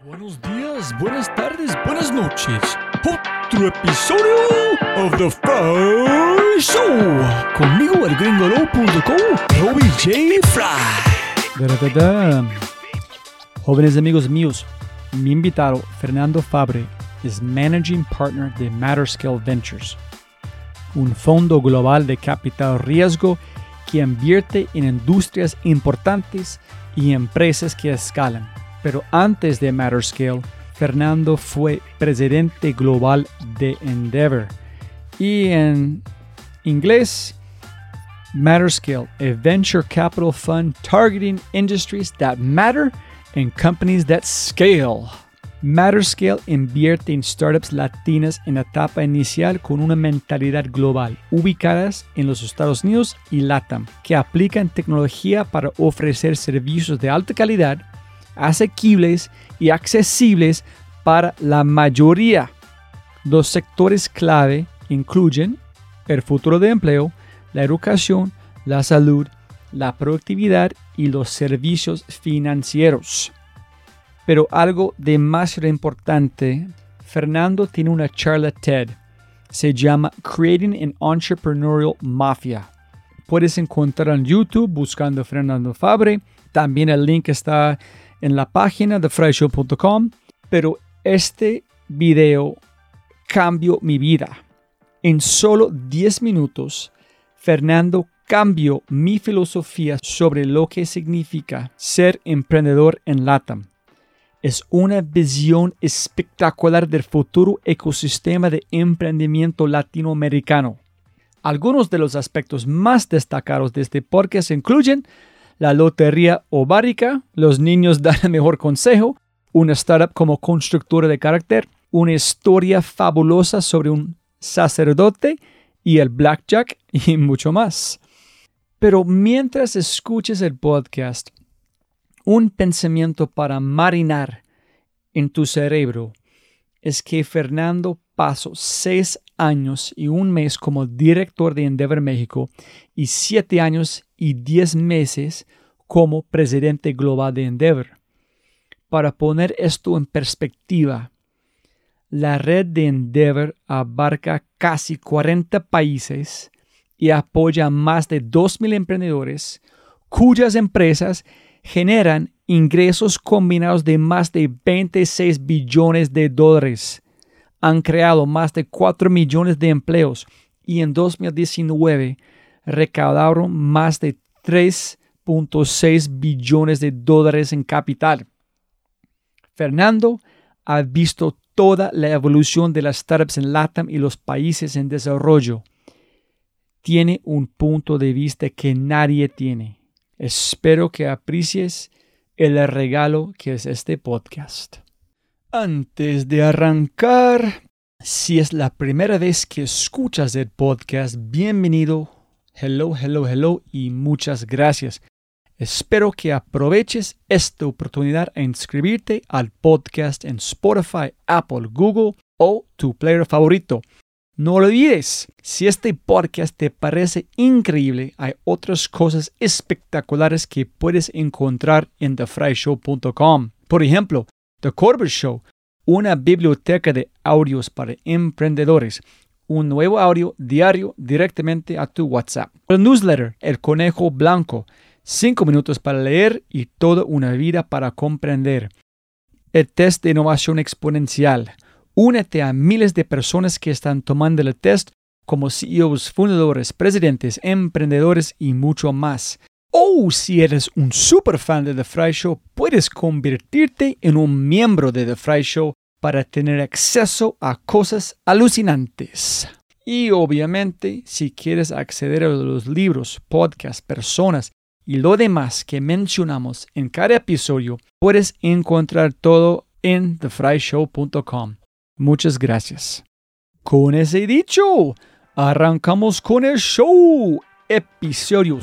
Buenos días, buenas tardes, buenas noches. Otro episodio of The Fry Show. Conmigo, el gringolo.com, Robbie J. Fry. Jóvenes amigos míos, mi invitado, Fernando Fabre, es Managing Partner de Matterscale Ventures, un fondo global de capital riesgo que invierte en industrias importantes y empresas que escalan. Pero antes de Matterscale, Fernando fue presidente global de Endeavor. Y en inglés, Matterscale, a venture capital fund targeting industries that matter and companies that scale. Matterscale invierte en startups latinas en etapa inicial con una mentalidad global, ubicadas en los Estados Unidos y LATAM, que aplican tecnología para ofrecer servicios de alta calidad, asequibles y accesibles para la mayoría. Los sectores clave incluyen el futuro de empleo, la educación, la salud, la productividad y los servicios financieros. Pero algo demasiado importante, Fernando tiene una charla TED. Se llama Creating an Entrepreneurial Mafia. Puedes encontrar en YouTube buscando Fernando Fabre. También el link está en la página de fryshow.com, pero este video cambió mi vida. En solo 10 minutos, Fernando cambió mi filosofía sobre lo que significa ser emprendedor en LATAM. Es una visión espectacular del futuro ecosistema de emprendimiento latinoamericano. Algunos de los aspectos más destacados de este podcast incluyen la lotería ovárica, los niños dan el mejor consejo, una startup como constructora de carácter, una historia fabulosa sobre un sacerdote y el blackjack y mucho más. Pero mientras escuches el podcast, un pensamiento para marinar en tu cerebro es que Fernando pasó 6 años y 1 mes como director de Endeavor México y 7 años y 10 meses como presidente global de Endeavor. Para poner esto en perspectiva, la red de Endeavor abarca casi 40 países y apoya a más de 2,000 emprendedores cuyas empresas generan ingresos combinados de más de $26 billones. Han creado más de 4 millones de empleos y en 2019 recaudaron más de $3.6 billones en capital. Fernando ha visto toda la evolución de las startups en LATAM y los países en desarrollo. Tiene un punto de vista que nadie tiene. Espero que aprecies el regalo que es este podcast. Antes de arrancar, si es la primera vez que escuchas el podcast, bienvenido, hello y muchas gracias. Espero que aproveches esta oportunidad a inscribirte al podcast en Spotify, Apple, Google o tu player favorito. No olvides, si este podcast te parece increíble, hay otras cosas espectaculares que puedes encontrar en thefryshow.com. Por ejemplo, The Corbett Show, una biblioteca de audios para emprendedores. Un nuevo audio diario directamente a tu WhatsApp. El newsletter, El Conejo Blanco, 5 minutos para leer y toda una vida para comprender. El test de innovación exponencial. Únete a miles de personas que están tomando el test como CEOs, fundadores, presidentes, emprendedores y mucho más. O si eres un super fan de The Fry Show, puedes convertirte en un miembro de The Fry Show para tener acceso a cosas alucinantes. Y obviamente, si quieres acceder a los libros, podcasts, personas y lo demás que mencionamos en cada episodio, puedes encontrar todo en thefryshow.com. Muchas gracias. Con ese dicho, arrancamos con el show. Episodio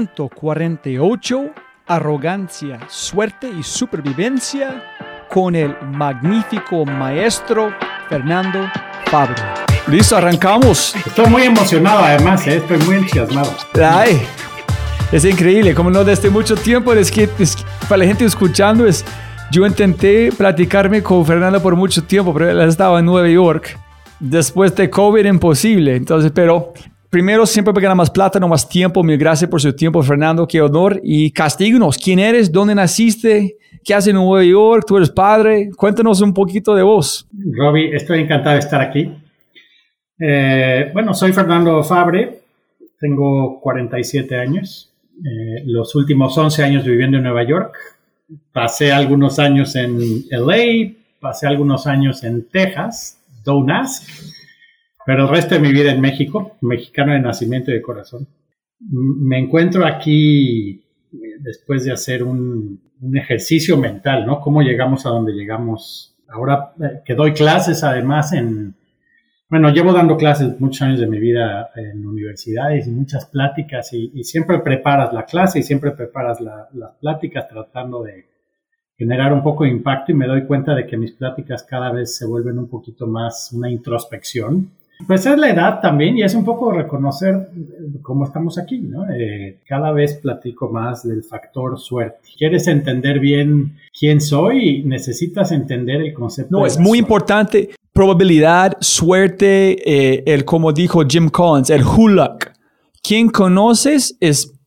148, Arrogancia, Suerte y Supervivencia, con el magnífico maestro Fernando Fabre. Listo, arrancamos. Estoy muy emocionado además, estoy muy entusiasmado. Ay, es increíble, como no desde mucho tiempo, para la gente escuchando, Yo intenté platicarme con Fernando por mucho tiempo, pero él estaba en Nueva York. Después de COVID, imposible. Entonces, pero primero, siempre para ganar más plata, no más tiempo. Mil gracias por su tiempo, Fernando. Qué honor. Y castíganos. ¿Quién eres? ¿Dónde naciste? ¿Qué haces en Nueva York? ¿Tú eres padre? Cuéntanos un poquito de vos. Robbie, estoy encantado de estar aquí. Bueno, soy Fernando Fabre. Tengo 47 años. Los últimos 11 años viviendo en Nueva York. Pasé algunos años en LA. Pasé algunos años en Texas. Don't ask. Pero el resto de mi vida en México, mexicano de nacimiento y de corazón. Me encuentro aquí después de hacer un ejercicio mental, ¿no? ¿Cómo llegamos a donde llegamos? Ahora que doy clases, además, bueno, llevo dando clases muchos años de mi vida en universidades y muchas pláticas y siempre preparas la clase y siempre preparas las pláticas tratando de generar un poco de impacto y me doy cuenta de que mis pláticas cada vez se vuelven un poquito más una introspección. Pues es la edad también y es un poco reconocer cómo estamos aquí, ¿no? Cada vez platico más del factor suerte. ¿Quieres entender bien quién soy? Necesitas entender el concepto. No, es muy importante. Probabilidad, suerte, como dijo Jim Collins, el hulak. Quien conoces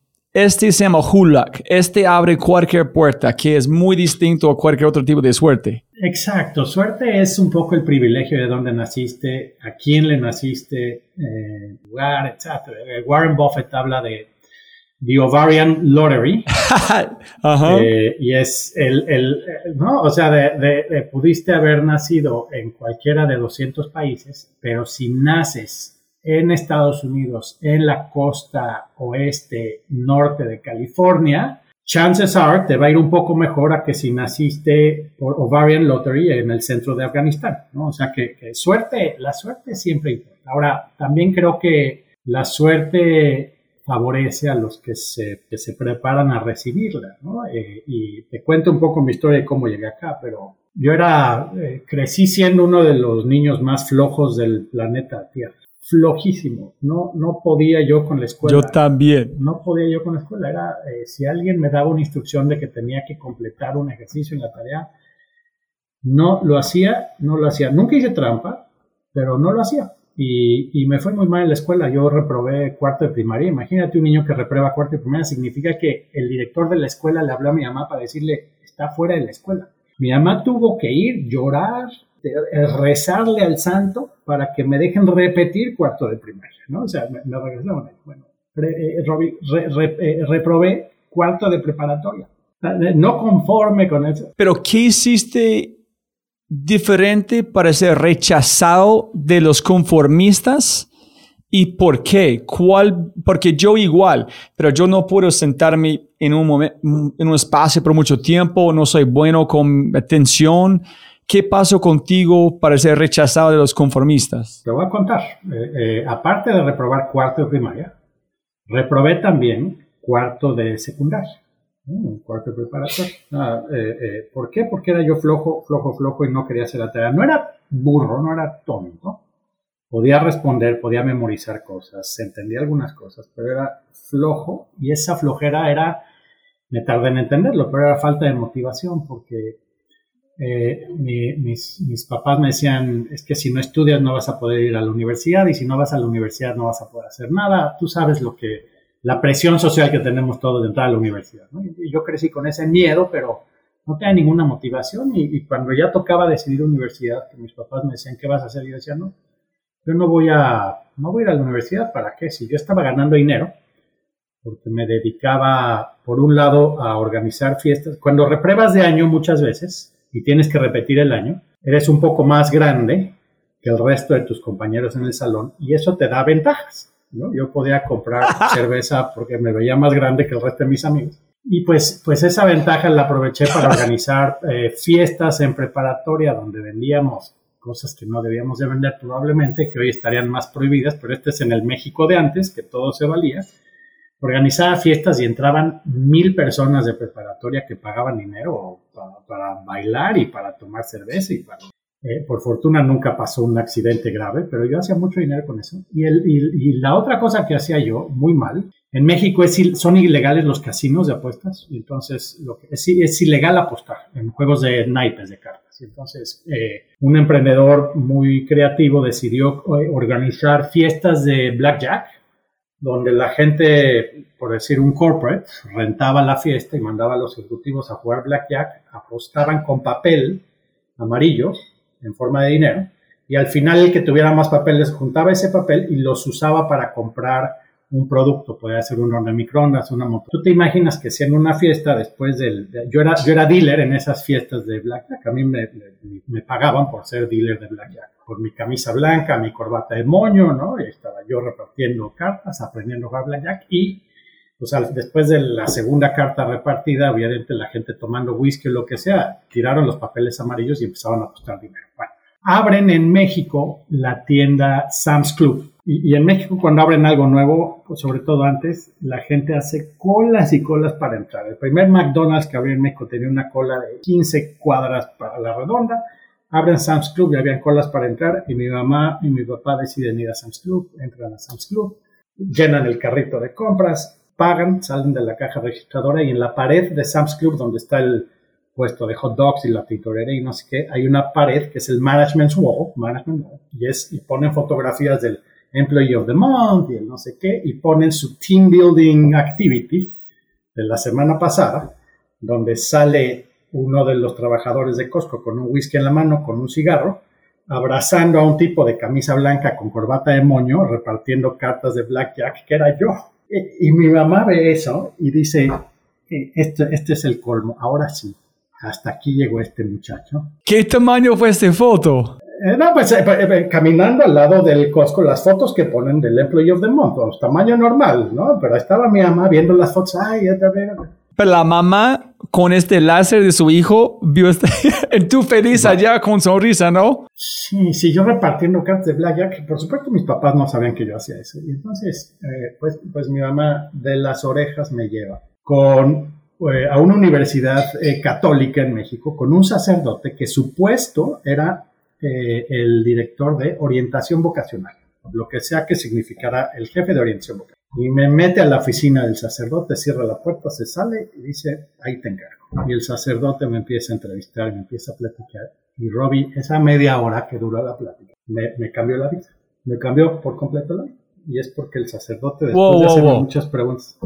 se llama hulak. Abre cualquier puerta, que es muy distinto a cualquier otro tipo de suerte. Exacto, suerte es un poco el privilegio de dónde naciste, a quién le naciste, lugar, etc. Warren Buffett habla de the ovarian lottery. Uh-huh. Y es ¿no? O sea, pudiste haber nacido en cualquiera de 200 países, pero si naces en Estados Unidos, en la costa oeste, norte de California, chances are te va a ir un poco mejor a que si naciste por ovarian lottery en el centro de Afganistán, ¿no? O sea que la suerte siempre importa. Ahora, también creo que la suerte favorece a los que se preparan a recibirla, ¿no? Y te cuento un poco mi historia de cómo llegué acá, pero yo crecí siendo uno de los niños más flojos del planeta Tierra. Flojísimo, no podía yo con la escuela. Yo también. No podía yo con la escuela. Si alguien me daba una instrucción de que tenía que completar un ejercicio en la tarea, no lo hacía. Nunca hice trampa, pero no lo hacía. Y me fue muy mal en la escuela. Yo reprobé cuarto de primaria. Imagínate un niño que reprueba cuarto de primaria. Significa que el director de la escuela le habló a mi mamá para decirle, está fuera de la escuela. Mi mamá tuvo que ir, llorar, rezarle al santo para que me dejen repetir cuarto de primaria, ¿no? O sea, me regresaron. Bueno, reprobé cuarto de preparatoria. No conforme con eso. ¿Pero qué hiciste diferente para ser rechazado de los conformistas? ¿Y por qué? Porque yo igual, pero yo no puedo sentarme en un espacio por mucho tiempo, no soy bueno con atención. ¿Qué pasó contigo para ser rechazado de los conformistas? Te voy a contar. Aparte de reprobar cuarto de primaria, reprobé también cuarto de secundaria. Cuarto de preparatoria. ¿Por qué? Porque era yo flojo y no quería hacer la tarea. No era burro, no era tonto. Podía responder, podía memorizar cosas, entendía algunas cosas, pero era flojo y esa flojera me tardé en entenderlo, pero era falta de motivación porque mis papás me decían, es que si no estudias no vas a poder ir a la universidad y si no vas a la universidad no vas a poder hacer nada. Tú sabes la presión social que tenemos todos de entrar a la universidad, ¿no? Y yo crecí con ese miedo, pero no tenía ninguna motivación y cuando ya tocaba decidir universidad, que mis papás me decían, ¿qué vas a hacer? Y yo decía, no, yo no voy a ir a la universidad, ¿para qué? Si yo estaba ganando dinero, porque me dedicaba, por un lado, a organizar fiestas. Cuando repruebas de año muchas veces y tienes que repetir el año, eres un poco más grande que el resto de tus compañeros en el salón y eso te da ventajas, ¿no? Yo podía comprar cerveza porque me veía más grande que el resto de mis amigos. Y pues esa ventaja la aproveché para organizar fiestas en preparatoria donde vendíamos cosas que no debíamos de vender probablemente, que hoy estarían más prohibidas, pero este es en el México de antes, que todo se valía. Organizaba fiestas y entraban 1,000 personas de preparatoria que pagaban dinero para bailar y para tomar cerveza y por fortuna nunca pasó un accidente grave, pero yo hacía mucho dinero con eso. Y la otra cosa que hacía yo, muy mal, En México son ilegales los casinos de apuestas, entonces es ilegal apostar en juegos de naipes de cartas. Entonces, un emprendedor muy creativo decidió organizar fiestas de blackjack, donde la gente, por decir un corporate, rentaba la fiesta y mandaba a los ejecutivos a jugar blackjack, apostaban con papel amarillo en forma de dinero, y al final el que tuviera más papeles juntaba ese papel y los usaba para comprar un producto, podía ser un horno de microondas, una moto. ¿Tú te imaginas que si en una fiesta después yo era dealer en esas fiestas de blackjack, a mí me pagaban por ser dealer de blackjack, por mi camisa blanca, mi corbata de moño, ¿no? Y estaba yo repartiendo cartas, aprendiendo a jugar blackjack y después de la segunda carta repartida, obviamente la gente tomando whisky o lo que sea, tiraron los papeles amarillos y empezaban a apostar dinero. Bueno, abren en México la tienda Sam's Club. Y en México cuando abren algo nuevo, pues sobre todo antes, la gente hace colas y colas para entrar. El primer McDonald's que abrió en México tenía una cola de 15 cuadras para la redonda. Abren Sam's Club y habían colas para entrar y mi mamá y mi papá deciden ir a Sam's Club, entran a Sam's Club, llenan el carrito de compras, pagan, salen de la caja registradora y en la pared de Sam's Club donde está el puesto de hot dogs y la tintorería y no sé qué, hay una pared que es el Management Wall, y ponen fotografías del Employee of the Month y el no sé qué, y ponen su Team Building Activity de la semana pasada, donde sale uno de los trabajadores de Costco con un whisky en la mano, con un cigarro, abrazando a un tipo de camisa blanca con corbata de moño, repartiendo cartas de blackjack, que era yo. Y mi mamá ve eso y dice, este es el colmo, ahora sí, hasta aquí llegó este muchacho. ¿Qué tamaño fue esta foto? Caminando al lado del Costco, las fotos que ponen del Employee of the Month, pues, tamaño normal, ¿no? Pero estaba mi mamá viendo las fotos, Pero la mamá con este láser de su hijo vio tú feliz allá con sonrisa, ¿no? Sí, yo repartiendo cartas de blackjack, por supuesto mis papás no sabían que yo hacía eso. Y entonces, pues mi mamá de las orejas me lleva a una universidad católica en México con un sacerdote que su puesto era el director de orientación vocacional, lo que sea que significara el jefe de orientación vocacional. Y me mete a la oficina del sacerdote, cierra la puerta, se sale y dice, ahí te encargo. Y el sacerdote me empieza a entrevistar, me empieza a platicar. Y Robbie, esa media hora que duró la plática, me cambió la vida. Me cambió por completo la vida. Y es porque el sacerdote, después de hacerme muchas preguntas...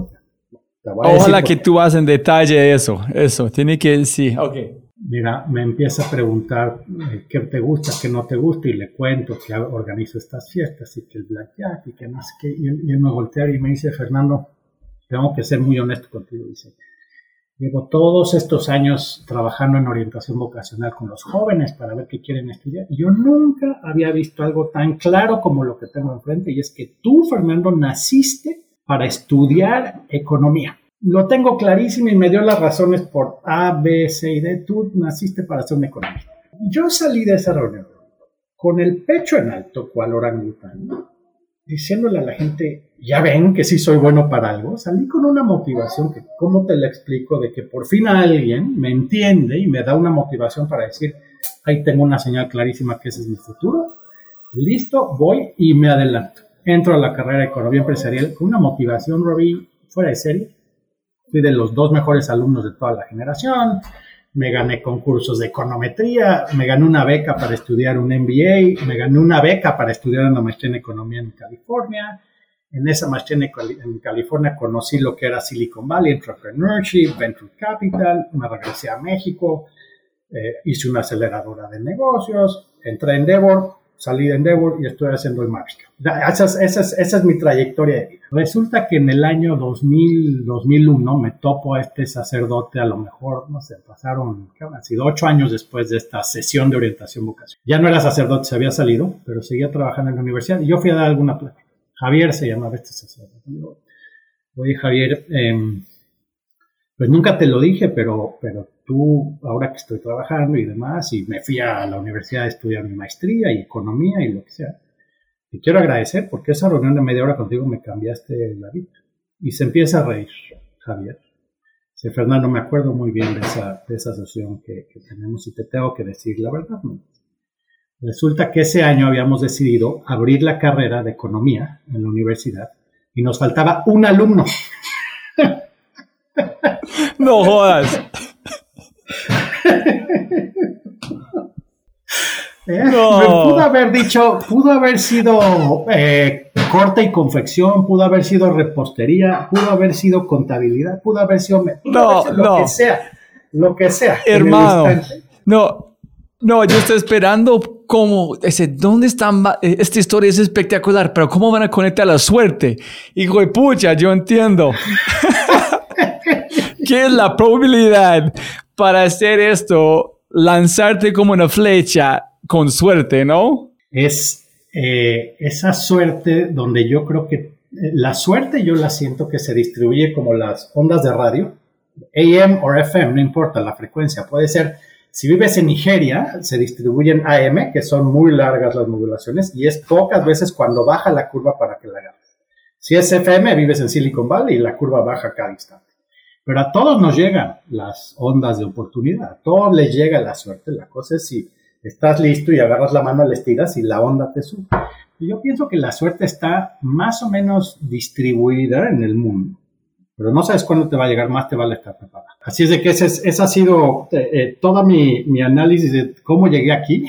Ojalá que tú hagas en detalle eso, tiene que, sí, ok. Mira, me empieza a preguntar qué te gusta, qué no te gusta, y le cuento que organizo estas fiestas y que el blackjack y que no sé qué. Y él me voltea y me dice, Fernando, tengo que ser muy honesto contigo. Dice, llevo todos estos años trabajando en orientación vocacional con los jóvenes para ver qué quieren estudiar. Y yo nunca había visto algo tan claro como lo que tengo enfrente, y es que tú, Fernando, naciste para estudiar economía. Lo tengo clarísimo y me dio las razones por A, B, C y D. Tú naciste para ser un economista. Yo salí de esa reunión con el pecho en alto, cual orangután, diciéndole a la gente, ya ven que sí soy bueno para algo. Salí con una motivación que, ¿cómo te la explico? De que por fin alguien me entiende y me da una motivación para decir, ahí tengo una señal clarísima que ese es mi futuro. Listo, voy y me adelanto. Entro a la carrera de economía empresarial con una motivación, Robbie, fuera de serie. Fui de los 2 mejores alumnos de toda la generación, me gané concursos de econometría, me gané una beca para estudiar un MBA, me gané una beca para estudiar una maestría en economía en California. En esa maestría en California conocí lo que era Silicon Valley, Entrepreneurship, Venture Capital, me regresé a México, hice una aceleradora de negocios, entré en Endeavor, salí de Endeavor y estoy haciendo el marketing. Esa es mi trayectoria de vida. Resulta que en el año 2001 me topo a este sacerdote, a lo mejor, no sé, pasaron, ¿qué han sido? 8 años después de esta sesión de orientación vocacional. Ya no era sacerdote, se había salido, pero seguía trabajando en la universidad y yo fui a dar alguna plática. Javier se llamaba este sacerdote. Oye, Javier, pues nunca te lo dije, pero tú, ahora que estoy trabajando y demás, y me fui a la universidad a estudiar mi maestría y economía y lo que sea, te quiero agradecer porque esa reunión de media hora contigo me cambiaste la vida. Y se empieza a reír, Javier. Dice, Fernando, me acuerdo muy bien de esa sesión que tenemos y te tengo que decir la verdad. Resulta que ese año habíamos decidido abrir la carrera de economía en la universidad y nos faltaba un alumno. No jodas. No. Pudo haber sido corte y confección, pudo haber sido repostería, pudo haber sido contabilidad, pudo haber sido lo que sea. Hermano, no, yo estoy esperando ¿dónde están? Esta historia es espectacular, pero ¿cómo van a conectar la suerte? Hijo de pucha, yo entiendo. ¿Qué es la probabilidad para hacer esto? Lanzarte como una flecha con suerte, ¿no? Es esa suerte donde yo creo que la suerte yo la siento que se distribuye como las ondas de radio, AM o FM, no importa la frecuencia, puede ser, si vives en Nigeria, se distribuyen AM, que son muy largas las modulaciones, y es pocas veces cuando baja la curva para que la agarres. Si es FM, vives en Silicon Valley y la curva baja cada instante. Pero a todos nos llegan las ondas de oportunidad, a todos les llega la suerte, la cosa es si estás listo y agarras la mano, le estiras y la onda te sube. Y yo pienso que la suerte está más o menos distribuida en el mundo, pero no sabes cuándo te va a llegar, más te vale estar preparado. Así es de que ese ha sido todo mi análisis de cómo llegué aquí.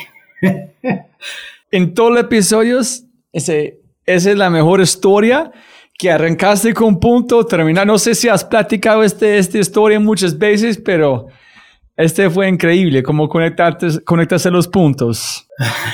En todos los episodios, esa es la mejor historia, que arrancaste con punto, terminar. No sé si has platicado esta historia muchas veces, pero fue increíble, cómo conectaste los puntos.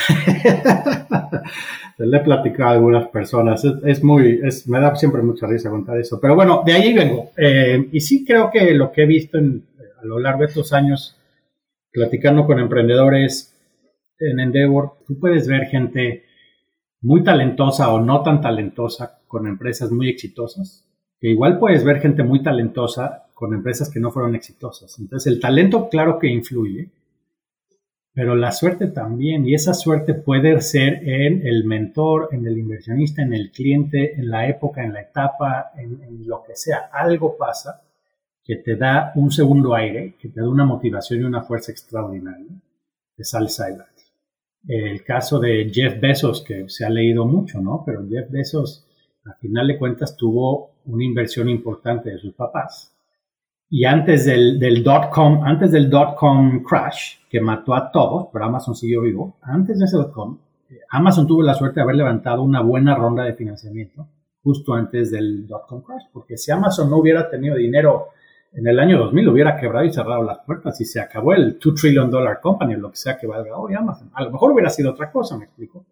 Le he platicado a algunas personas, me da siempre mucha risa contar eso, pero bueno, de ahí vengo. Y sí creo que lo que he visto a lo largo de estos años, platicando con emprendedores en Endeavor, tú puedes ver gente muy talentosa o no tan talentosa con empresas muy exitosas, que igual puedes ver gente muy talentosa con empresas que no fueron exitosas. Entonces el talento claro que influye, pero la suerte también, y esa suerte puede ser en el mentor, en el inversionista, en el cliente, en la época, en la etapa, en lo que sea. Algo pasa que te da un segundo aire, que te da una motivación y una fuerza extraordinaria, que sales adelante. El caso de Jeff Bezos, que se ha leído mucho, ¿no? Pero Jeff Bezos, al final de cuentas, tuvo una inversión importante de sus papás. Y antes del dot-com crash, que mató a todos, pero Amazon siguió vivo, antes de ese dot-com, Amazon tuvo la suerte de haber levantado una buena ronda de financiamiento justo antes del dot-com crash, porque si Amazon no hubiera tenido dinero en el año 2000, hubiera quebrado y cerrado las puertas y se acabó el $2 trillion company, lo que sea que valga hoy Amazon. A lo mejor hubiera sido otra cosa, me explico.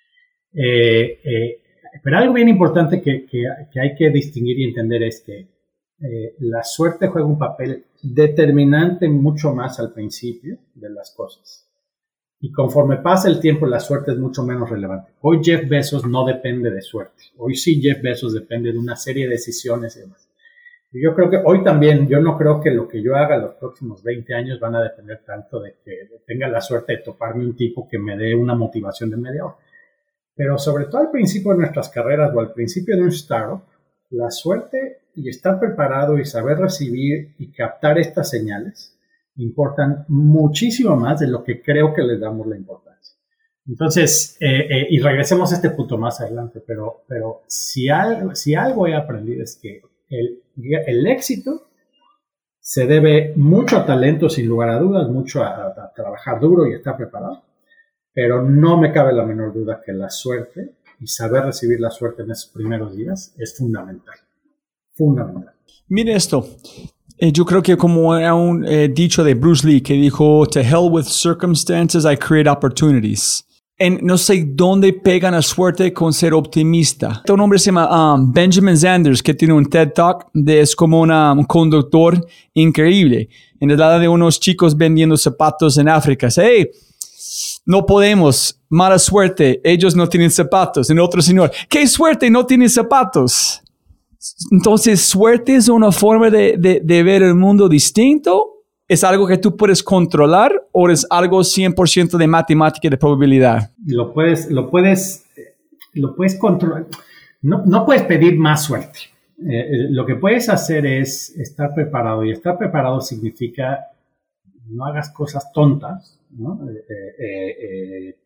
Pero algo bien importante que hay que distinguir y entender es que la suerte juega un papel determinante mucho más al principio de las cosas. Y conforme pasa el tiempo, la suerte es mucho menos relevante. Hoy Jeff Bezos no depende de suerte. Hoy sí Jeff Bezos depende de una serie de decisiones y demás. Y yo creo que hoy también, yo no creo que lo que yo haga los próximos 20 años van a depender tanto de que tenga la suerte de toparme un tipo que me dé una motivación de media hora. Pero sobre todo al principio de nuestras carreras o al principio de un startup, la suerte y estar preparado y saber recibir y captar estas señales importan muchísimo más de lo que creo que les damos la importancia. Entonces, y regresemos a este punto más adelante, pero si algo he aprendido es que el éxito se debe mucho a talento, sin lugar a dudas, mucho a trabajar duro y estar preparado, pero no me cabe la menor duda que la suerte y saber recibir la suerte en esos primeros días es fundamental. Fundamental. Mire esto. Yo creo que como era un dicho de Bruce Lee que dijo, "To hell with circumstances, I create opportunities." No sé dónde pegan la suerte con ser optimista. Un hombre se llama Benjamin Sanders, que tiene un TED Talk, es como un conductor increíble. En el lado de unos chicos vendiendo zapatos en África. Hey, no podemos, mala suerte, ellos no tienen zapatos. En otro señor, qué suerte, no tienen zapatos. Entonces, ¿suerte es una forma de ver el mundo distinto? ¿Es algo que tú puedes controlar o es algo 100% de matemática y de probabilidad? Lo puedes controlar. No puedes pedir más suerte. Lo que puedes hacer es estar preparado, y estar preparado significa no hagas cosas tontas, ¿no?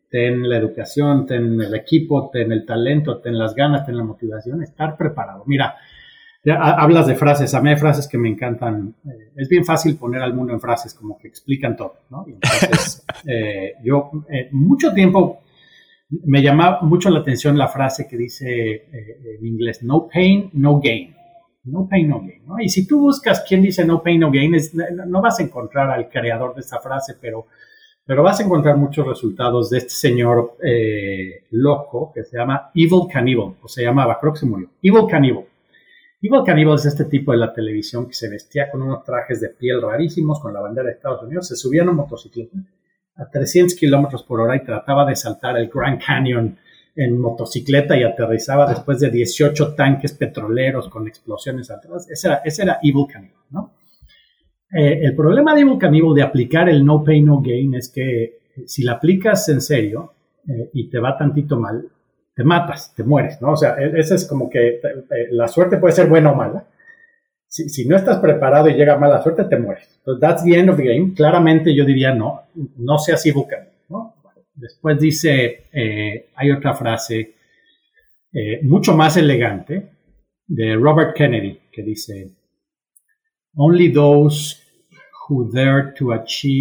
ten la educación, ten el equipo, ten el talento, ten las ganas, ten la motivación, estar preparado. Mira, ya hablas de frases, a mí hay frases que me encantan. Es bien fácil poner al mundo en frases, como que explican todo, ¿no? Y entonces, yo mucho tiempo me llama mucho la atención la frase que dice en inglés, no pain, no gain. No pain, no gain, ¿no? Y si tú buscas quién dice no pain, no gain, no vas a encontrar al creador de esa frase, pero vas a encontrar muchos resultados de este señor loco que se llama Evel Knievel, o se llamaba, creo que se murió, Evel Knievel. Evel Knievel es este tipo de la televisión que se vestía con unos trajes de piel rarísimos, con la bandera de Estados Unidos, se subía en una motocicleta a 300 kilómetros por hora y trataba de saltar el Grand Canyon en motocicleta y aterrizaba después de 18 tanques petroleros con explosiones atrás. Ese era Evel Knievel, ¿no? El problema de Evel Knievel de aplicar el no pain, no gain es que si la aplicas en serio y te va tantito mal, te matas, te mueres, ¿no? O sea, ese es como que la suerte puede ser buena o mala. Si no estás preparado y llega mala suerte, te mueres. Entonces, that's the end of the game. Claramente yo diría no seas Evel Knievel, ¿no? Después dice, hay otra frase mucho más elegante de Robert Kennedy que dice, only those who dare to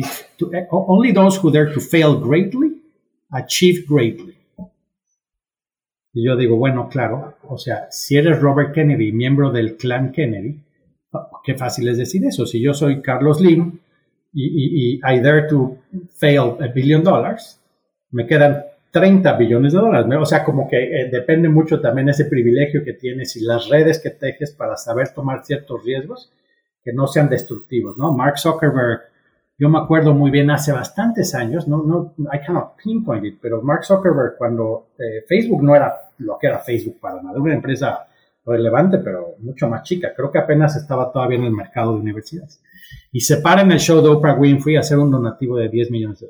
fail greatly, achieve greatly. Y yo digo, bueno, claro, o sea, si eres Robert Kennedy, miembro del clan Kennedy, qué fácil es decir eso. Si yo soy Carlos Slim y I dare to fail $1 billion, me quedan 30 billones de dólares. O sea, como que depende mucho también ese privilegio que tienes y las redes que tejes para saber tomar ciertos riesgos que no sean destructivos, ¿no? Mark Zuckerberg, yo me acuerdo muy bien hace bastantes años, I cannot pinpoint it, pero Mark Zuckerberg cuando Facebook no era lo que era Facebook para nada, una empresa relevante, pero mucho más chica, creo que apenas estaba todavía en el mercado de universidades, y se para en el show de Oprah Winfrey a hacer un donativo de $10 millones.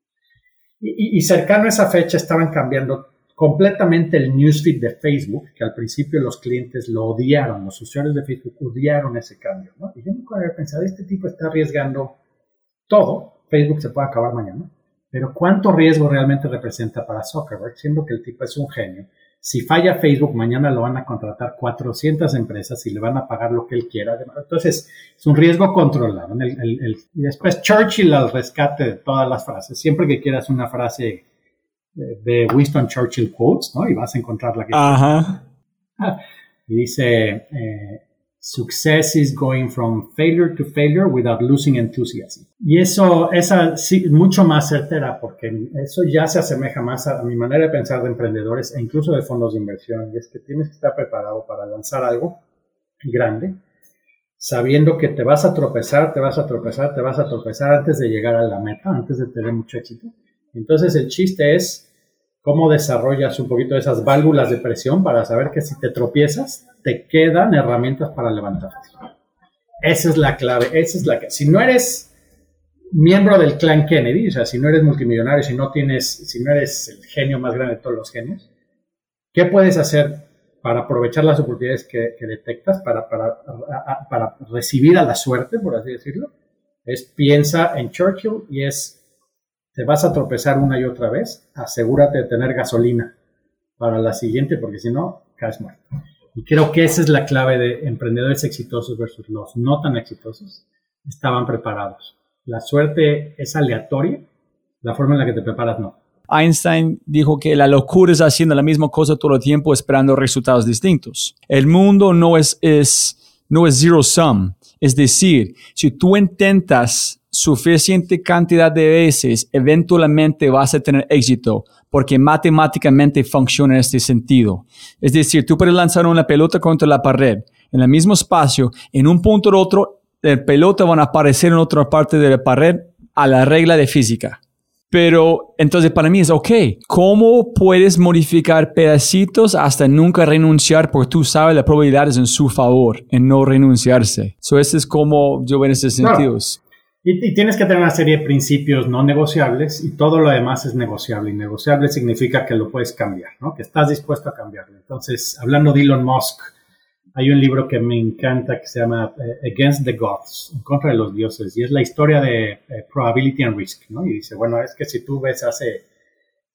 Y cercano a esa fecha estaban cambiando completamente el newsfeed de Facebook, que al principio los clientes lo odiaron, los usuarios de Facebook odiaron ese cambio, ¿no? Y yo nunca había pensado, este tipo está arriesgando todo, Facebook se puede acabar mañana, pero ¿cuánto riesgo realmente representa para Zuckerberg, siendo que el tipo es un genio? Si falla Facebook, mañana lo van a contratar 400 empresas y le van a pagar lo que él quiera. Entonces, es un riesgo controlado. Y después Churchill al rescate de todas las frases. Siempre que quieras una frase de Winston Churchill quotes, ¿no? Y vas a encontrar la que... Ajá. Y dice... Success is going from failure to failure without losing enthusiasm. Y esa sí, mucho más certera, porque eso ya se asemeja más a mi manera de pensar de emprendedores e incluso de fondos de inversión. Y es que tienes que estar preparado para lanzar algo grande, sabiendo que te vas a tropezar antes de llegar a la meta, antes de tener mucho éxito. Entonces el chiste es cómo desarrollas un poquito esas válvulas de presión para saber que si te tropiezas, te quedan herramientas para levantarte. Esa es la clave, si no eres miembro del clan Kennedy, o sea, si no eres multimillonario, si no eres el genio más grande de todos los genios, ¿qué puedes hacer para aprovechar las oportunidades que detectas, para recibir a la suerte, por así decirlo? Piensa en Churchill y te vas a tropezar una y otra vez, asegúrate de tener gasolina para la siguiente, porque si no, caes muerto. Y creo que esa es la clave de emprendedores exitosos versus los no tan exitosos. Estaban preparados. La suerte es aleatoria, la forma en la que te preparas no. Einstein dijo que la locura es haciendo la misma cosa todo el tiempo esperando resultados distintos. El mundo no es zero sum. Es decir, si tú intentas suficiente cantidad de veces, eventualmente vas a tener éxito, porque matemáticamente funciona en este sentido. Es decir, tú puedes lanzar una pelota contra la pared, en el mismo espacio, en un punto o otro, la pelota van a aparecer en otra parte de la pared a la regla de física. Pero entonces para mí es, ¿cómo puedes modificar pedacitos hasta nunca renunciar? Porque tú sabes la probabilidad es en su favor, en no renunciarse. Eso es como yo veo en ese sentido. Claro. Y tienes que tener una serie de principios no negociables y todo lo demás es negociable. Y negociable significa que lo puedes cambiar, ¿no? Que estás dispuesto a cambiarlo. Entonces, hablando de Elon Musk, hay un libro que me encanta que se llama Against the Gods, en contra de los dioses, y es la historia de probability and risk, ¿no? Y dice, bueno, es que si tú ves hace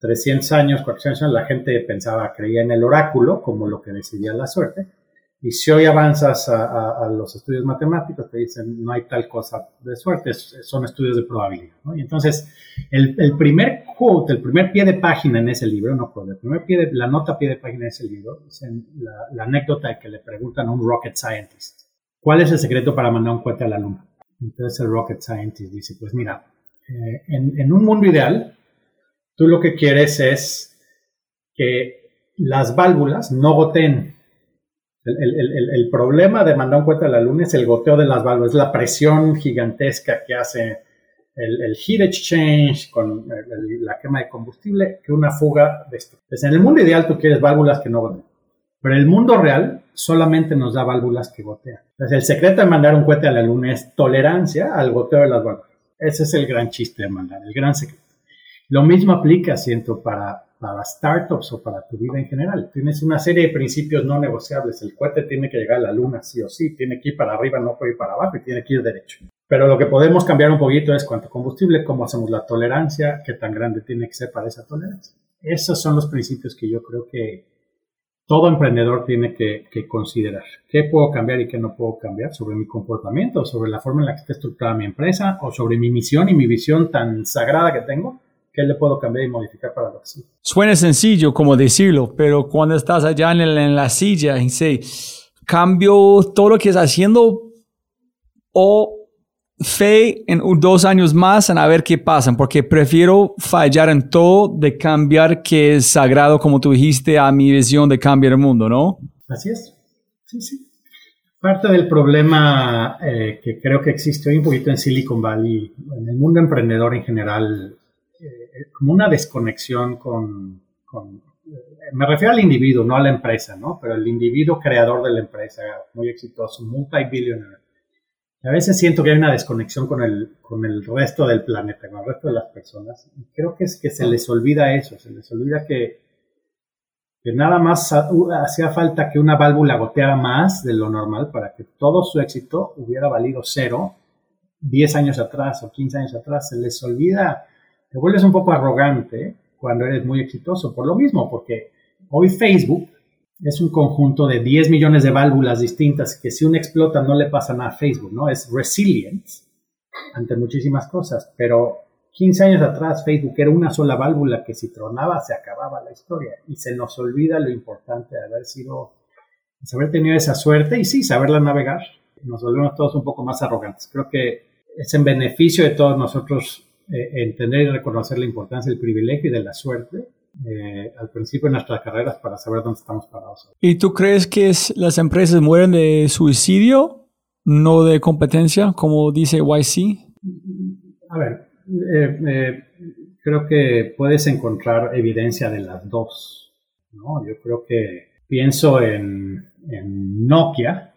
300 años, 400 años, la gente creía en el oráculo como lo que decidía la suerte. Y si hoy avanzas a los estudios matemáticos, te dicen no hay tal cosa de suerte, son estudios de probabilidad, ¿no? Y entonces, el primer quote, el primer pie de página en ese libro, la nota pie de página en ese libro, es la anécdota de que le preguntan a un rocket scientist, ¿cuál es el secreto para mandar un cohete a la luna? Entonces el rocket scientist dice, pues mira, en un mundo ideal, tú lo que quieres es que las válvulas no goteen. El problema de mandar un cohete a la luna es el goteo de las válvulas, es la presión gigantesca que hace el heat exchange con la quema de combustible que una fuga destruye. Entonces, en el mundo ideal tú quieres válvulas que no goteen, pero el mundo real solamente nos da válvulas que gotean. Entonces, el secreto de mandar un cohete a la luna es tolerancia al goteo de las válvulas. Ese es el gran chiste de mandar, el gran secreto. Lo mismo aplica, siento, para startups o para tu vida en general. Tienes una serie de principios no negociables. El cohete tiene que llegar a la luna sí o sí, tiene que ir para arriba, no puede ir para abajo y tiene que ir derecho. Pero lo que podemos cambiar un poquito es cuánto combustible, cómo hacemos la tolerancia, qué tan grande tiene que ser para esa tolerancia. Esos son los principios que yo creo que todo emprendedor tiene que considerar. ¿Qué puedo cambiar y qué no puedo cambiar sobre mi comportamiento, sobre la forma en la que está estructurada mi empresa o sobre mi misión y mi visión tan sagrada que tengo? ¿Qué le puedo cambiar y modificar para lo que sí? Suena sencillo como decirlo, pero cuando estás allá en la silla y dice, cambio todo lo que estás haciendo o fe en 2 años más a ver qué pasa, porque prefiero fallar en todo de cambiar que es sagrado, como tú dijiste, a mi visión de cambiar el mundo, ¿no? Así es. Sí. Parte del problema que creo que existe hoy un poquito en Silicon Valley, en el mundo emprendedor en general, como una desconexión me refiero al individuo, no a la empresa, ¿no? Pero el individuo creador de la empresa, muy exitoso, multi-billionaire. A veces siento que hay una desconexión con el resto del planeta, con el resto de las personas. Y creo que es que se les olvida eso, se les olvida que nada más hacía falta que una válvula goteara más de lo normal para que todo su éxito hubiera valido 0 10 años atrás o 15 años atrás. Se les olvida, te vuelves un poco arrogante cuando eres muy exitoso, por lo mismo, porque hoy Facebook es un conjunto de 10 millones de válvulas distintas que si una explota no le pasa nada a Facebook, ¿no? Es resilient ante muchísimas cosas, pero 15 años atrás Facebook era una sola válvula que si tronaba se acababa la historia y se nos olvida lo importante de haber tenido esa suerte y sí, saberla navegar. Nos volvemos todos un poco más arrogantes. Creo que es en beneficio de todos nosotros entender y reconocer la importancia del privilegio y de la suerte al principio de nuestras carreras para saber dónde estamos parados. ¿Y tú crees que las empresas mueren de suicidio, no de competencia, como dice YC? A ver, creo que puedes encontrar evidencia de las dos, ¿no? Yo creo que pienso en Nokia,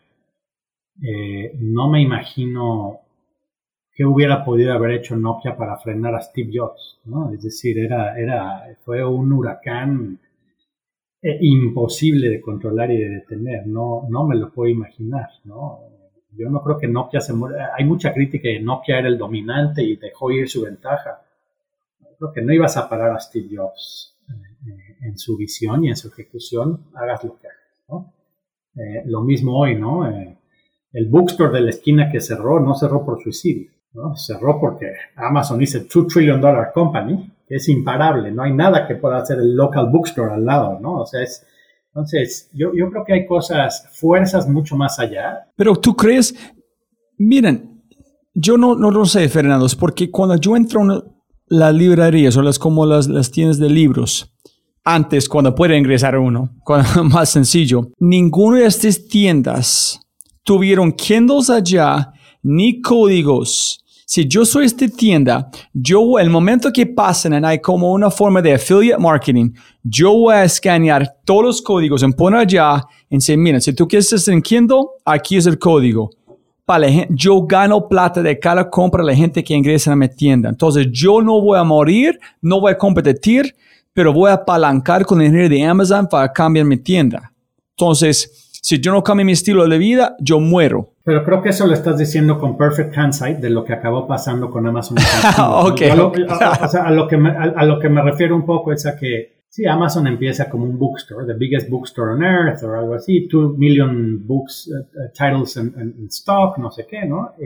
no me imagino qué hubiera podido haber hecho Nokia para frenar a Steve Jobs, ¿no? Es decir, fue un huracán imposible de controlar y de detener, no me lo puedo imaginar, ¿no? Yo no creo que Nokia se muera. Hay mucha crítica de Nokia era el dominante y dejó ir su ventaja. Yo creo que no ibas a parar a Steve Jobs en su visión y en su ejecución, hagas lo que hagas, ¿no? Lo mismo hoy, ¿no? El bookstore de la esquina que cerró, no cerró por suicidio, ¿no? Cerró porque Amazon es el $2 trillion company, que es imparable, no hay nada que pueda hacer el local bookstore al lado, ¿no? O sea, entonces, yo creo que hay fuerzas mucho más allá. Pero tú crees, miren, yo no sé, Fernando, es porque cuando yo entro en las librerías o las tiendas de libros, antes, cuando puede ingresar uno, más sencillo, ninguna de estas tiendas tuvieron Kindles allá, ni códigos. Si yo soy esta tienda, el momento que pasen hay como una forma de affiliate marketing, yo voy a escanear todos los códigos y poner allá y decir, mira, si tú quieres estar en Kindle, aquí es el código. Yo gano plata de cada compra de la gente que ingresa a mi tienda. Entonces, yo no voy a morir, no voy a competir, pero voy a apalancar con el dinero de Amazon para cambiar mi tienda. Entonces, si yo no cambio mi estilo de vida, yo muero. Pero creo que eso lo estás diciendo con perfect hindsight de lo que acabó pasando con Amazon. Okay. O sea, a lo que me refiero un poco es a que sí, Amazon empieza como un bookstore, the biggest bookstore on earth o algo así, 2 million books, titles in stock, no sé qué, ¿no?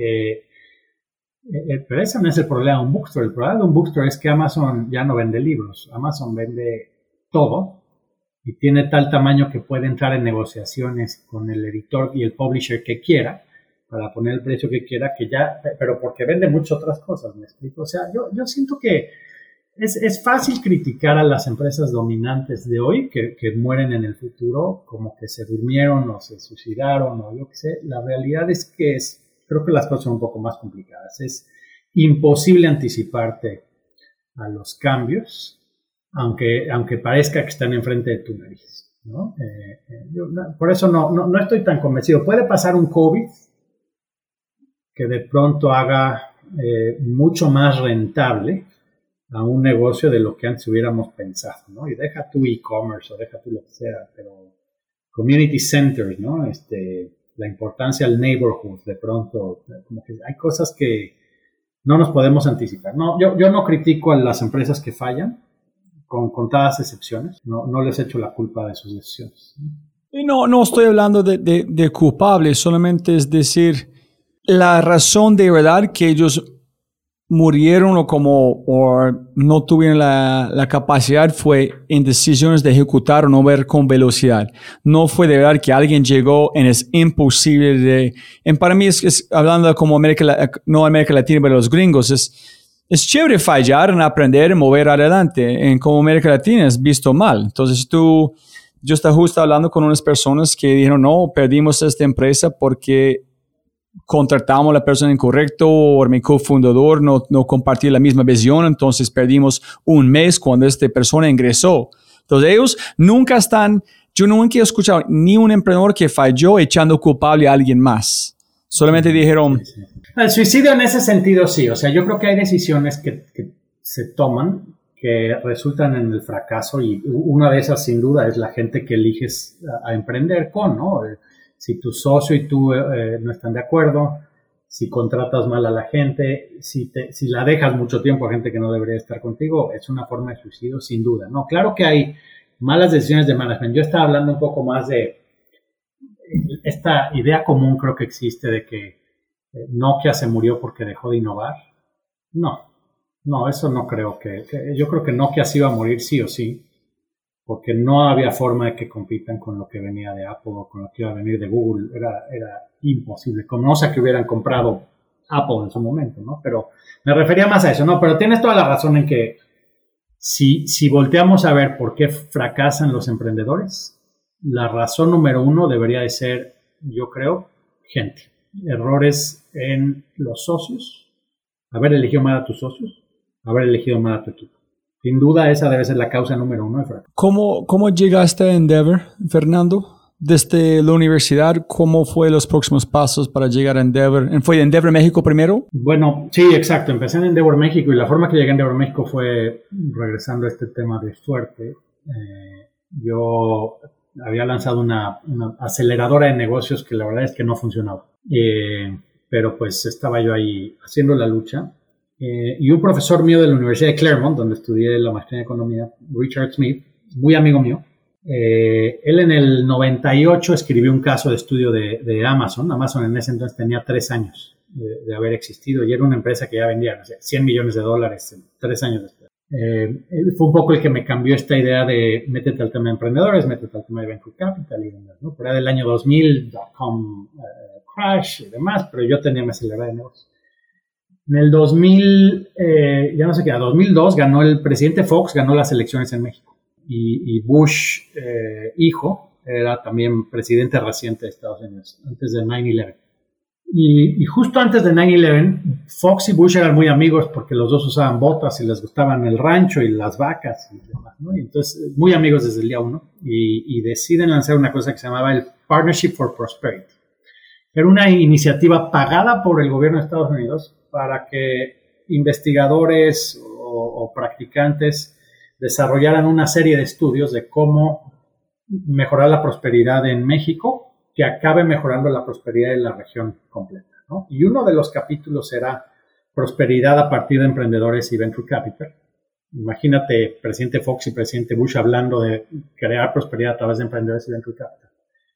Pero ese no es el problema de un bookstore. El problema de un bookstore es que Amazon ya no vende libros. Amazon vende todo y tiene tal tamaño que puede entrar en negociaciones con el editor y el publisher que quiera para poner el precio que quiera, pero porque vende muchas otras cosas, ¿me explico? O sea, yo siento que es fácil criticar a las empresas dominantes de hoy que mueren en el futuro, como que se durmieron o se suicidaron o yo qué sé. La realidad es que creo que las cosas son un poco más complicadas. Es imposible anticiparte a los cambios, aunque parezca que están enfrente de tu nariz, ¿no? Por eso no estoy tan convencido. Puede pasar un COVID que de pronto haga mucho más rentable a un negocio de lo que antes hubiéramos pensado, ¿no? Y deja tu e-commerce o deja tu lo que sea, pero community centers, ¿no? La importancia del neighborhood, de pronto, como que hay cosas que no nos podemos anticipar. No, yo no critico a las empresas que fallan, con contadas excepciones. No les echo la culpa de sus decisiones. Y no estoy hablando de culpables, solamente es decir, la razón de verdad que ellos murieron o no tuvieron la capacidad fue en decisiones de ejecutar o no ver con velocidad. No fue de verdad que alguien llegó y es imposible para mí es hablando como América Latina, pero los gringos, es chévere fallar en aprender y mover adelante. En como América Latina es visto mal. Entonces yo estaba justo hablando con unas personas que dijeron, no, perdimos esta empresa porque contratamos a la persona incorrecta o mi cofundador no compartía la misma visión, entonces perdimos un mes cuando esta persona ingresó. Entonces ellos yo nunca he escuchado ni un emprendedor que falló echando culpable a alguien más. Solamente dijeron... Sí. El suicidio en ese sentido sí, o sea, yo creo que hay decisiones que se toman que resultan en el fracaso y una de esas sin duda es la gente que eliges a emprender con, ¿no? Si tu socio y tú no están de acuerdo, si contratas mal a la gente, si la dejas mucho tiempo a gente que no debería estar contigo, es una forma de suicidio sin duda. No, claro que hay malas decisiones de management. Yo estaba hablando un poco más de esta idea común, creo que existe, de que Nokia se murió porque dejó de innovar. No, eso no creo yo creo que Nokia se iba a morir sí o sí, porque no había forma de que compitan con lo que venía de Apple o con lo que iba a venir de Google. Era imposible. Como no sé que hubieran comprado Apple en su momento, ¿no? Pero me refería más a eso, ¿no? Pero tienes toda la razón en que si volteamos a ver por qué fracasan los emprendedores, la razón número uno debería de ser, yo creo, gente. Errores en los socios, haber elegido mal a tus socios, haber elegido mal a tu equipo. Sin duda esa debe ser la causa número uno de fracaso. ¿Cómo llegaste a Endeavor, Fernando? Desde la universidad, ¿cómo fue los próximos pasos para llegar a Endeavor? ¿Fue Endeavor México primero? Bueno, sí, exacto. Empecé en Endeavor México y la forma que llegué a Endeavor México fue regresando a este tema de suerte. Yo había lanzado una aceleradora de negocios que la verdad es que no funcionaba. Pero pues estaba yo ahí haciendo la lucha. Y un profesor mío de la Universidad de Claremont, donde estudié la maestría en economía, Richard Smith, muy amigo mío, él en el 98 escribió un caso de estudio de Amazon. Amazon en ese entonces tenía 3 años de haber existido y era una empresa que ya vendía, no sé, $100 millones en 3 años después. Fue un poco el que me cambió esta idea de métete al tema de emprendedores, métete al tema de venture capital y demás, ¿no? Por ahí del año 2000, .com crash y demás, pero yo tenía mi aceleradora de negocios. En el 2000, ya no sé qué, 2002 ganó el presidente Fox, ganó las elecciones en México. Y Bush, hijo, era también presidente reciente de Estados Unidos, antes de 9/11. Y justo antes de 9/11, Fox y Bush eran muy amigos porque los dos usaban botas y les gustaban el rancho y las vacas y demás, ¿no? Y entonces, muy amigos desde el día uno. Y deciden lanzar una cosa que se llamaba el Partnership for Prosperity. Era una iniciativa pagada por el gobierno de Estados Unidos para que investigadores o practicantes desarrollaran una serie de estudios de cómo mejorar la prosperidad en México que acabe mejorando la prosperidad de la región completa, ¿no? Y uno de los capítulos era prosperidad a partir de emprendedores y venture capital. Imagínate presidente Fox y presidente Bush hablando de crear prosperidad a través de emprendedores y venture capital.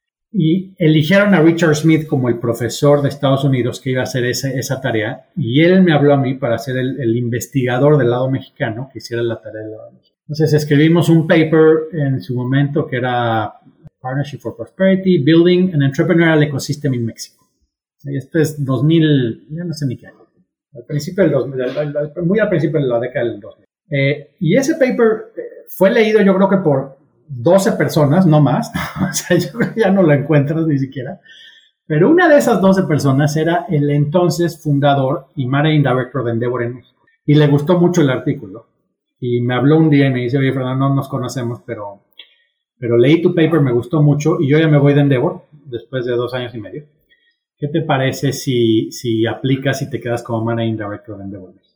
Y eligieron a Richard Smith como el profesor de Estados Unidos que iba a hacer esa tarea, y él me habló a mí para ser el investigador del lado mexicano que hiciera la tarea del lado mexicano. Entonces escribimos un paper en su momento que era Partnership for Prosperity, Building an Entrepreneurial Ecosystem in Mexico. Y este es 2000, ya no sé ni qué año, al principio del 2000, muy al principio de la década del 2000. Y ese paper fue leído yo creo que por 12 personas, no más. O sea, yo creo que ya no lo encuentras ni siquiera. Pero una de esas 12 personas era el entonces fundador y managing director de Endeavor en México. Y le gustó mucho el artículo. Y me habló un día y me dice, oye, Fernando, no nos conocemos, pero leí tu paper, me gustó mucho y yo ya me voy de Endeavor después de 2 años y medio. ¿Qué te parece si aplicas y te quedas como managing director de Endeavor México?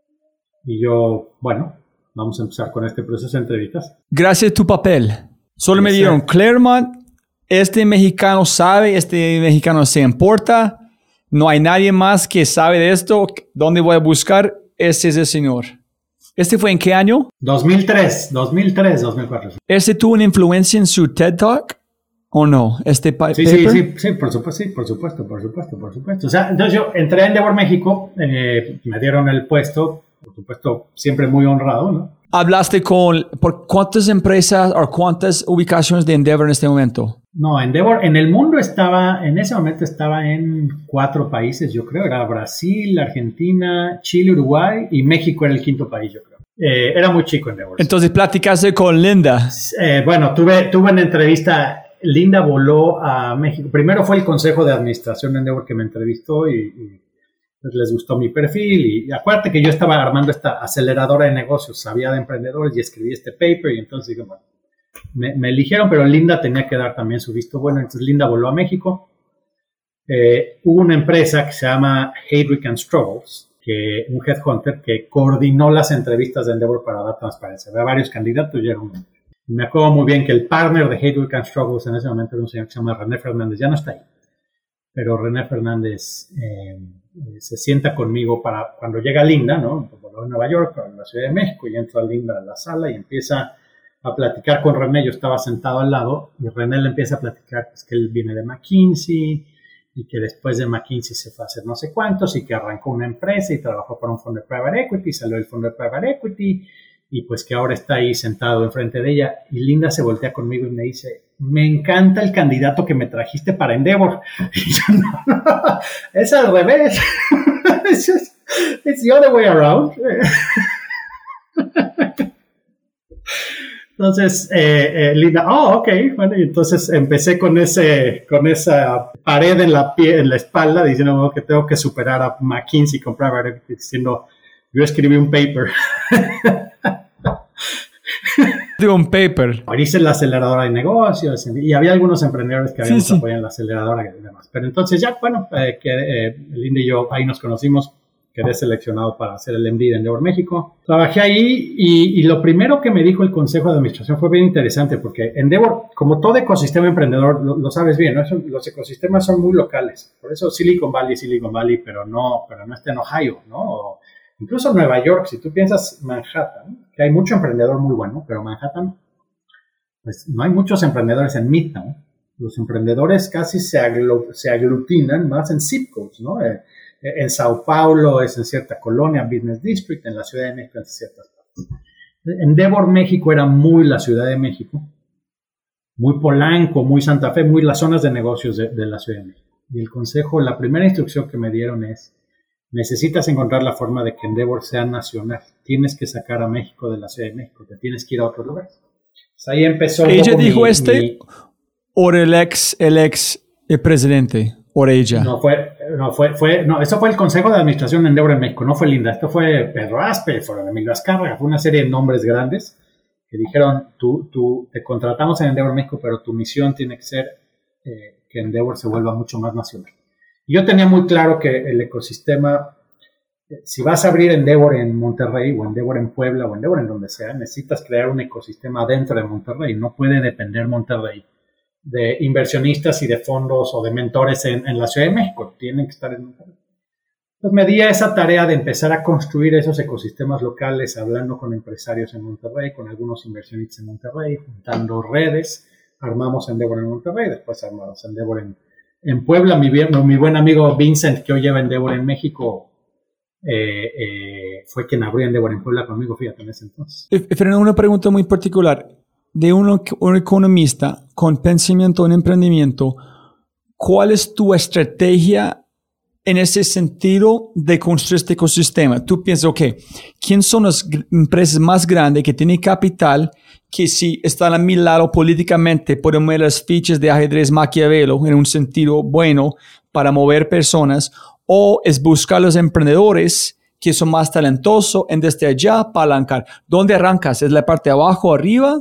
Y yo, bueno, vamos a empezar con este proceso de entrevistas. Gracias a tu papel. Solo me dieron Claremont, este mexicano sabe, este mexicano se importa, no hay nadie más que sabe de esto, ¿dónde voy a buscar? Este es el señor. ¿Este fue en qué año? 2003, 2004. ¿Este tuvo una influencia en su TED Talk o no? ¿Este Sí, por supuesto. O sea, entonces yo entré a Endeavor México, me dieron el puesto, por supuesto, siempre muy honrado, ¿no? ¿Hablaste por cuántas empresas o cuántas ubicaciones de Endeavor en este momento? No, Endeavor en el mundo en ese momento estaba en 4 países, yo creo. Era Brasil, Argentina, Chile, Uruguay y México era el 5º país, yo creo. Era muy chico Endeavor. Entonces, platicaste con Linda. Bueno, tuve una entrevista. Linda voló a México. Primero fue el consejo de administración de Endeavor que me entrevistó y les gustó mi perfil. Y acuérdate que yo estaba armando esta aceleradora de negocios, sabía de emprendedores y escribí este paper. Y entonces dije, bueno, me eligieron, pero Linda tenía que dar también su visto bueno. Entonces Linda voló a México. Hubo una empresa que se llama Heydrich & Struggles, un headhunter que coordinó las entrevistas de Endeavor para dar transparencia. Había varios candidatos y era uno. Me acuerdo muy bien que el partner de Heydrich & Struggles en ese momento era un señor que se llama René Fernández. Ya no está ahí. Pero René Fernández se sienta conmigo para cuando llega Linda, ¿no? Voló a Nueva York, a la Ciudad de México, y entra Linda a la sala y empieza a platicar con René. Yo estaba sentado al lado y René le empieza a platicar pues, que él viene de McKinsey y que después de McKinsey se fue a hacer no sé cuántos y que arrancó una empresa y trabajó para un fondo de private equity, salió del fondo de private equity y pues que ahora está ahí sentado enfrente de ella. Y Linda se voltea conmigo y me dice, me encanta el candidato que me trajiste para Endeavor. Y yo, no, es al revés. It's the other way around. Entonces, Linda, ok, bueno, y entonces empecé con esa pared en la espalda diciendo bueno, que tengo que superar a McKinsey con private equity, diciendo, yo escribí un paper. De un paper. Hice la aceleradora de negocios y había algunos emprendedores que habíamos apoyado en la aceleradora y demás. Pero entonces ya, bueno, Linda y yo ahí nos conocimos. Quedé seleccionado para hacer el MD de Endeavor México. Trabajé ahí y lo primero que me dijo el consejo de administración fue bien interesante porque Endeavor, como todo ecosistema emprendedor, lo sabes bien, ¿no? Los ecosistemas son muy locales. Por eso Silicon Valley, pero no está en Ohio, ¿no? O incluso Nueva York, si tú piensas Manhattan, que hay mucho emprendedor muy bueno, pero Manhattan, pues no hay muchos emprendedores en Midtown. Los emprendedores casi se aglutinan más en zip codes, ¿no? En Sao Paulo es en cierta colonia, Business District, en la Ciudad de México en ciertas partes. Endeavor México era muy la Ciudad de México, muy Polanco, muy Santa Fe, muy las zonas de negocios de la Ciudad de México. Y el consejo, la primera instrucción que me dieron es, necesitas encontrar la forma de que Endeavor sea nacional. Tienes que sacar a México de la Ciudad de México, te tienes que ir a otros lugares. Pues ahí empezó. ¿Ella dijo o el ex presidente? ¿O ella? No, eso fue el consejo de administración de Endeavor en México, no fue Linda. Esto fue Pedro Aspe, fue Emilio Azcárraga, fue una serie de nombres grandes que dijeron, tú te contratamos en Endeavor México, pero tu misión tiene que ser que Endeavor se vuelva mucho más nacional. Y yo tenía muy claro que el ecosistema, si vas a abrir Endeavor en Monterrey, o Endeavor en Puebla, o Endeavor en donde sea, necesitas crear un ecosistema dentro de Monterrey. No puede depender Monterrey de inversionistas y de fondos o de mentores en la Ciudad de México. Tienen que estar en Monterrey. Entonces me di a esa tarea de empezar a construir esos ecosistemas locales, hablando con empresarios en Monterrey, con algunos inversionistas en Monterrey, juntando redes. Armamos Endeavor en Monterrey, después armamos Endeavor en Puebla. Mi buen amigo Vincent, que hoy lleva Endeavor en México, fue quien abrió Endeavor en Puebla conmigo, fíjate, en ese entonces. Fernando, una pregunta muy particular. De un economista con pensamiento en emprendimiento, ¿cuál es tu estrategia en ese sentido de construir este ecosistema? Tú piensas, ok, ¿quién son las empresas más grandes que tienen capital, que si están a mi lado políticamente pueden mover las fichas de ajedrez Maquiavelo en un sentido bueno para mover personas? ¿O es buscar los emprendedores que son más talentosos en desde allá para apalancar? ¿Dónde arrancas? ¿Es la parte de abajo, arriba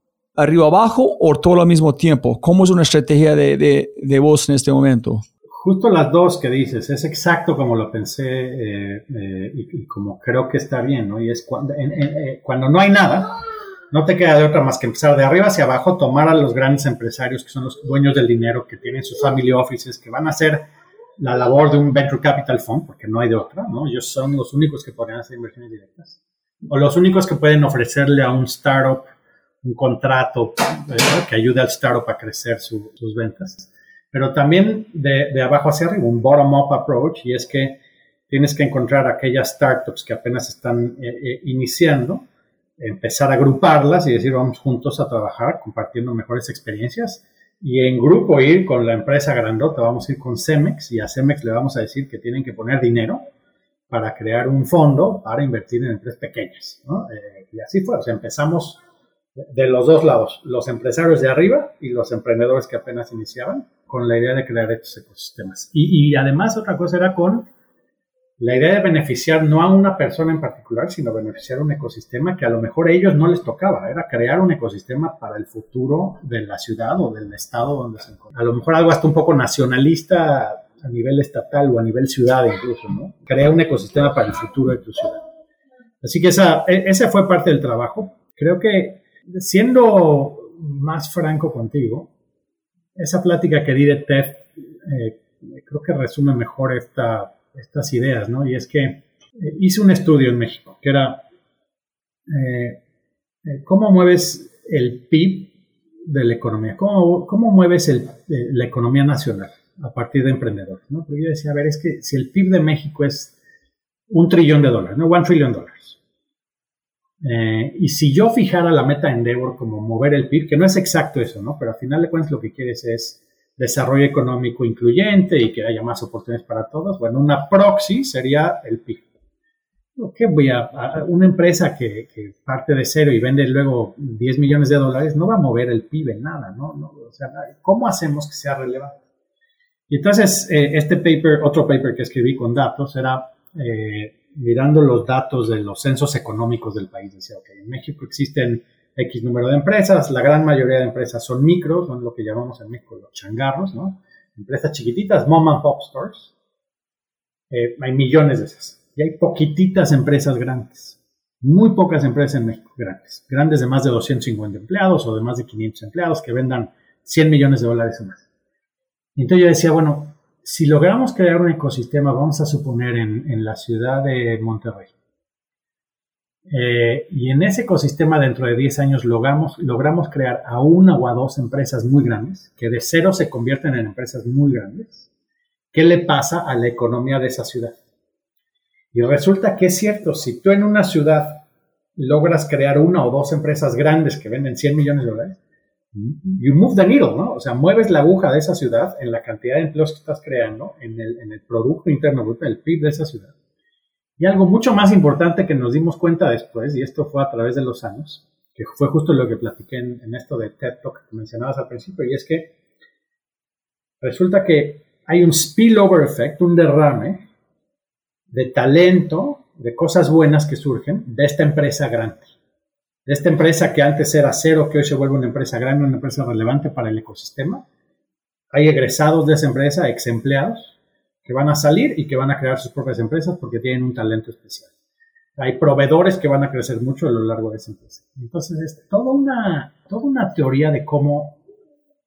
abajo o todo al mismo tiempo? ¿Cómo es una estrategia de vos en este momento? Justo las dos que dices, es exacto como lo pensé y como creo que está bien, ¿no? Y es cuando no hay nada, no te queda de otra más que empezar de arriba hacia abajo, tomar a los grandes empresarios que son los dueños del dinero, que tienen sus family offices, que van a hacer la labor de un venture capital fund, porque no hay de otra, ¿no? Ellos son los únicos que pueden hacer inversiones directas, o los únicos que pueden ofrecerle a un startup un contrato que ayude al startup a crecer sus ventas. Pero también de abajo hacia arriba, un bottom-up approach, y es que tienes que encontrar aquellas startups que apenas están iniciando, empezar a agruparlas y decir, vamos juntos a trabajar, compartiendo mejores experiencias, y en grupo ir con la empresa grandota, vamos a ir con Cemex, y a Cemex le vamos a decir que tienen que poner dinero para crear un fondo para invertir en empresas pequeñas, ¿no? Y así fue, o sea, empezamos de los dos lados, los empresarios de arriba y los emprendedores que apenas iniciaban, con la idea de crear estos ecosistemas. Y además otra cosa era con la idea de beneficiar no a una persona en particular, sino beneficiar un ecosistema que a lo mejor a ellos no les tocaba, era crear un ecosistema para el futuro de la ciudad o del estado donde se encuentra. A lo mejor algo hasta un poco nacionalista a nivel estatal o a nivel ciudad incluso, ¿no? Crea un ecosistema para el futuro de tu ciudad. Así que esa fue parte del trabajo. Creo que, siendo más franco contigo, esa plática que di de TED creo que resume mejor estas ideas, ¿no? Y es que hice un estudio en México que era cómo mueves el PIB de la economía, cómo mueves la economía nacional a partir de emprendedores, ¿no? Pero yo decía, a ver, es que si el PIB de México es $1 trillón, ¿no? $1 trillion. Y si yo fijara la meta Endeavor como mover el PIB, que no es exacto eso, ¿no? Pero al final de cuentas lo que quieres es desarrollo económico incluyente y que haya más oportunidades para todos. Bueno, una proxy sería el PIB. ¿Qué voy a una empresa que parte de cero y vende luego $10 millones no va a mover el PIB en nada, ¿no? O sea, ¿cómo hacemos que sea relevante? Y entonces, otro paper que escribí con datos era mirando los datos de los censos económicos del país. Decía, ok, en México existen X número de empresas, la gran mayoría de empresas son micros, son lo que llamamos en México los changarros, ¿no? Empresas chiquititas, mom and pop stores. Hay millones de esas. Y hay poquititas empresas grandes. Muy pocas empresas en México grandes de más de 250 empleados o de más de 500 empleados que vendan $100 millones o más. Y entonces yo decía, bueno, si logramos crear un ecosistema, vamos a suponer en la ciudad de Monterrey, y en ese ecosistema dentro de 10 años logramos crear a una o a dos empresas muy grandes, que de cero se convierten en empresas muy grandes, ¿qué le pasa a la economía de esa ciudad? Y resulta que es cierto, si tú en una ciudad logras crear una o dos empresas grandes que venden $100 millones, you move the needle, ¿no? O sea, mueves la aguja de esa ciudad en la cantidad de empleos que estás creando, en el Producto Interno Bruto, el PIB de esa ciudad. Y algo mucho más importante que nos dimos cuenta después, y esto fue a través de los años, que fue justo lo que platiqué en esto de TED Talk que mencionabas al principio, y es que resulta que hay un spillover effect, un derrame de talento, de cosas buenas que surgen de esta empresa grande. De esta empresa que antes era cero, que hoy se vuelve una empresa grande, una empresa relevante para el ecosistema. Hay egresados de esa empresa, ex empleados, que van a salir y que van a crear sus propias empresas porque tienen un talento especial. Hay proveedores que van a crecer mucho a lo largo de esa empresa. Entonces, es toda una teoría de cómo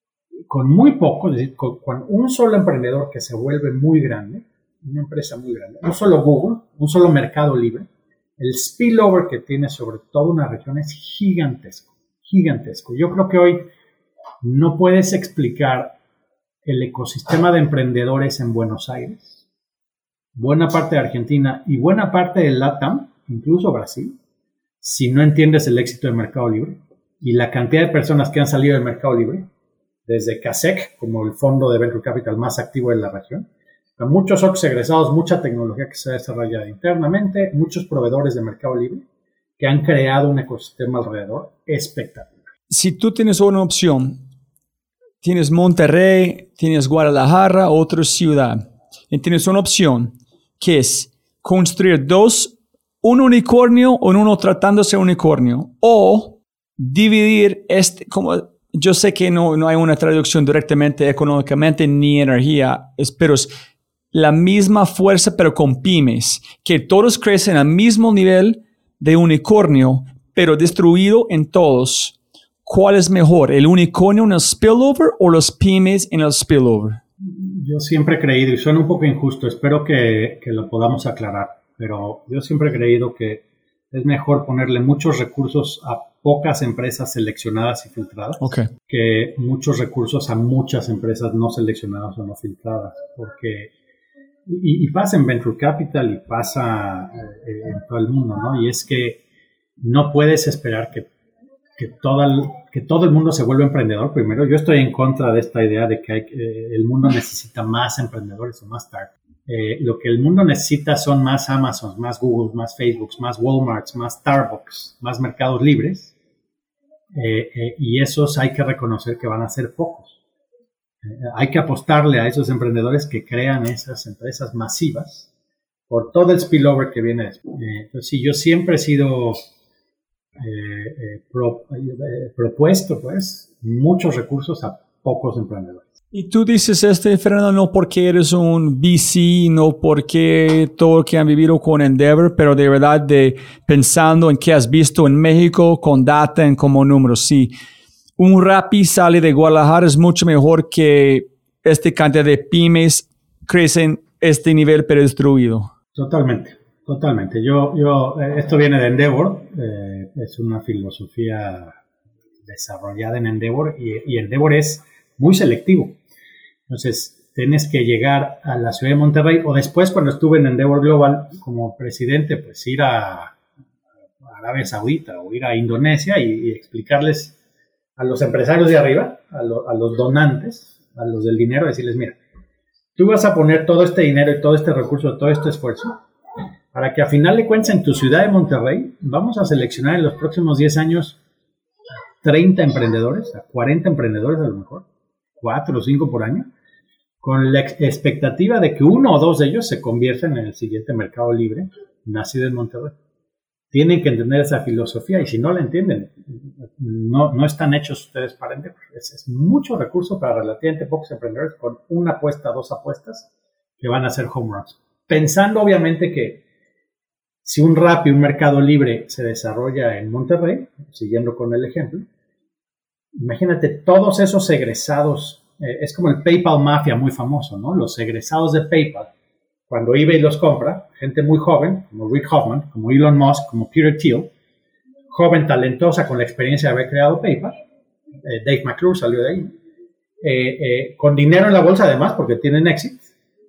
con muy poco, es decir, con un solo emprendedor que se vuelve muy grande, una empresa muy grande, no solo Google, un solo Mercado Libre, el spillover que tiene sobre toda una región es gigantesco, gigantesco. Yo creo que hoy no puedes explicar el ecosistema de emprendedores en Buenos Aires, buena parte de Argentina y buena parte de LATAM, incluso Brasil, si no entiendes el éxito del Mercado Libre y la cantidad de personas que han salido del Mercado Libre, desde CASEC, como el fondo de Venture Capital más activo de la región, a muchos otros egresados, mucha tecnología que se ha desarrollado internamente, muchos proveedores de Mercado Libre que han creado un ecosistema alrededor espectacular. Si tú tienes una opción, tienes Monterrey, tienes Guadalajara, otra ciudad, y tienes una opción que es construir un unicornio o uno tratándose de unicornio, o dividir como yo sé que no hay una traducción directamente económicamente ni energía, pero es la misma fuerza pero con pymes, que todos crecen al mismo nivel de unicornio, pero distribuido en todos. ¿Cuál es mejor, el unicornio en el spillover o los pymes en el spillover? Yo siempre he creído, y suena un poco injusto, espero que lo podamos aclarar, pero yo siempre he creído que es mejor ponerle muchos recursos a pocas empresas seleccionadas y filtradas que muchos recursos a muchas empresas no seleccionadas o no filtradas, porque y pasa en Venture Capital y pasa en todo el mundo, ¿no? Y es que no puedes esperar que todo el mundo se vuelva emprendedor primero. Yo estoy en contra de esta idea de que el mundo necesita más emprendedores o más startups. Lo que el mundo necesita son más Amazons, más Googles, más Facebooks, más Walmarts, más Starbucks, más mercados libres. Y esos hay que reconocer que van a ser pocos. Hay que apostarle a esos emprendedores que crean esas empresas masivas por todo el spillover que viene después. Entonces, sí, yo siempre he sido propuesto, pues, muchos recursos a pocos emprendedores. Y tú dices, Fernando, no porque eres un VC, no porque todo lo que han vivido con Endeavor, pero de verdad pensando en qué has visto en México con data en como números. Sí, un Rappi sale de Guadalajara es mucho mejor que cantidad de pymes crecen este nivel pero destruido. Totalmente. Esto viene de Endeavor, es una filosofía desarrollada en Endeavor y Endeavor es muy selectivo. Entonces, tienes que llegar a la ciudad de Monterrey o después, cuando estuve en Endeavor Global como presidente, pues ir a Arabia Saudita o ir a Indonesia y explicarles a los empresarios de arriba, a los donantes, a los del dinero, decirles, mira, tú vas a poner todo este dinero y todo este recurso, todo este esfuerzo, para que a final de cuentas en tu ciudad de Monterrey vamos a seleccionar en los próximos 10 años 30 emprendedores, a 40 emprendedores a lo mejor, 4 o 5 por año, con la expectativa de que uno o dos de ellos se conviertan en el siguiente Mercado Libre nacido en Monterrey. Tienen que entender esa filosofía y si no la entienden, no están hechos ustedes para Endeavor. Es mucho recurso para relativamente pocos emprendedores con una apuesta, 2 apuestas que van a ser home runs. Pensando obviamente que si un Rappi, un Mercado Libre se desarrolla en Monterrey, siguiendo con el ejemplo, imagínate todos esos egresados, es como el PayPal Mafia muy famoso, ¿no? Los egresados de PayPal, cuando eBay los compra, gente muy joven, como Reid Hoffman, como Elon Musk, como Peter Thiel, joven, talentosa, con la experiencia de haber creado PayPal, Dave McClure salió de ahí, con dinero en la bolsa además, porque tienen éxito,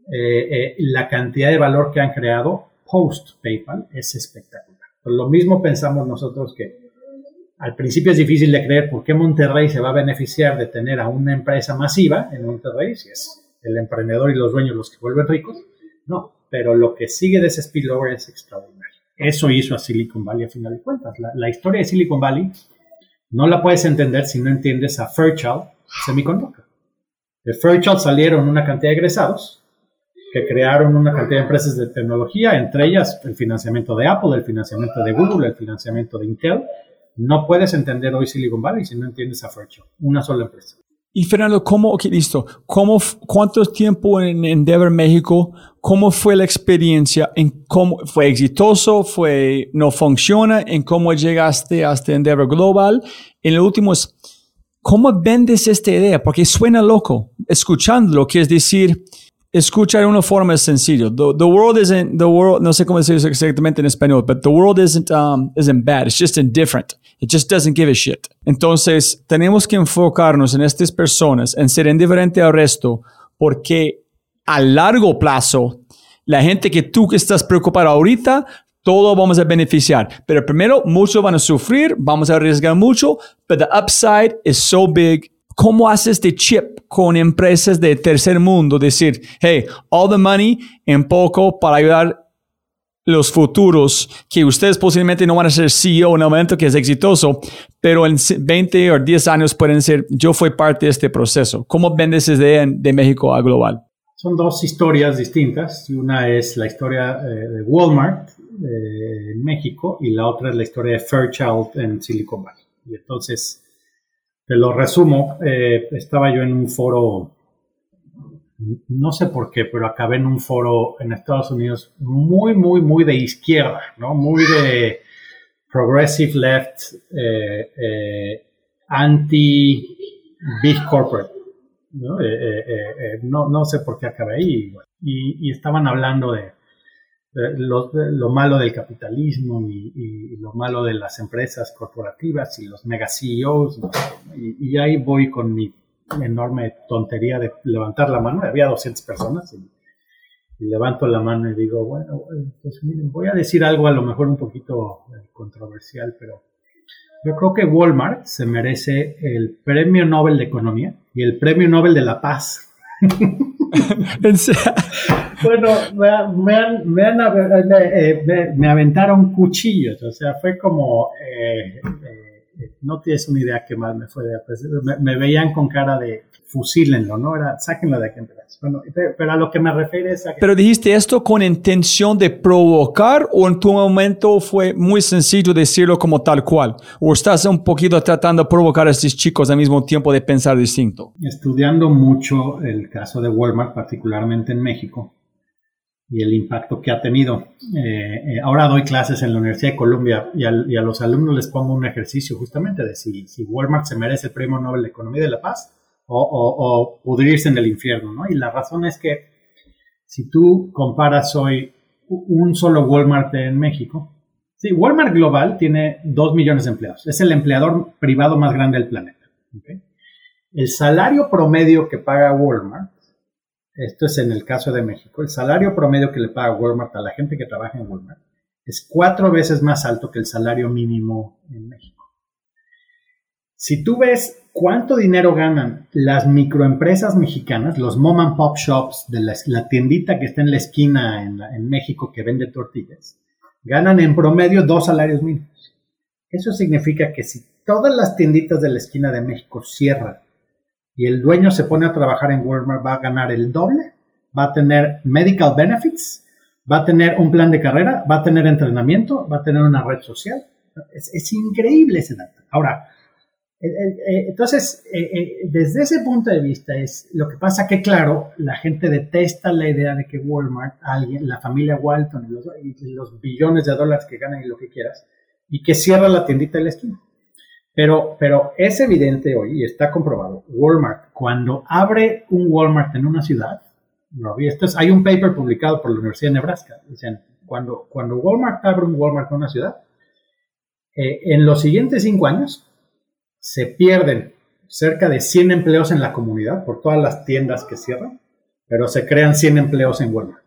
la cantidad de valor que han creado post PayPal es espectacular. Pero lo mismo pensamos nosotros que al principio es difícil de creer por qué Monterrey se va a beneficiar de tener a una empresa masiva en Monterrey, si es el emprendedor y los dueños los que vuelven ricos. No, pero lo que sigue de ese spillover es extraordinario. Eso hizo a Silicon Valley a final de cuentas. La historia de Silicon Valley no la puedes entender si no entiendes a Fairchild Semiconductor. De Fairchild salieron una cantidad de egresados que crearon una cantidad de empresas de tecnología, entre ellas el financiamiento de Apple, el financiamiento de Google, el financiamiento de Intel. No puedes entender hoy Silicon Valley si no entiendes a Fairchild, una sola empresa. Y Fernando, ¿cuánto tiempo en Endeavor México? ¿Cómo fue la experiencia? ¿Cómo fue exitoso? ¿No funciona? ¿En cómo llegaste hasta Endeavor Global? En el último, ¿Cómo vendes esta idea? Porque suena loco. Escuchándolo, que es decir, escuchar de una forma sencilla. The world no sé cómo decirlo exactamente en español, but the world isn't bad. It's just indifferent. It just doesn't give a shit. Entonces, tenemos que enfocarnos en estas personas, en ser indiferente al resto, porque a largo plazo, la gente que tú estás preocupado ahorita, todos vamos a beneficiar. Pero primero, muchos van a sufrir, vamos a arriesgar mucho, but the upside is so big. ¿Cómo haces este chip con empresas de tercer mundo? Decir, hey, all the money en poco para ayudar los futuros, que ustedes posiblemente no van a ser CEO en el momento que es exitoso, pero en 20 o 10 años pueden ser, yo fui parte de este proceso. ¿Cómo vendes desde de México a global? Son dos historias distintas. Una es la historia de Walmart en México y la otra es la historia de Fairchild en Silicon Valley. Y entonces, te lo resumo, estaba yo en un foro, no sé por qué, pero acabé en un foro en Estados Unidos muy de izquierda, ¿no? Muy de progressive left, anti-big corporate, ¿no? No sé por qué acabé ahí. Y estaban hablando de lo malo del capitalismo y lo malo de las empresas corporativas y los mega CEOs, ¿no? Y ahí voy con mi enorme tontería de levantar la mano. Había 200 personas y levanto la mano y digo, bueno, pues miren, voy a decir algo a lo mejor un poquito controversial, pero yo creo que Walmart se merece el Premio Nobel de Economía y el Premio Nobel de la Paz. Bueno, me aventaron cuchillos, o sea, fue como, no tienes una idea qué mal me fue. Me veían con cara de fusílenlo, ¿no? Sáquenlo de aquí en pedazos. Bueno, pero a lo que me refiero es a que... ¿Pero dijiste esto con intención de provocar o en tu momento fue muy sencillo decirlo como tal cual? ¿O estás un poquito tratando de provocar a estos chicos al mismo tiempo de pensar distinto? Estudiando mucho el caso de Walmart, particularmente en México, y el impacto que ha tenido. Ahora doy clases en la Universidad de Columbia y a los alumnos les pongo un ejercicio justamente de si Walmart se merece el Premio Nobel de Economía y de la Paz o pudrirse en el infierno, ¿no? Y la razón es que si tú comparas hoy un solo Walmart en México, sí, Walmart global tiene 2 millones de empleados. Es el empleador privado más grande del planeta. ¿Okay? El salario promedio que paga Walmart, esto es en el caso de México, el salario promedio que le paga Walmart a la gente que trabaja en Walmart es 4 veces más alto que el salario mínimo en México. Si tú ves cuánto dinero ganan las microempresas mexicanas, los mom and pop shops de la tiendita que está en la esquina en México que vende tortillas, ganan en promedio 2 salarios mínimos. Eso significa que si todas las tienditas de la esquina de México cierran y el dueño se pone a trabajar en Walmart, va a ganar el doble, va a tener medical benefits, va a tener un plan de carrera, va a tener entrenamiento, va a tener una red social. Es increíble ese dato. Ahora, entonces, desde ese punto de vista es lo que pasa que, claro, la gente detesta la idea de que Walmart, la familia Walton y los billones de dólares que ganan y lo que quieras, y que cierra la tiendita de la esquina. Pero es evidente hoy y está comprobado, Walmart, cuando abre un Walmart en una ciudad, hay un paper publicado por la Universidad de Nebraska, dicen, cuando Walmart abre un Walmart en una ciudad, en los siguientes 5 años se pierden cerca de 100 empleos en la comunidad por todas las tiendas que cierran, pero se crean 100 empleos en Walmart.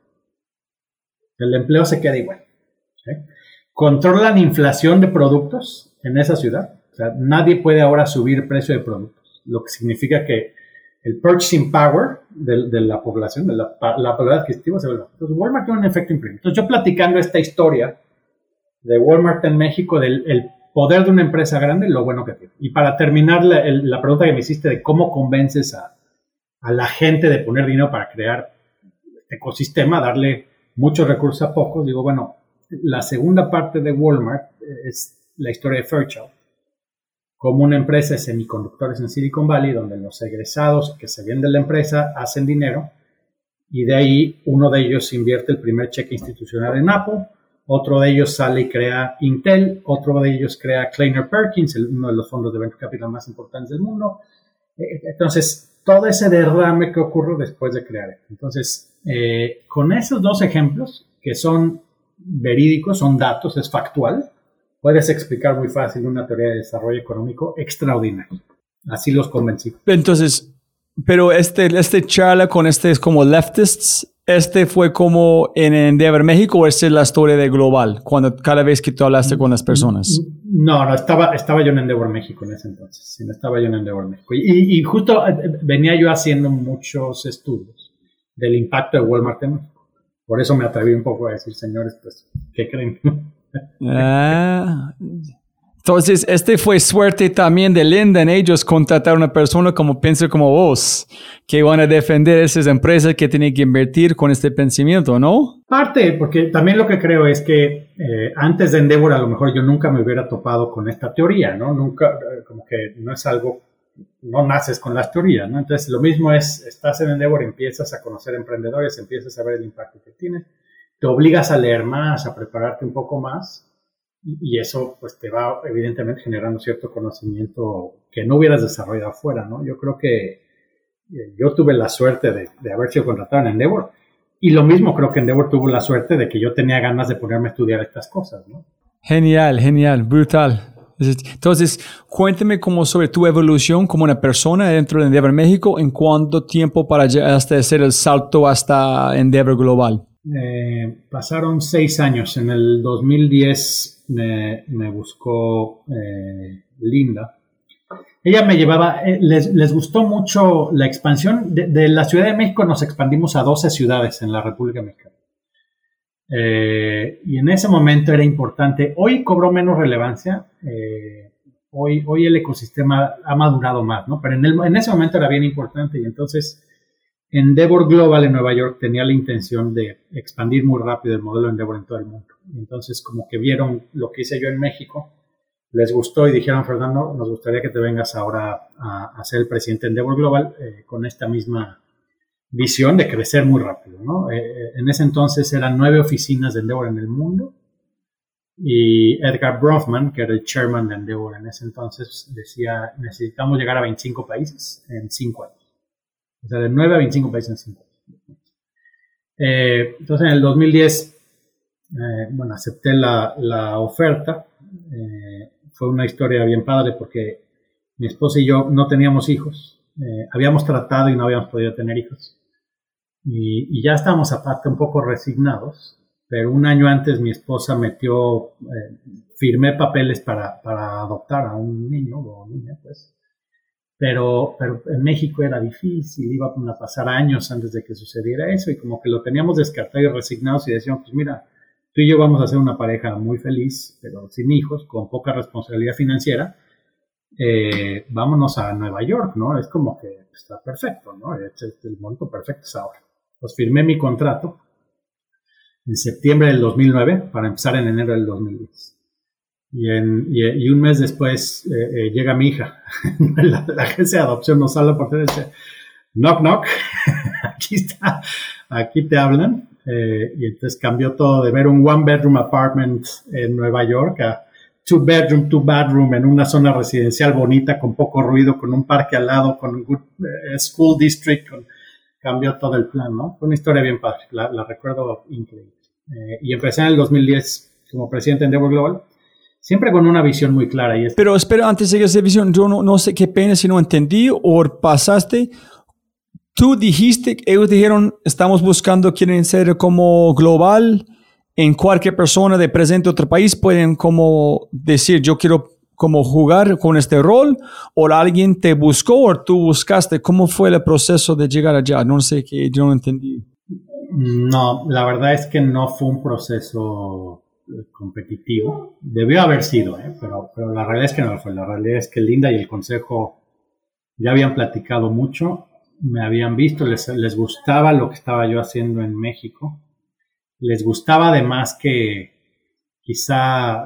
El empleo se queda igual. ¿Sí? Controlan inflación de productos en esa ciudad. O sea, nadie puede ahora subir precio de productos, lo que significa que el purchasing power de la población, de la población adquisitiva se vuelve. Entonces, Walmart tiene un efecto imprimido. Entonces, yo platicando esta historia de Walmart en México, del poder de una empresa grande, lo bueno que tiene. Y para terminar la pregunta que me hiciste de cómo convences a la gente de poner dinero para crear este ecosistema, darle muchos recursos a pocos, digo, bueno, la segunda parte de Walmart es la historia de Fairchild, como una empresa de semiconductores en Silicon Valley, donde los egresados que se vienen de la empresa hacen dinero, y de ahí uno de ellos invierte el primer cheque institucional en Apple, otro de ellos sale y crea Intel, otro de ellos crea Kleiner Perkins, uno de los fondos de venture capital más importantes del mundo. Entonces, todo ese derrame que ocurre después de crear esto. Entonces, con esos dos ejemplos, que son verídicos, son datos, es factual, puedes explicar muy fácil una teoría de desarrollo económico extraordinaria. Así los convencí. Entonces, pero este charla con como leftists, fue como en Endeavor México, ¿o esta es la historia de Global, cuando cada vez que tú hablaste con las personas? No, estaba yo en Endeavor México en ese entonces. Sí, no estaba yo en Endeavor México. Y justo venía yo haciendo muchos estudios del impacto de Walmart en México. Por eso me atreví un poco a decir, señores, pues, ¿qué creen? Entonces, fue suerte también de Linda en ellos contratar a una persona piensa como vos, que van a defender esas empresas que tienen que invertir con este pensamiento, ¿no? Parte, porque también lo que creo es que antes de Endeavor a lo mejor yo nunca me hubiera topado con esta teoría, ¿no? Nunca, como que no es algo, no naces con las teorías, ¿no? Entonces, lo mismo es, estás en Endeavor, empiezas a conocer emprendedores, empiezas a ver el impacto que tiene, te obligas a leer más, a prepararte un poco más. Y eso pues te va evidentemente generando cierto conocimiento que no hubieras desarrollado afuera, ¿no? Yo creo que yo tuve la suerte de haber sido contratado en Endeavor, y lo mismo creo que Endeavor tuvo la suerte de que yo tenía ganas de ponerme a estudiar estas cosas, ¿no? Genial, brutal. Entonces, cuéntame sobre tu evolución como una persona dentro de Endeavor México, ¿en cuánto tiempo para hasta hacer el salto hasta Endeavor Global? Pasaron 6 años. En el 2010 me buscó Linda. Ella me llevaba, les gustó mucho la expansión. De la Ciudad de México nos expandimos a 12 ciudades en la República Mexicana. Y en ese momento era importante. Hoy cobró menos relevancia. Hoy el ecosistema ha madurado más, ¿no? Pero en ese momento era bien importante, y entonces Endeavor Global en Nueva York tenía la intención de expandir muy rápido el modelo Endeavor en todo el mundo. Entonces, como que vieron lo que hice yo en México, les gustó y dijeron, Fernando, nos gustaría que te vengas ahora a ser el presidente de Endeavor Global con esta misma visión de crecer muy rápido, ¿no? En ese entonces eran 9 oficinas de Endeavor en el mundo, y Edgar Bronfman, que era el chairman de Endeavor en ese entonces, decía, necesitamos llegar a 25 países en 5 años. O sea, de 9 a 25 países en 5 años. Entonces, en el 2010, acepté la oferta. Fue una historia bien padre porque mi esposa y yo no teníamos hijos. Habíamos tratado y no habíamos podido tener hijos. Y ya estábamos aparte un poco resignados. Pero un año antes mi esposa firmé papeles para adoptar a un niño o niña, pues. Pero en México era difícil, iban a pasar años antes de que sucediera eso, y como que lo teníamos descartado y resignados, y decíamos, pues mira, tú y yo vamos a ser una pareja muy feliz, pero sin hijos, con poca responsabilidad financiera, vámonos a Nueva York, ¿no? Es como que está perfecto, ¿no? El momento perfecto es ahora. Pues firmé mi contrato en septiembre del 2009 para empezar en enero del 2010. Y un mes después llega mi hija. la agencia de adopción nos habla por teléfono y dice, knock, knock, aquí te hablan. Y entonces cambió todo de ver un one-bedroom apartment en Nueva York a two-bedroom, two-bathroom en una zona residencial bonita, con poco ruido, con un parque al lado, con un good school district. Cambió todo el plan, ¿no? Fue una historia bien padre, la recuerdo increíble. Y empecé en el 2010 como presidente de Endeavor Global, siempre con una visión muy clara. Pero espera, antes de esa visión, yo no sé qué pena si no entendí o pasaste. Tú dijiste, ellos dijeron, estamos buscando, quieren ser como global, en cualquier persona de presente otro país pueden como decir, yo quiero como jugar con este rol, o alguien te buscó o tú buscaste. ¿Cómo fue el proceso de llegar allá? No sé, que yo no entendí. No, la verdad es que no fue un proceso competitivo. Debió haber sido, pero la realidad es que no lo fue. La realidad es que Linda y el consejo ya habían platicado mucho, me habían visto, les gustaba lo que estaba yo haciendo en México. Les gustaba además que quizá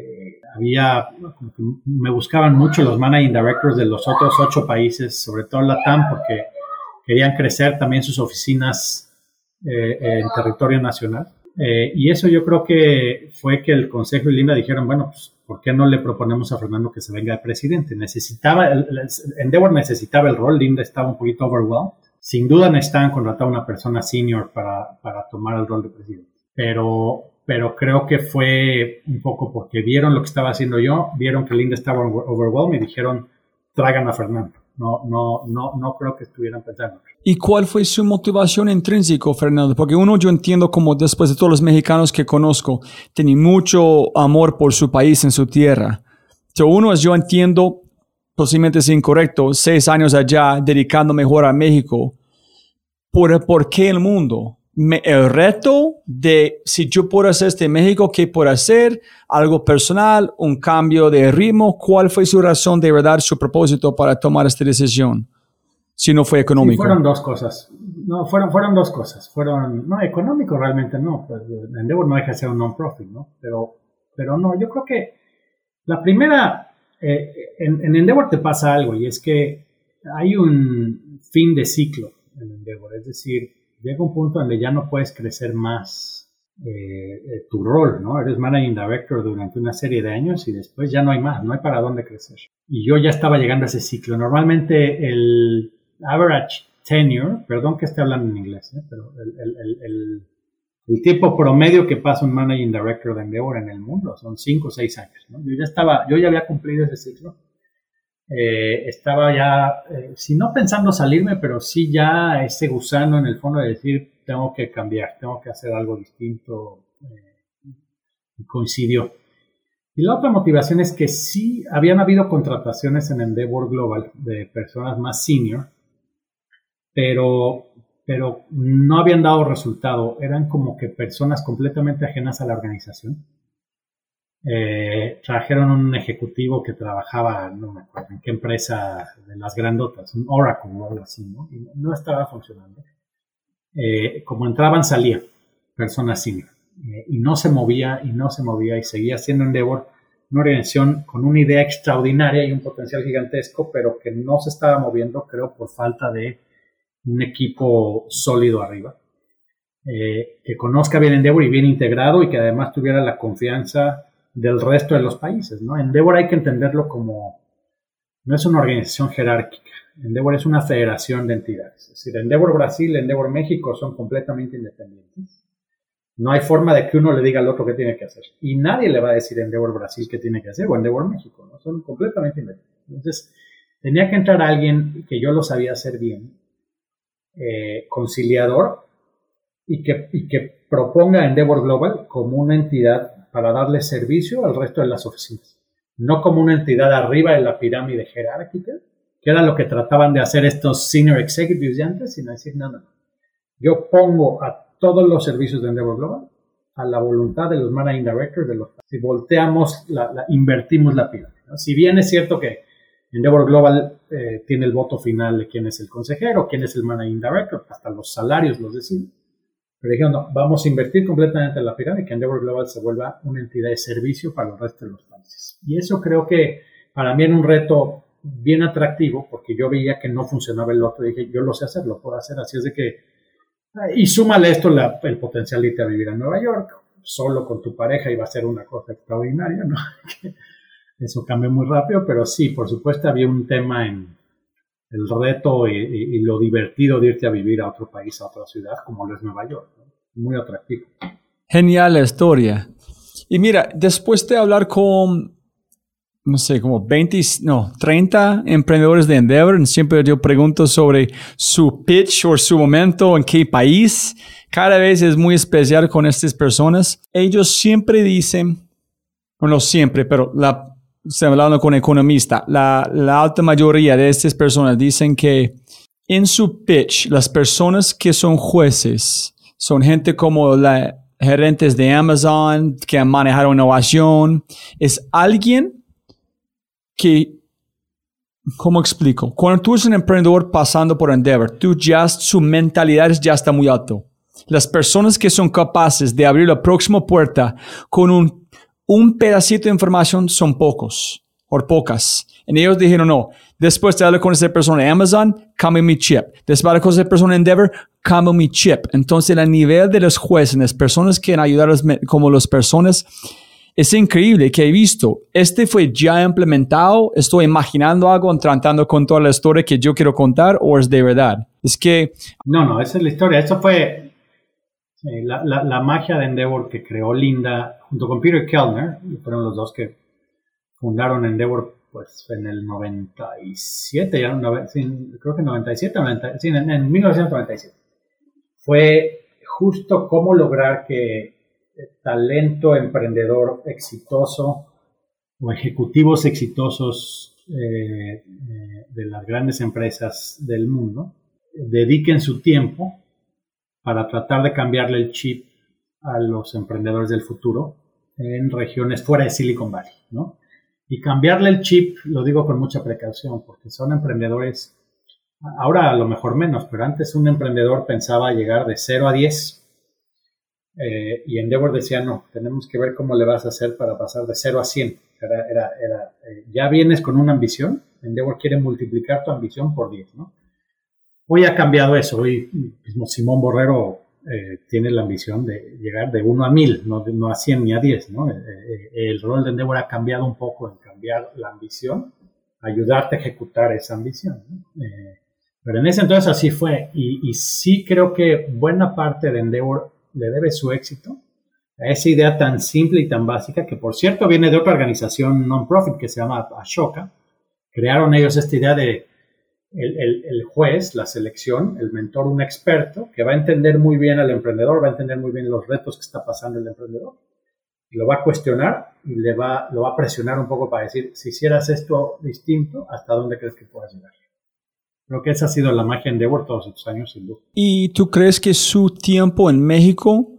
me buscaban mucho los managing directors de los otros 8 países, sobre todo LATAM, porque querían crecer también sus oficinas en territorio nacional. Y eso yo creo que fue que el Consejo y Linda dijeron, bueno, pues, ¿por qué no le proponemos a Fernando que se venga de presidente? Endeavor necesitaba el rol, Linda estaba un poquito overwhelmed. Sin duda necesitaban contratar a una persona senior para tomar el rol de presidente. Pero creo que fue un poco porque vieron lo que estaba haciendo yo, vieron que Linda estaba overwhelmed y dijeron, traigan a Fernando. No creo que estuvieran pensando. ¿Y cuál fue su motivación intrínseca, Fernando? Porque yo entiendo como después de todos los mexicanos que conozco, tienen mucho amor por su país en su tierra. Entonces, yo entiendo, posiblemente es incorrecto, 6 años allá, dedicando mejor a México. ¿Por qué el mundo? El reto de si yo puedo hacer este México, ¿qué puedo hacer? Algo personal, un cambio de ritmo. ¿Cuál fue su razón de verdad, su propósito para tomar esta decisión? Si no fue económico. Sí, fueron 2 cosas. No, fueron 2 cosas. No, económico realmente no. Pues Endeavor no deja de ser un non-profit, ¿no? Pero no, yo creo que la primera, en Endeavor te pasa algo y es que hay un fin de ciclo en Endeavor. Es decir, llega un punto donde ya no puedes crecer más tu rol, ¿no? Eres Managing Director durante una serie de años y después ya no hay más, no hay para dónde crecer. Y yo ya estaba llegando a ese ciclo. Normalmente el average tenure, perdón que esté hablando en inglés, pero el tiempo promedio que pasa un Managing Director de Endeavor en el mundo son 5 o 6 años, ¿no? Yo ya había cumplido ese ciclo. Estaba ya, si no pensando salirme, pero sí ya ese gusano en el fondo de decir, tengo que cambiar, tengo que hacer algo distinto, y coincidió. Y la otra motivación es que sí habían habido contrataciones en Endeavor Global de personas más senior, pero no habían dado resultado, eran como que personas completamente ajenas a la organización. Trajeron un ejecutivo que trabajaba, no me acuerdo en qué empresa de las grandotas, un Oracle o algo así, ¿no? Y no estaba funcionando. Como entraban, salían personas senior. Y no se movía, y seguía siendo Endeavor una organización con una idea extraordinaria y un potencial gigantesco, pero que no se estaba moviendo, creo, por falta de un equipo sólido arriba. Que conozca bien Endeavor y bien integrado y que además tuviera la confianza del resto de los países, ¿no? Endeavor hay que entenderlo como, no es una organización jerárquica, Endeavor es una federación de entidades, es decir, Endeavor Brasil, Endeavor México son completamente independientes, no hay forma de que uno le diga al otro qué tiene que hacer, y nadie le va a decir a Endeavor Brasil qué tiene que hacer, o Endeavor México, ¿no? Son completamente independientes. Entonces, tenía que entrar alguien que yo lo sabía hacer bien, conciliador, y que proponga a Endeavor Global como una entidad para darle servicio al resto de las oficinas. No como una entidad arriba de la pirámide jerárquica, que era lo que trataban de hacer estos senior executives de antes, sino decir, no. Yo pongo a todos los servicios de Endeavor Global a la voluntad de los managing directors de los. Si volteamos, invertimos la pirámide, ¿no? Si bien es cierto que Endeavor Global tiene el voto final de quién es el consejero, quién es el managing director, hasta los salarios los deciden. Pero dijeron, no, vamos a invertir completamente en la pirámide y que Endeavor Global se vuelva una entidad de servicio para el resto de los países. Y eso creo que para mí era un reto bien atractivo porque yo veía que no funcionaba el otro y dije, yo lo sé hacer, lo puedo hacer. Así es de que, y súmale esto el potencial de irte a vivir a Nueva York, solo con tu pareja iba a ser una cosa extraordinaria, ¿no? Eso cambió muy rápido, pero sí, por supuesto había un tema en el reto y lo divertido de irte a vivir a otro país, a otra ciudad, como lo es Nueva York, ¿no? Muy atractivo. Genial la historia. Y mira, después de hablar con, no sé, como 30 emprendedores de Endeavor, siempre yo pregunto sobre su pitch o su momento, en qué país. Cada vez es muy especial con estas personas. Ellos siempre dicen, bueno, no siempre, pero estoy hablando con economistas, la alta mayoría de estas personas dicen que en su pitch, las personas que son jueces son gente como las gerentes de Amazon que han manejado innovación. Es alguien que, ¿cómo explico? Cuando tú eres un emprendedor pasando por Endeavor, su mentalidad ya está muy alto. Las personas que son capaces de abrir la próxima puerta con un pedacito de información son pocos. o pocas. Y ellos dijeron, no, después de hablar con esa persona en Amazon, cambio mi chip. Después de hablar con esa persona en Endeavor, cambio mi chip. Entonces, el nivel de los jueces, las personas que han ayudado como las personas, es increíble que he visto. Fue ya implementado. Estoy imaginando algo, tratando con toda la historia que yo quiero contar, o es de verdad. Es que... No, esa es la historia. Eso fue la magia de Endeavor que creó Linda junto con Peter Kellner. Fueron los dos que fundaron Endeavor pues en el 97, creo que 97, en 1997. Fue justo cómo lograr que talento emprendedor exitoso o ejecutivos exitosos de las grandes empresas del mundo dediquen su tiempo para tratar de cambiarle el chip a los emprendedores del futuro en regiones fuera de Silicon Valley, ¿no? Y cambiarle el chip, lo digo con mucha precaución, porque son emprendedores, ahora a lo mejor menos, pero antes un emprendedor pensaba llegar de 0 a 10, y Endeavor decía, no, tenemos que ver cómo le vas a hacer para pasar de 0 a 100. Ya vienes con una ambición, Endeavor quiere multiplicar tu ambición por 10, ¿no? Hoy ha cambiado eso, hoy mismo Simón Borrero tiene la ambición de llegar de 1 a 1000, no a 100 ni a 10, ¿no? El rol de Endeavor ha cambiado un poco en cambiar la ambición, ayudarte a ejecutar esa ambición, ¿no? Pero en ese entonces así fue, y sí creo que buena parte de Endeavor le debe su éxito a esa idea tan simple y tan básica, que por cierto viene de otra organización non-profit que se llama Ashoka. Crearon ellos esta idea de el juez, la selección, el mentor, un experto que va a entender muy bien al emprendedor, va a entender muy bien los retos que está pasando el emprendedor, y lo va a cuestionar y lo va a presionar un poco para decir, si hicieras esto distinto, ¿hasta dónde crees que puedas llegar? Creo que esa ha sido la magia en Endeavor todos estos años, sin duda. ¿Y tú crees que su tiempo en México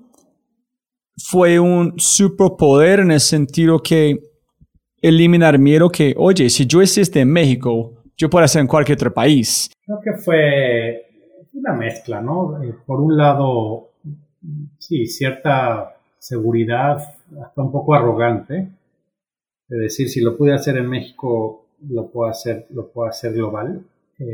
fue un superpoder en el sentido que eliminar miedo que, oye, si yo existe en México, yo puedo hacer en cualquier otro país? Creo que fue una mezcla, ¿no? Por un lado, sí, cierta seguridad, hasta un poco arrogante, de decir, si lo pude hacer en México, lo puedo hacer global.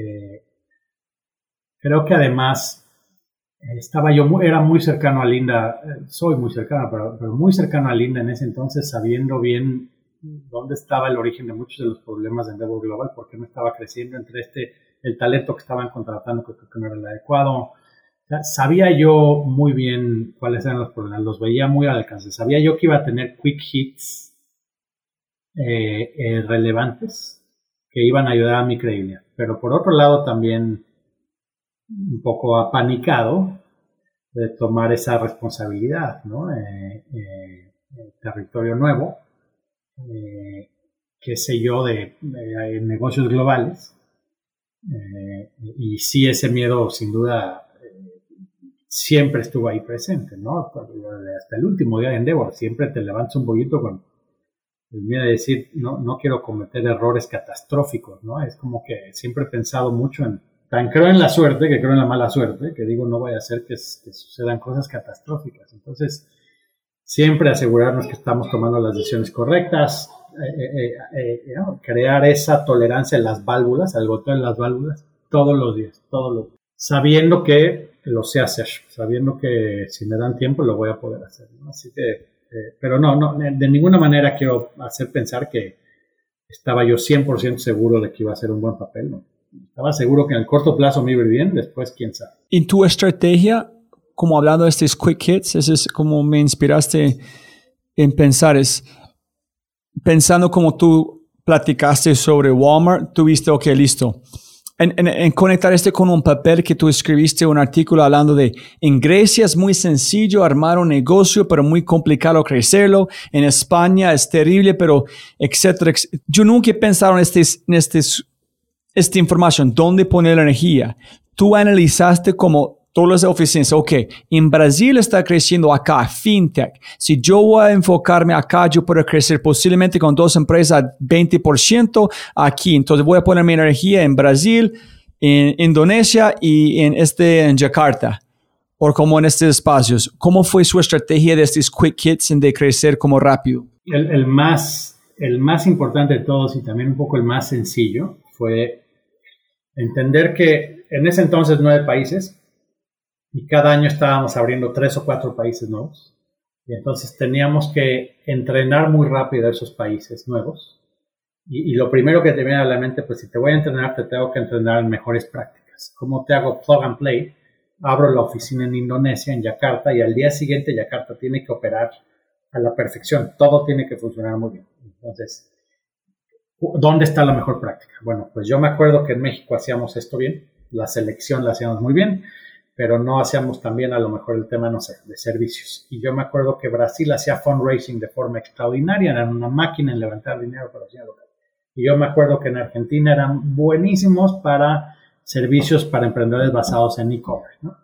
Creo que además era muy cercano a Linda, soy muy cercano, pero muy cercano a Linda en ese entonces, sabiendo bien dónde estaba el origen de muchos de los problemas de Endeavor Global, por qué no estaba creciendo el talento que estaban contratando, que creo que no era el adecuado. O sea, sabía yo muy bien cuáles eran los problemas, los veía muy al alcance, sabía yo que iba a tener quick hits relevantes que iban a ayudar a mi credibilidad, pero por otro lado también un poco apanicado de tomar esa responsabilidad, ¿no? Territorio nuevo, qué sé yo, de negocios globales, y sí, ese miedo sin duda siempre estuvo ahí presente, ¿no? Hasta el último día de Endeavor siempre te levantas un poquito con el miedo de decir, no quiero cometer errores catastróficos, ¿no? Es como que siempre he pensado mucho tan creo en la suerte que creo en la mala suerte, que digo, no voy a hacer que sucedan cosas catastróficas. Entonces, siempre asegurarnos que estamos tomando las decisiones correctas, crear esa tolerancia en las válvulas, al goteo en las válvulas, todos los días, sabiendo que lo sé hacer, sabiendo que si me dan tiempo lo voy a poder hacer, ¿no? Así que, pero no, de ninguna manera quiero hacer pensar que estaba yo 100% seguro de que iba a ser un buen papel, ¿no? Estaba seguro que en el corto plazo me iba a ir bien, después quién sabe. En tu estrategia, como hablando de estos quick hits, eso es como me inspiraste en pensar, es pensando como tú platicaste sobre Walmart, tú viste, ok, listo. En conectar con un papel que tú escribiste, un artículo hablando de en Grecia es muy sencillo armar un negocio, pero muy complicado crecerlo. En España es terrible, pero etcétera. Yo nunca he pensado en esta información, dónde poner la energía. Tú analizaste como todas las oficinas, ok, en Brasil está creciendo acá, fintech. Si yo voy a enfocarme acá, yo puedo crecer posiblemente con 2 empresas 20% aquí. Entonces voy a poner mi energía en Brasil, en Indonesia y en Yakarta, o como en estos espacios. ¿Cómo fue su estrategia de estos quick hits de crecer como rápido? El más el más importante de todos y también un poco el más sencillo fue entender que en ese entonces 9 países y cada año estábamos abriendo 3 o 4 países nuevos. Y entonces teníamos que entrenar muy rápido a esos países nuevos. Y lo primero que te viene a la mente, pues si te voy a entrenar, te tengo que entrenar en mejores prácticas. ¿Cómo te hago plug and play? Abro la oficina en Indonesia, en Yakarta, y al día siguiente Yakarta tiene que operar a la perfección. Todo tiene que funcionar muy bien. Entonces, ¿dónde está la mejor práctica? Bueno, pues yo me acuerdo que en México hacíamos esto bien. La selección la hacíamos muy bien, pero no hacíamos también a lo mejor el tema, no sé, de servicios. Y yo me acuerdo que Brasil hacía fundraising de forma extraordinaria, era una máquina en levantar dinero para la ciudad local. Y yo me acuerdo que en Argentina eran buenísimos para servicios para emprendedores basados en e-commerce, ¿no?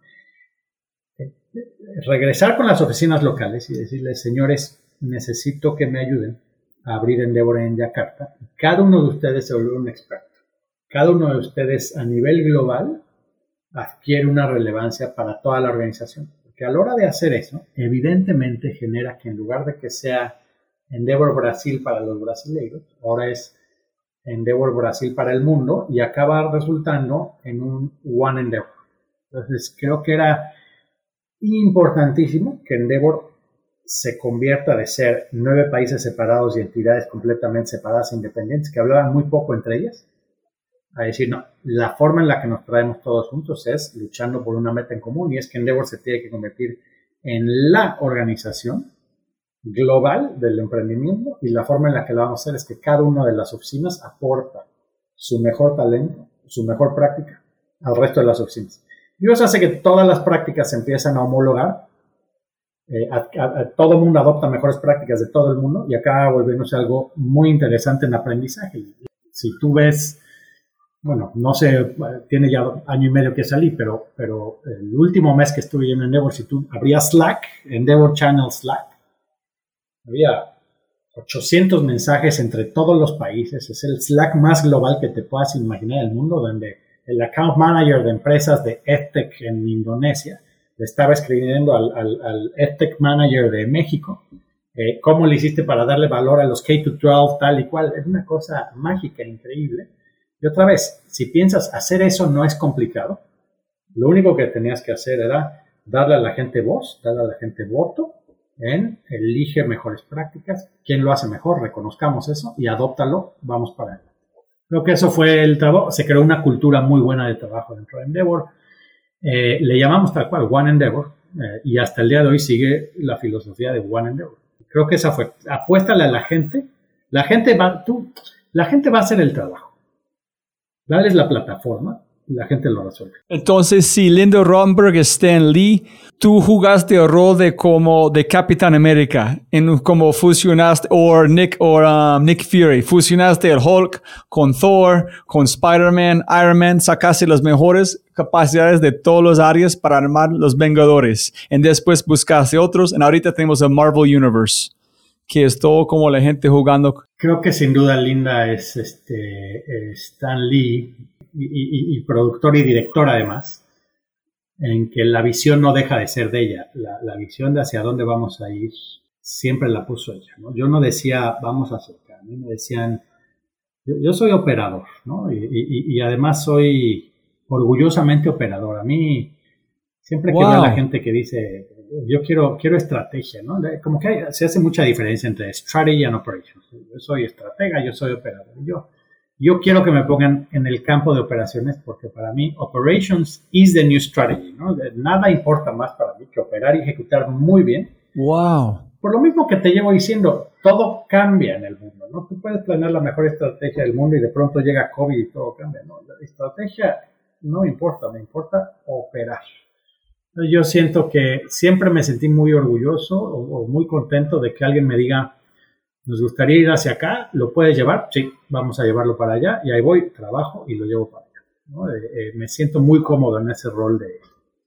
Regresar con las oficinas locales y decirles, señores, necesito que me ayuden a abrir Endeavor en Yakarta. Cada uno de ustedes se vuelve un experto. Cada uno de ustedes a nivel global adquiere una relevancia para toda la organización. Porque a la hora de hacer eso, evidentemente genera que en lugar de que sea Endeavor Brasil para los brasileños, ahora es Endeavor Brasil para el mundo y acaba resultando en un One Endeavor. Entonces creo que era importantísimo que Endeavor se convierta de ser 9 países separados y entidades completamente separadas e independientes que hablaban muy poco entre ellas, a decir, no, la forma en la que nos traemos todos juntos es luchando por una meta en común, y es que Endeavor se tiene que convertir en la organización global del emprendimiento, y la forma en la que lo vamos a hacer es que cada una de las oficinas aporta su mejor talento, su mejor práctica al resto de las oficinas. Y eso hace que todas las prácticas se empiezan a homologar, todo el mundo adopta mejores prácticas de todo el mundo y acaba volviéndose algo muy interesante en aprendizaje. Si tú ves, bueno, no sé, tiene ya 1 año y medio que salí, pero el último mes que estuve en Endeavor, si tú abrías Slack, Endeavor Channel Slack, había 800 mensajes entre todos los países. Es el Slack más global que te puedas imaginar en el mundo, donde el account manager de empresas de EdTech en Indonesia le estaba escribiendo al EdTech manager de México cómo le hiciste para darle valor a los K-12, tal y cual. Es una cosa mágica, increíble. Y otra vez, si piensas hacer eso no es complicado, lo único que tenías que hacer era darle a la gente voz, darle a la gente voto en elige mejores prácticas, quién lo hace mejor, reconozcamos eso y adóptalo, vamos para adelante. Creo que eso fue el trabajo, se creó una cultura muy buena de trabajo dentro de Endeavor, le llamamos tal cual One Endeavor, y hasta el día de hoy sigue la filosofía de One Endeavor. Creo que esa fue, apuéstale a la gente va a hacer el trabajo, dales la plataforma, la gente lo resuelve. Entonces, si Linda Ronberg, Stan Lee, tú jugaste el rol de Capitán América, como fusionaste, o Nick Fury, fusionaste el Hulk con Thor, con Spider-Man, Iron Man, sacaste las mejores capacidades de todas las áreas para armar los Vengadores. Y después buscaste otros, y ahorita tenemos el Marvel Universe, que es todo como la gente jugando. Creo que sin duda Linda es Stan Lee, y productor y director además, en que la visión no deja de ser de ella. La visión de hacia dónde vamos a ir siempre la puso ella, ¿no? Yo no decía vamos a acercar, a mí me decían yo soy operador, ¿no? Y además soy orgullosamente operador. A mí siempre que veo a la gente que dice yo quiero estrategia, ¿no? Como que se hace mucha diferencia entre strategy and operations. Yo soy estratega, yo soy operador. Yo quiero que me pongan en el campo de operaciones, porque para mí operations is the new strategy, ¿no? Nada importa más para mí que operar y ejecutar muy bien. Wow. Por lo mismo que te llevo diciendo, todo cambia en el mundo, ¿no? Tú puedes planear la mejor estrategia del mundo y de pronto llega COVID y todo cambia, ¿no? La estrategia no me importa operar. Yo siento que siempre me sentí muy orgulloso o muy contento de que alguien me diga, nos gustaría ir hacia acá, ¿lo puedes llevar? Sí, vamos a llevarlo para allá, y ahí voy, trabajo y lo llevo para allá, ¿no? Me siento muy cómodo en ese rol de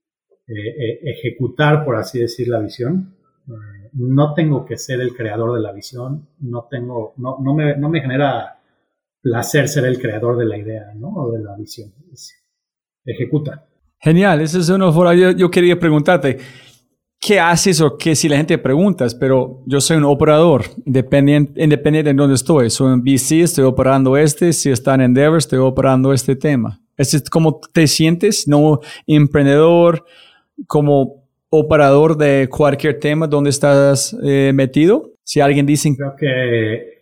ejecutar, por así decir, la visión. No tengo que ser el creador de la visión, no me genera placer ser el creador de la idea, ¿no? O de la visión. Ejecuta. Genial, esa es una forma. Yo quería preguntarte, qué haces o qué si la gente preguntas, pero yo soy un operador independiente de dónde estoy. Soy un VC, estoy operando si está en Endeavor, estoy operando este tema. ¿Es como te sientes? ¿No imprendedor, como operador de cualquier tema donde estás metido? Si alguien dice... Creo que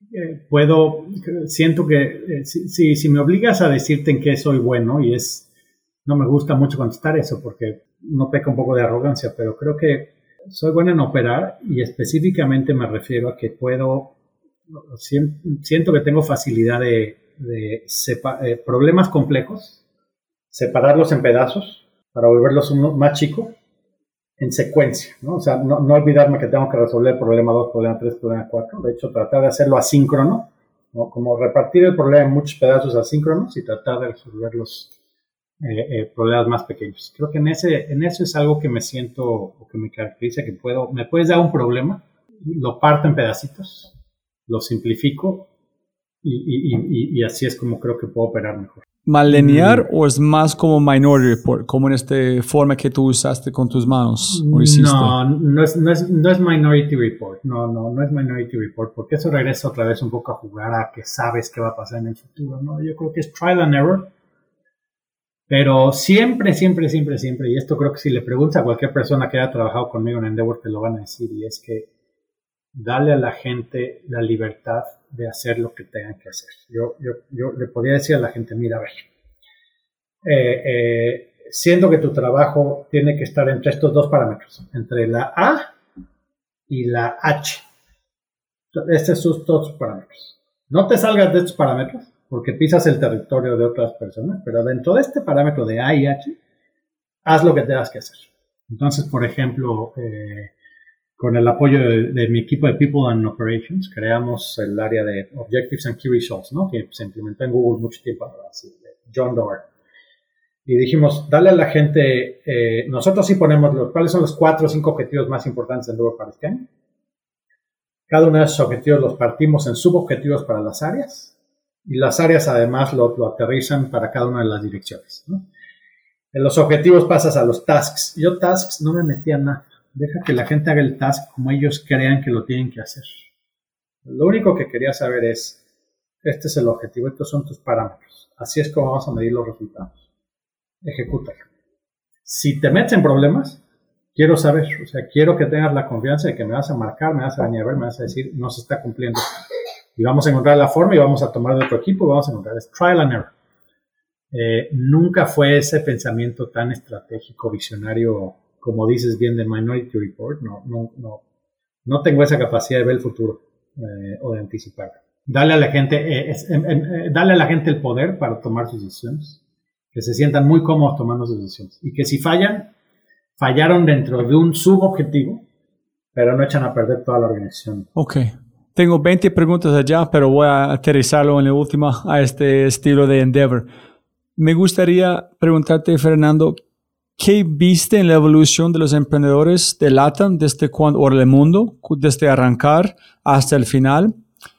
siento que si me obligas a decirte en qué soy bueno, no me gusta mucho contestar eso porque no peca un poco de arrogancia, pero creo que soy bueno en operar y específicamente me refiero a que siento que tengo facilidad de problemas complejos, separarlos en pedazos para volverlos más chicos en secuencia, ¿no? O sea, no olvidarme que tengo que resolver problema 2, problema 3, problema 4. De hecho, tratar de hacerlo asíncrono, ¿no? Como repartir el problema en muchos pedazos asíncronos y tratar de resolver los problemas más pequeños. Creo que en eso es algo que me siento o que me caracteriza, que me puedes dar un problema, lo parto en pedacitos, lo simplifico y así es como creo que puedo operar mejor. ¿Más lineal o es más como Minority Report, como en esta forma que tú usaste con tus manos? No es Minority Report. No es Minority Report, porque eso regresa otra vez un poco a jugar a que sabes qué va a pasar en el futuro, ¿no? Yo creo que es trial and error, pero siempre, y esto creo que si le preguntas a cualquier persona que haya trabajado conmigo en Endeavor te lo van a decir, y es que dale a la gente la libertad de hacer lo que tengan que hacer. Yo le podría decir a la gente, mira, a ver, siendo que tu trabajo tiene que estar entre estos dos parámetros, entre la A y la H. Estos son todos sus parámetros. No te salgas de estos parámetros porque pisas el territorio de otras personas, pero dentro de este parámetro de A y H, haz lo que tengas que hacer. Entonces, por ejemplo, con el apoyo de mi equipo de People and Operations, creamos el área de Objectives and Key Results, ¿no? Que se implementó en Google mucho tiempo atrás, John Doerr. Y dijimos, dale a la gente, nosotros sí ponemos cuáles son los 4 o 5 objetivos más importantes de Endeavor para este año. Cada uno de esos objetivos los partimos en subobjetivos para las áreas, y las áreas además lo aterrizan para cada una de las direcciones, ¿no? En los objetivos pasas a los tasks. Yo tasks no me metía nada. Deja que la gente haga el task como ellos crean que lo tienen que hacer. Lo único que quería saber es, este es el objetivo, estos son tus parámetros. Así es como vamos a medir los resultados. Ejecútalo. Si te metes en problemas, quiero saber, o sea, quiero que tengas la confianza de que me vas a marcar, me vas a venir a ver, me vas a decir, no se está cumpliendo. Y vamos a encontrar la forma y vamos a tomar de otro equipo y vamos a encontrar, es trial and error. Nunca fue ese pensamiento tan estratégico, visionario, como dices bien de Minority Report. No tengo esa capacidad de ver el futuro o de anticipar. Dale a la gente el poder para tomar sus decisiones, que se sientan muy cómodos tomando sus decisiones y que si fallaron dentro de un subobjetivo, pero no echan a perder toda la organización. Ok. Tengo 20 preguntas allá, pero voy a aterrizarlo en la última a este estilo de Endeavor. Me gustaría preguntarte, Fernando, ¿qué viste en la evolución de los emprendedores de LATAM desde cuando, o del mundo, desde arrancar hasta el final?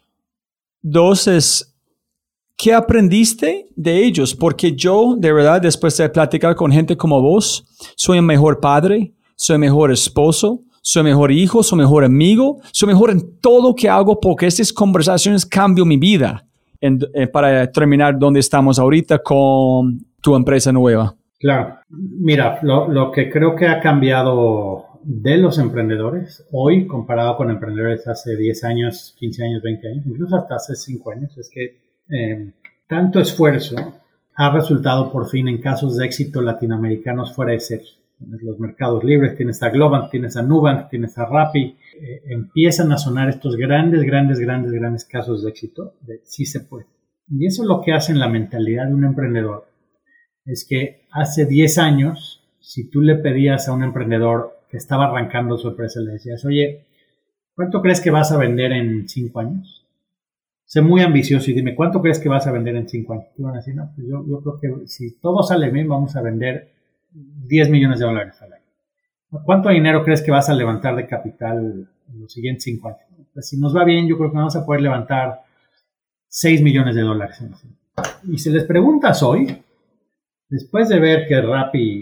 2 es, ¿qué aprendiste de ellos? Porque yo, de verdad, después de platicar con gente como vos, soy un mejor padre, soy un mejor esposo, soy mejor hijo, soy mejor amigo, soy mejor en todo que hago porque estas conversaciones cambian mi vida. Para terminar donde estamos ahorita con tu empresa nueva. Claro. Mira, lo que creo que ha cambiado de los emprendedores hoy comparado con emprendedores hace 10 años, 15 años, 20 años, incluso hasta hace 5 años, es que tanto esfuerzo ha resultado por fin en casos de éxito latinoamericanos fuera de serie. Tienes los mercados libres, tienes a Globant, tienes a Nubank, tienes a Rappi. Empiezan a sonar estos grandes casos de éxito de sí se puede. Y eso es lo que hace en la mentalidad de un emprendedor. Es que hace 10 años, si tú le pedías a un emprendedor que estaba arrancando su empresa, le decías, oye, ¿cuánto crees que vas a vender en 5 años? Sé muy ambicioso y dime, ¿cuánto crees que vas a vender en 5 años? Tú van a decir, no, pues yo creo que si todo sale bien, vamos a vender $10 millones al año. ¿Cuánto dinero crees que vas a levantar de capital en los siguientes 5 años? Pues si nos va bien, yo creo que vamos a poder levantar $6 millones. Y si les preguntas hoy, después de ver que Rappi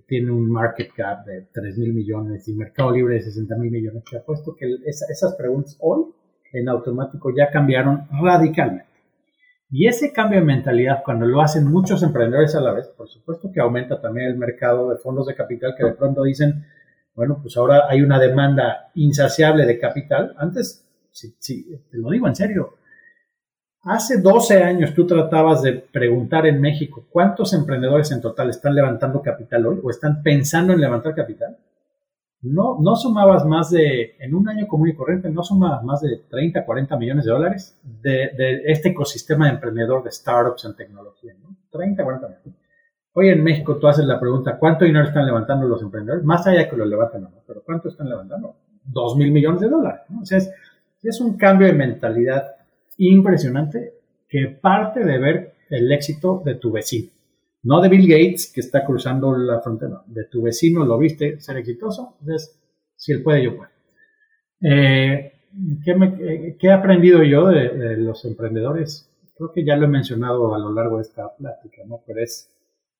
tiene un market cap de 3,000 millones y Mercado Libre de 60,000 millones. Te apuesto que esas preguntas hoy en automático ya cambiaron radicalmente. Y ese cambio de mentalidad, cuando lo hacen muchos emprendedores a la vez, por supuesto que aumenta también el mercado de fondos de capital que de pronto dicen, bueno, pues ahora hay una demanda insaciable de capital. Antes, sí, te lo digo en serio, hace 12 años tú tratabas de preguntar en México cuántos emprendedores en total están levantando capital hoy o están pensando en levantar capital. No sumabas más en un año común y corriente, no sumabas más de 30, 40 millones de dólares de este ecosistema de emprendedor de startups en tecnología, ¿no? 30, 40 millones. Hoy en México tú haces la pregunta, ¿cuánto dinero están levantando los emprendedores? Más allá de que lo levanten o no, pero ¿cuánto están levantando? 2,000 millones de dólares, ¿no? O sea, es un cambio de mentalidad impresionante que parte de ver el éxito de tu vecino. No de Bill Gates, que está cruzando la frontera, de tu vecino, lo viste ser exitoso, entonces, si él puede, yo puedo. ¿Qué he aprendido yo de los emprendedores? Creo que ya lo he mencionado a lo largo de esta plática, ¿no? Pero es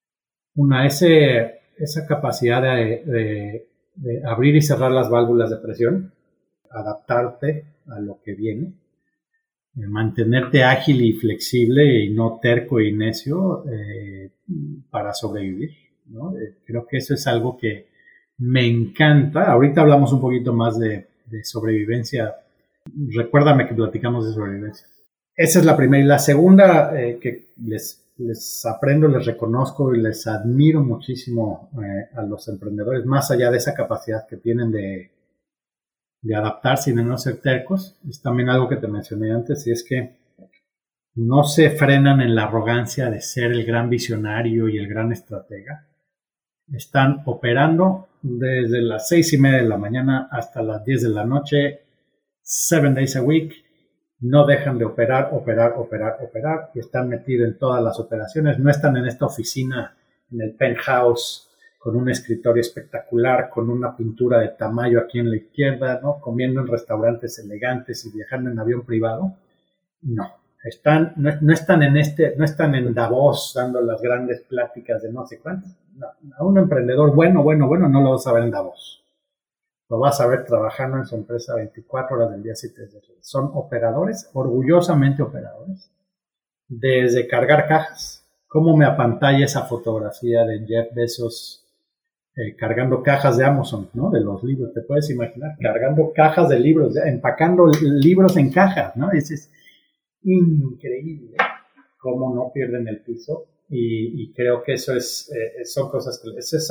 esa capacidad de abrir y cerrar las válvulas de presión, adaptarte a lo que viene, mantenerte ágil y flexible y no terco y necio para sobrevivir, ¿no? Creo que eso es algo que me encanta. Ahorita hablamos un poquito más de sobrevivencia. Recuérdame que platicamos de sobrevivencia. Esa es la primera. Y la segunda, que les aprendo, les reconozco y les admiro muchísimo a los emprendedores, más allá de esa capacidad que tienen de adaptarse y de no ser tercos, es también algo que te mencioné antes, y es que no se frenan en la arrogancia de ser el gran visionario y el gran estratega. Están operando desde las 6:30 de la mañana hasta las 10 de la noche, 7 days a week. No dejan de operar, y están metidos en todas las operaciones. No están en esta oficina, en el penthouse, con un escritorio espectacular, con una pintura de Tamayo aquí en la izquierda, ¿no? Comiendo en restaurantes elegantes y viajando en avión privado. No están en Davos dando las grandes pláticas de no sé cuántos. No, a un emprendedor bueno no lo vas a ver en Davos. Lo vas a ver trabajando en su empresa 24 horas del día, 7 días. Son operadores, orgullosamente operadores. Desde cargar cajas, cómo me apantalla esa fotografía de Jeff Bezos cargando cajas de Amazon, ¿no? De los libros, te puedes imaginar, cargando cajas de libros, empacando libros en cajas, ¿no? Es increíble cómo no pierden el piso, y creo que eso son cosas que es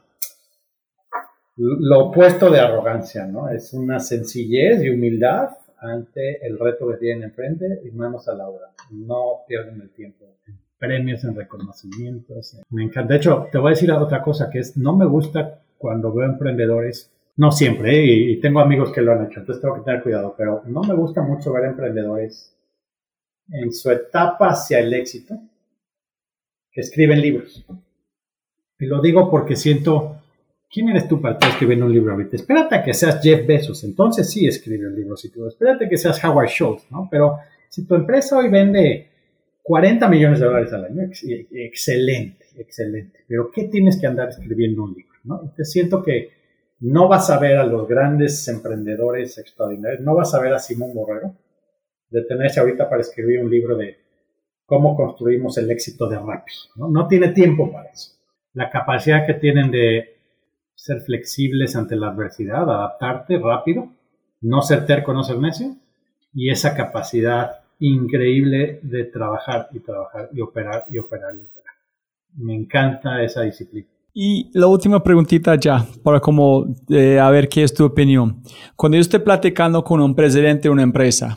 lo opuesto de arrogancia, ¿no? Es una sencillez y humildad ante el reto que tienen enfrente y manos a la obra. No pierden el tiempo en premios, en reconocimientos. Me encanta. De hecho, te voy a decir otra cosa, que es, no me gusta cuando veo emprendedores, no siempre, y tengo amigos que lo han hecho, entonces tengo que tener cuidado, pero no me gusta mucho ver emprendedores en su etapa hacia el éxito que escriben libros. Y lo digo porque siento, ¿quién eres tú para estar escribiendo un libro ahorita? Espérate a que seas Jeff Bezos, entonces sí escribe un libro. Espérate que seas Howard Schultz, ¿no? Pero si tu empresa hoy vende 40 millones de dólares al año, excelente. Pero ¿qué tienes que andar escribiendo un libro, ¿no? Te siento que no vas a ver a los grandes emprendedores extraordinarios, no vas a ver a Simón Borrero detenerse ahorita para escribir un libro de cómo construimos el éxito de Rappi, ¿no? No tiene tiempo para eso. La capacidad que tienen de ser flexibles ante la adversidad, adaptarte rápido, no ser terco, no ser necio, y esa capacidad increíble de trabajar y operar. Me encanta esa disciplina. Y la última preguntita ya, para a ver qué es tu opinión. Cuando yo estoy platicando con un presidente de una empresa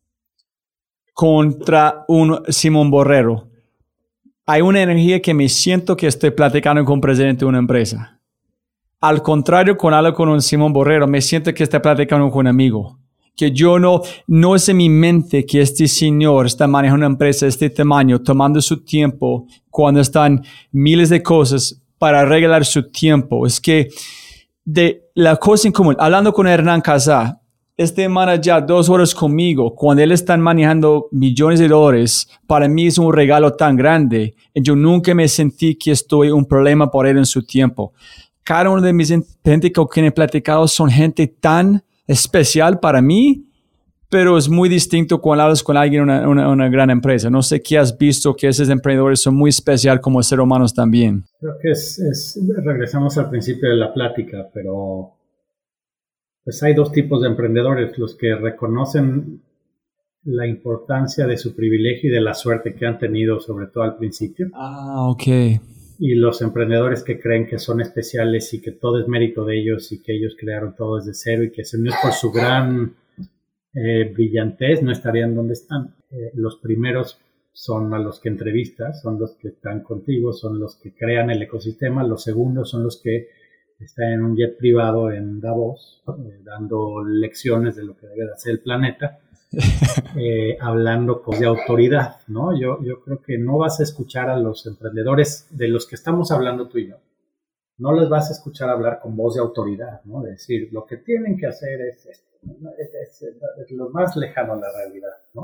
contra un Simón Borrero, hay una energía que me siento que estoy platicando con un presidente de una empresa. Al contrario, cuando hablo con un Simón Borrero, me siento que estoy platicando con un amigo. Que yo no es en mi mente que este señor está manejando una empresa de este tamaño, tomando su tiempo cuando están miles de cosas para arreglar su tiempo. Es que de la cosa en común, hablando con Hernán Casá, este man ya 2 horas conmigo, cuando él está manejando millones de dólares, para mí es un regalo tan grande. Y yo nunca me sentí que estoy un problema por él en su tiempo. Cada uno de mis gente con quien he platicado son gente tan especial para mí, pero es muy distinto cuando hablas con alguien en una gran empresa. No sé qué has visto, que esos emprendedores son muy especiales como seres humanos también. Creo que regresamos al principio de la plática, pero pues hay 2 tipos de emprendedores, los que reconocen la importancia de su privilegio y de la suerte que han tenido, sobre todo al principio. Ok. Y los emprendedores que creen que son especiales y que todo es mérito de ellos y que ellos crearon todo desde cero y que si no es por su gran brillantez no estarían donde están. Los primeros son a los que entrevistas, son los que están contigo, son los que crean el ecosistema. Los segundos son los que están en un jet privado en Davos, dando lecciones de lo que debe de hacer el planeta. Hablando de autoridad, ¿no? Yo creo que no vas a escuchar a los emprendedores de los que estamos hablando tú y yo. No les vas a escuchar hablar con voz de autoridad, ¿no? De decir, lo que tienen que hacer es esto, ¿no? Es lo más lejano a la realidad, ¿no?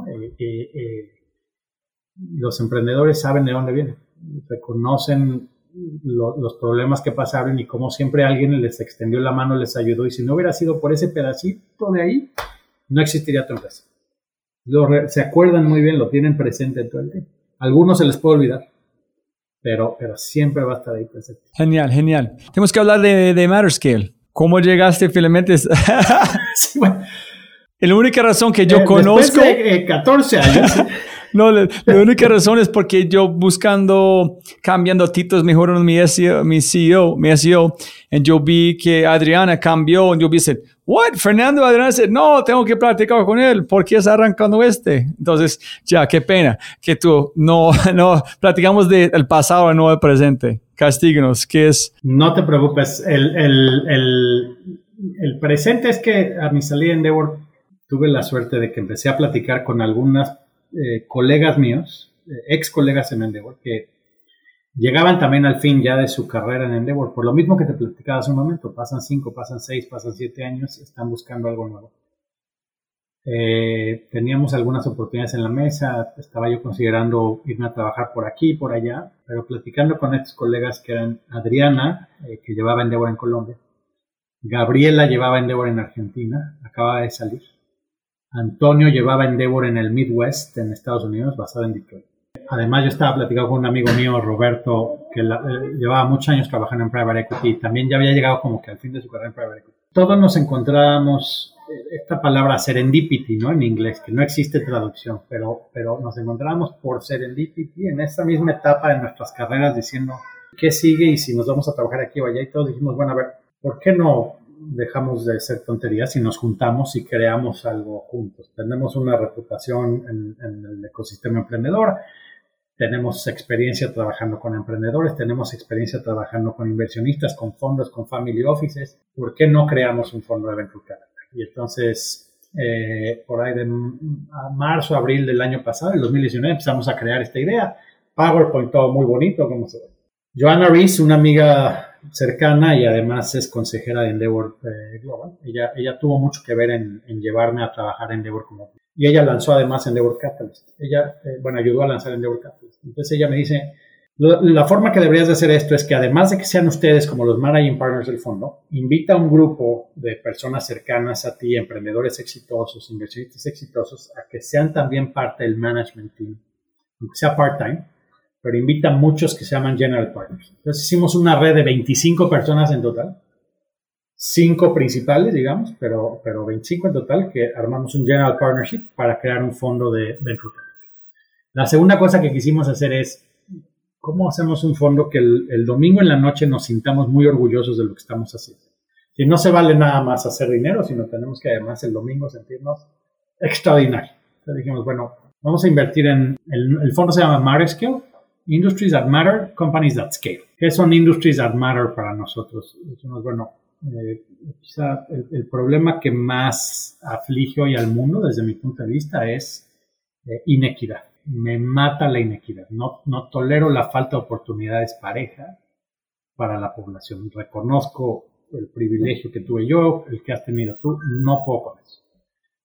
Los emprendedores saben de dónde vienen, reconocen los problemas que pasaron y como siempre alguien les extendió la mano, les ayudó, y si no hubiera sido por ese pedacito de ahí, no existiría tu empresa. Se acuerdan muy bien, lo tienen presente todo el tiempo. Algunos se les puede olvidar, pero siempre va a estar ahí presente. Genial, genial. Tenemos que hablar de MatterScale. ¿Cómo llegaste finalmente? Sí, bueno. La única razón que yo conozco... Después de 14 años... No, la única razón es porque yo cambiando títulos, mejoraron mi SEO, y yo vi que Adriana cambió, y yo dije, ¿what? Fernando Adriana dice, no, tengo que platicar con él, ¿por qué está arrancando este? Entonces, ya, qué pena que tú no platicamos del pasado, no del presente. Castíganos, ¿qué es? No te preocupes, el presente es que a mi salida en Endeavor tuve la suerte de que empecé a platicar con algunas colegas míos, ex colegas en Endeavor, que llegaban también al fin ya de su carrera en Endeavor, por lo mismo que te platicaba hace un momento, pasan 5, pasan 6, pasan 7 años, están buscando algo nuevo. Teníamos algunas oportunidades en la mesa, estaba yo considerando irme a trabajar por aquí, por allá, pero platicando con estos colegas que eran Adriana, que llevaba Endeavor en Colombia, Gabriela llevaba Endeavor en Argentina, acaba de salir. Antonio llevaba Endeavor en el Midwest, en Estados Unidos, basado en Detroit. Además, yo estaba platicando con un amigo mío, Roberto, que llevaba muchos años trabajando en Private Equity y también ya había llegado como que al fin de su carrera en Private Equity. Todos nos encontrábamos, esta palabra serendipity, ¿no? En inglés, que no existe traducción, pero nos encontrábamos por serendipity en esta misma etapa de nuestras carreras diciendo, ¿qué sigue? Y si nos vamos a trabajar aquí o allá, y todos dijimos, bueno, a ver, ¿por qué no dejamos de ser tonterías y nos juntamos y creamos algo juntos? Tenemos una reputación en el ecosistema emprendedor, tenemos experiencia trabajando con emprendedores, tenemos experiencia trabajando con inversionistas, con fondos, con family offices. ¿Por qué no creamos un fondo de venture capital? Y entonces, por ahí de marzo, abril del año pasado, el 2019, empezamos a crear esta idea. PowerPoint, todo muy bonito, como se ve. Joanna Rees, una amiga cercana y además es consejera de Endeavor Global. Ella tuvo mucho que ver en llevarme a trabajar en Endeavor y ella lanzó además Endeavor Catalyst. Ella, ayudó a lanzar Endeavor Catalyst. Entonces ella me dice, la forma que deberías de hacer esto es que además de que sean ustedes como los managing partners del fondo, invita a un grupo de personas cercanas a ti, emprendedores exitosos, inversionistas exitosos, a que sean también parte del management team, aunque sea part-time, pero invita a muchos que se llaman General Partners. Entonces hicimos una red de 25 personas en total, 5 principales, digamos, pero 25 en total, que armamos un General Partnership para crear un fondo de venture capital. La segunda cosa que quisimos hacer es, ¿cómo hacemos un fondo que el domingo en la noche nos sintamos muy orgullosos de lo que estamos haciendo? Que no se vale nada más hacer dinero, sino tenemos que además el domingo sentirnos extraordinarios. Entonces dijimos, bueno, vamos a invertir el fondo se llama MatterScale, Industries That Matter, Companies That Scale. ¿Qué son Industries That Matter para nosotros? Decimos, bueno, quizá el problema que más aflige hoy al mundo, desde mi punto de vista, es inequidad. Me mata la inequidad. No tolero la falta de oportunidades parejas para la población. Reconozco el privilegio que tuve yo, el que has tenido tú. No puedo con eso.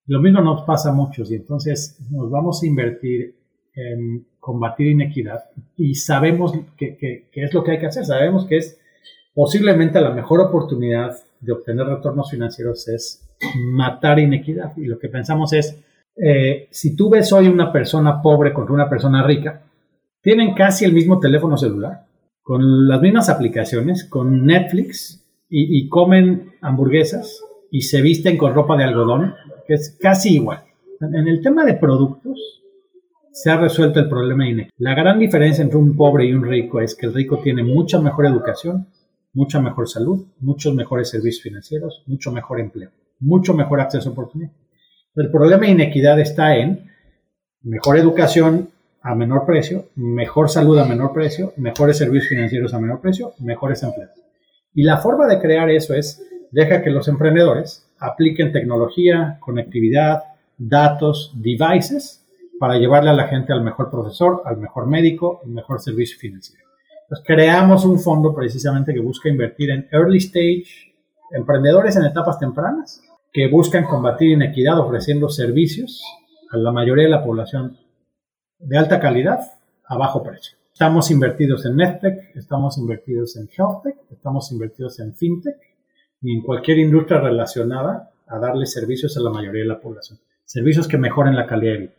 Lo mismo nos pasa a muchos y entonces nos vamos a invertir en combatir inequidad y sabemos que es lo que hay que hacer. Sabemos que es posiblemente la mejor oportunidad de obtener retornos financieros es matar inequidad. Y lo que pensamos es, si tú ves hoy una persona pobre contra una persona rica, tienen casi el mismo teléfono celular, con las mismas aplicaciones, con Netflix y comen hamburguesas y se visten con ropa de algodón, que es casi igual. En el tema de productos se ha resuelto el problema de inequidad. La gran diferencia entre un pobre y un rico es que el rico tiene mucha mejor educación, mucha mejor salud, muchos mejores servicios financieros, mucho mejor empleo, mucho mejor acceso a oportunidad. El problema de inequidad está en mejor educación a menor precio, mejor salud a menor precio, mejores servicios financieros a menor precio, mejores empleos. Y la forma de crear eso es, deja que los emprendedores apliquen tecnología, conectividad, datos, devices, para llevarle a la gente al mejor profesor, al mejor médico, al mejor servicio financiero. Entonces, creamos un fondo precisamente que busca invertir en early stage, emprendedores en etapas tempranas, que buscan combatir inequidad ofreciendo servicios a la mayoría de la población de alta calidad a bajo precio. Estamos invertidos en NetTech, estamos invertidos en HealthTech, estamos invertidos en FinTech y en cualquier industria relacionada a darle servicios a la mayoría de la población. Servicios que mejoren la calidad de vida.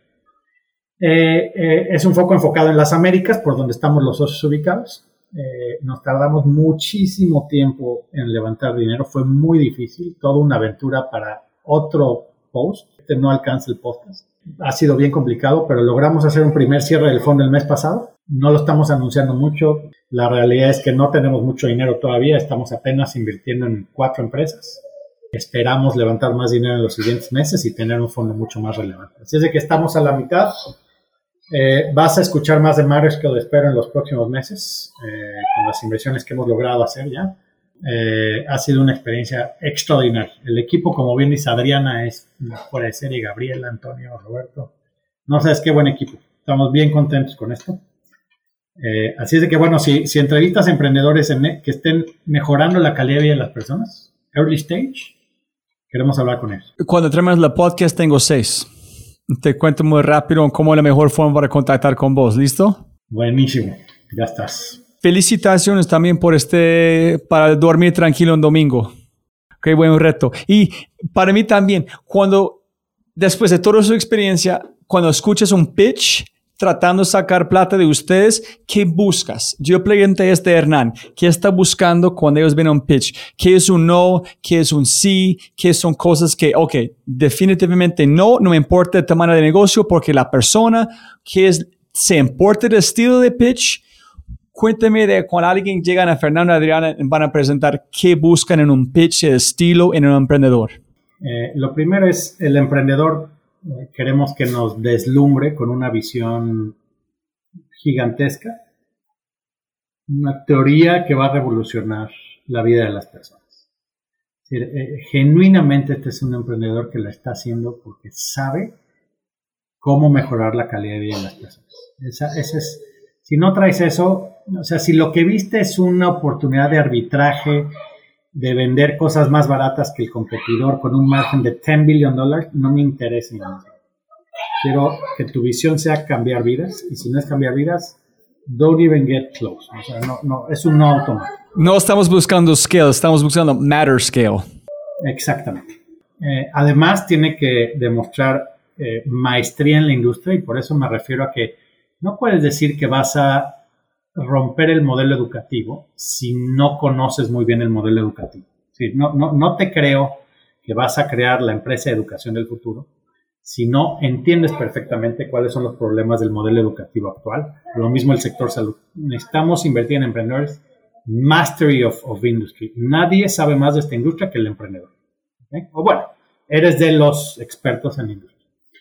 Es un foco enfocado en las Américas, por donde estamos los socios ubicados. Nos tardamos muchísimo tiempo en levantar dinero, fue muy difícil, toda una aventura para otro post. No alcanza el podcast. Ha sido bien complicado, pero logramos hacer un primer cierre del fondo el mes pasado. No lo estamos anunciando mucho. La realidad es que no tenemos mucho dinero todavía. Estamos apenas invirtiendo en 4 empresas. Esperamos levantar más dinero en los siguientes meses y tener un fondo mucho más relevante. Así es de que estamos a la mitad. Vas a escuchar más de Matters que lo espero en los próximos meses, con las inversiones que hemos logrado hacer ya. Ha sido una experiencia extraordinaria. El equipo, como bien dice Adriana, es fuera de serie. Gabriela, Antonio, Roberto. No sabes qué buen equipo. Estamos bien contentos con esto. Así es de que, bueno, si entrevistas a emprendedores que estén mejorando la calidad de vida de las personas, early stage, queremos hablar con ellos. Cuando termines la podcast tengo 6. Te cuento muy rápido cómo es la mejor forma para contactar con vos. ¿Listo? Buenísimo. Ya estás. Felicitaciones también para dormir tranquilo un domingo. Qué buen reto. Y para mí también, después de toda su experiencia, cuando escuchas un pitch tratando de sacar plata de ustedes, ¿qué buscas? Yo pregunté a Hernán, ¿qué está buscando cuando ellos ven un pitch? ¿Qué es un no? ¿Qué es un sí? ¿Qué son cosas que, definitivamente no me importa el tamaño de negocio porque la persona se importa el estilo de pitch? Cuéntame de cuando alguien llega a Fernando y Adriana van a presentar qué buscan en un pitch de estilo en un emprendedor. Lo primero es el emprendedor. Queremos que nos deslumbre con una visión gigantesca, una teoría que va a revolucionar la vida de las personas. Es decir, genuinamente este es un emprendedor que la está haciendo porque sabe cómo mejorar la calidad de vida de las personas. Si no traes eso, si lo que viste es una oportunidad de arbitraje, de vender cosas más baratas que el competidor con un margen de $10 billion, no me interesa. Quiero que tu visión sea cambiar vidas, y si no es cambiar vidas, don't even get close. No, es un no automático. No estamos buscando scale, estamos buscando matter scale. Exactamente. Además, tiene que demostrar maestría en la industria, y por eso me refiero a que no puedes decir que vas a romper el modelo educativo si no conoces muy bien el modelo educativo. Sí, no te creo que vas a crear la empresa de educación del futuro si no entiendes perfectamente cuáles son los problemas del modelo educativo actual. Lo mismo el sector salud. Necesitamos invertir en emprendedores. Mastery of industry. Nadie sabe más de esta industria que el emprendedor. ¿Okay? O bueno, eres de los expertos en la industria.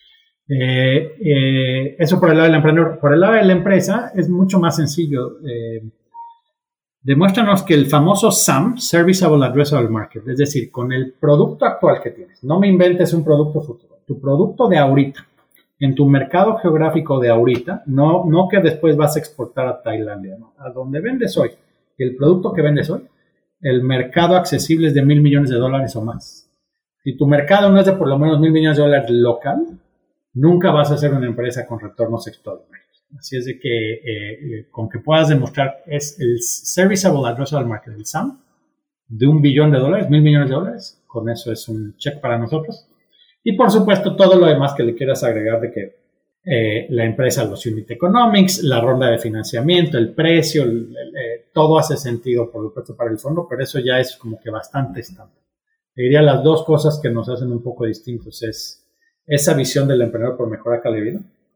Eso por el lado del emprendedor. Por el lado de la empresa es mucho más sencillo. Demuéstranos que el famoso SAM, Serviceable Addressable Market, es decir, con el producto actual que tienes, no me inventes un producto futuro, tu producto de ahorita, en tu mercado geográfico de ahorita, no que después vas a exportar a Tailandia, no, a donde vendes hoy, y el producto que vendes hoy, el mercado accesible es de $1,000 millones o más. Si tu mercado no es de por lo menos $1,000 millones local, nunca vas a ser una empresa con retornos extraordinarios. Así es de que con que puedas demostrar es el Serviceable Addressable Market, el SAM, de $1 billón, $1,000 millones, con eso es un check para nosotros. Y por supuesto todo lo demás que le quieras agregar de que la empresa, los unit economics, la ronda de financiamiento, el precio, todo hace sentido por supuesto para el fondo, pero eso ya es como que bastante estándar. Te diría las dos cosas que nos hacen un poco distintos es esa visión del emprendedor por mejorar calidad de vida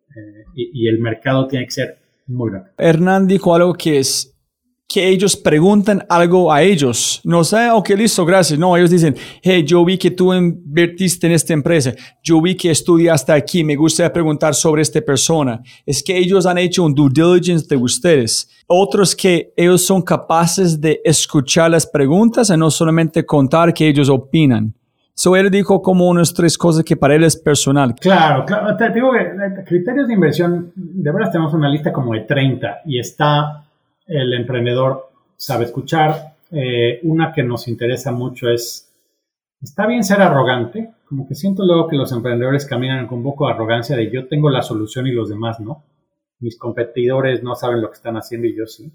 y el mercado tiene que ser muy grande. Hernán dijo algo que es que ellos preguntan algo a ellos. No sé, ok, listo, gracias. No, ellos dicen, hey, yo vi que tú invertiste en esta empresa. Yo vi que estudiaste aquí. Me gustaría preguntar sobre esta persona. Es que ellos han hecho un due diligence de ustedes. Otros que ellos son capaces de escuchar las preguntas y no solamente contar que ellos opinan. So, él dijo como unas 3 cosas que para él es personal. Claro. Te digo que criterios de inversión, de verdad tenemos una lista como de 30 y está el emprendedor sabe escuchar. Una que nos interesa mucho es, está bien ser arrogante, como que siento luego que los emprendedores caminan con un poco de arrogancia de yo tengo la solución y los demás no. Mis competidores no saben lo que están haciendo y yo sí.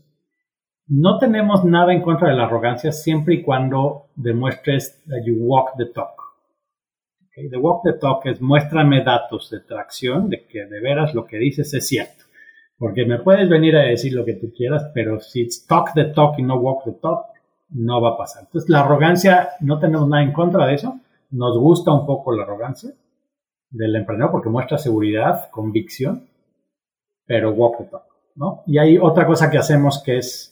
No tenemos nada en contra de la arrogancia siempre y cuando demuestres that you walk the talk. Okay? The walk the talk es muéstrame datos de tracción de que de veras lo que dices es cierto. Porque me puedes venir a decir lo que tú quieras, pero si it's talk the talk y no walk the talk, no va a pasar. Entonces la arrogancia, no tenemos nada en contra de eso. Nos gusta un poco la arrogancia del emprendedor porque muestra seguridad, convicción, pero walk the talk, ¿no? Y hay otra cosa que hacemos que es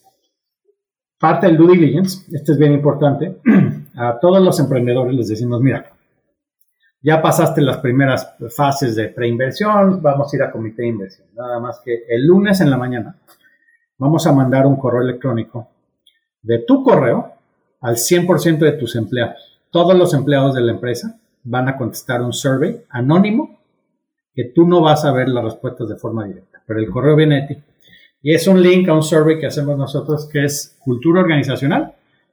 parte del due diligence, esto es bien importante, a todos los emprendedores les decimos, mira, ya pasaste las primeras fases de preinversión, vamos a ir a comité de inversión. Nada más que el lunes en la mañana vamos a mandar un correo electrónico de tu correo al 100% de tus empleados. Todos los empleados de la empresa van a contestar un survey anónimo que tú no vas a ver las respuestas de forma directa, pero el correo viene de ti. Y es un link a un survey que hacemos nosotros que es cultura organizacional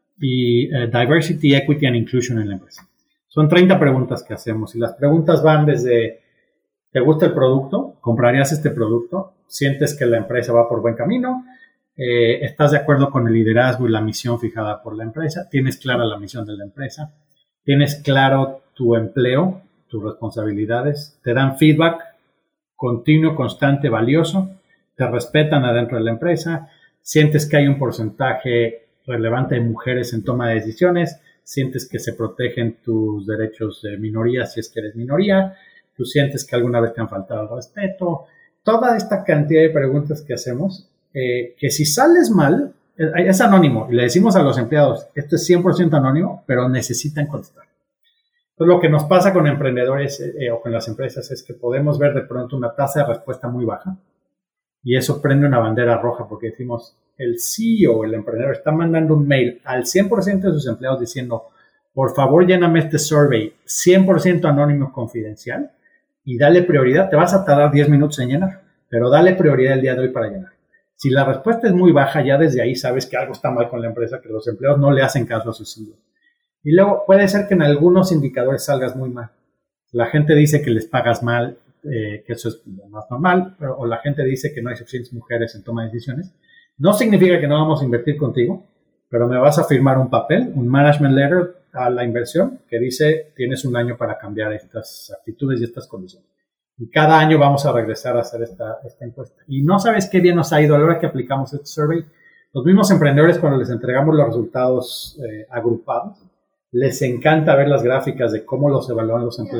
y diversity, equity and inclusion en la empresa. Son 30 preguntas que hacemos y las preguntas van desde ¿te gusta el producto? ¿Comprarías este producto? ¿Sientes que la empresa va por buen camino? ¿Estás de acuerdo con el liderazgo y la misión fijada por la empresa? ¿Tienes clara la misión de la empresa? ¿Tienes claro tu empleo, tus responsabilidades? ¿Te dan feedback continuo, constante, valioso? ¿Te respetan adentro de la empresa? ¿Sientes que hay un porcentaje relevante de mujeres en toma de decisiones? ¿Sientes que se protegen tus derechos de minoría si es que eres minoría? ¿Tú sientes que alguna vez te han faltado el respeto? Toda esta cantidad de preguntas que hacemos, que si sales mal, es anónimo. Y le decimos a los empleados, esto es 100% anónimo, pero necesitan contestar. Entonces, lo que nos pasa con emprendedores o con las empresas es que podemos ver de pronto una tasa de respuesta muy baja. Y eso prende una bandera roja porque decimos, el CEO, el emprendedor, está mandando un mail al 100% de sus empleados diciendo, por favor, lléname este survey 100% anónimo confidencial y dale prioridad. Te vas a tardar 10 minutos en llenar, pero dale prioridad el día de hoy para llenar. Si la respuesta es muy baja, ya desde ahí sabes que algo está mal con la empresa, que los empleados no le hacen caso a sus CEO. Y luego puede ser que en algunos indicadores salgas muy mal. La gente dice que les pagas mal, que eso es lo más normal, o la gente dice que no hay suficientes mujeres en toma de decisiones. No significa que no vamos a invertir contigo, pero me vas a firmar un papel, un management letter a la inversión que dice tienes un año para cambiar estas actitudes y estas condiciones. Y cada año vamos a regresar a hacer esta encuesta. Y no sabes qué bien nos ha ido a la hora que aplicamos este survey. Los mismos emprendedores, cuando les entregamos los resultados agrupados, les encanta ver las gráficas de cómo los evalúan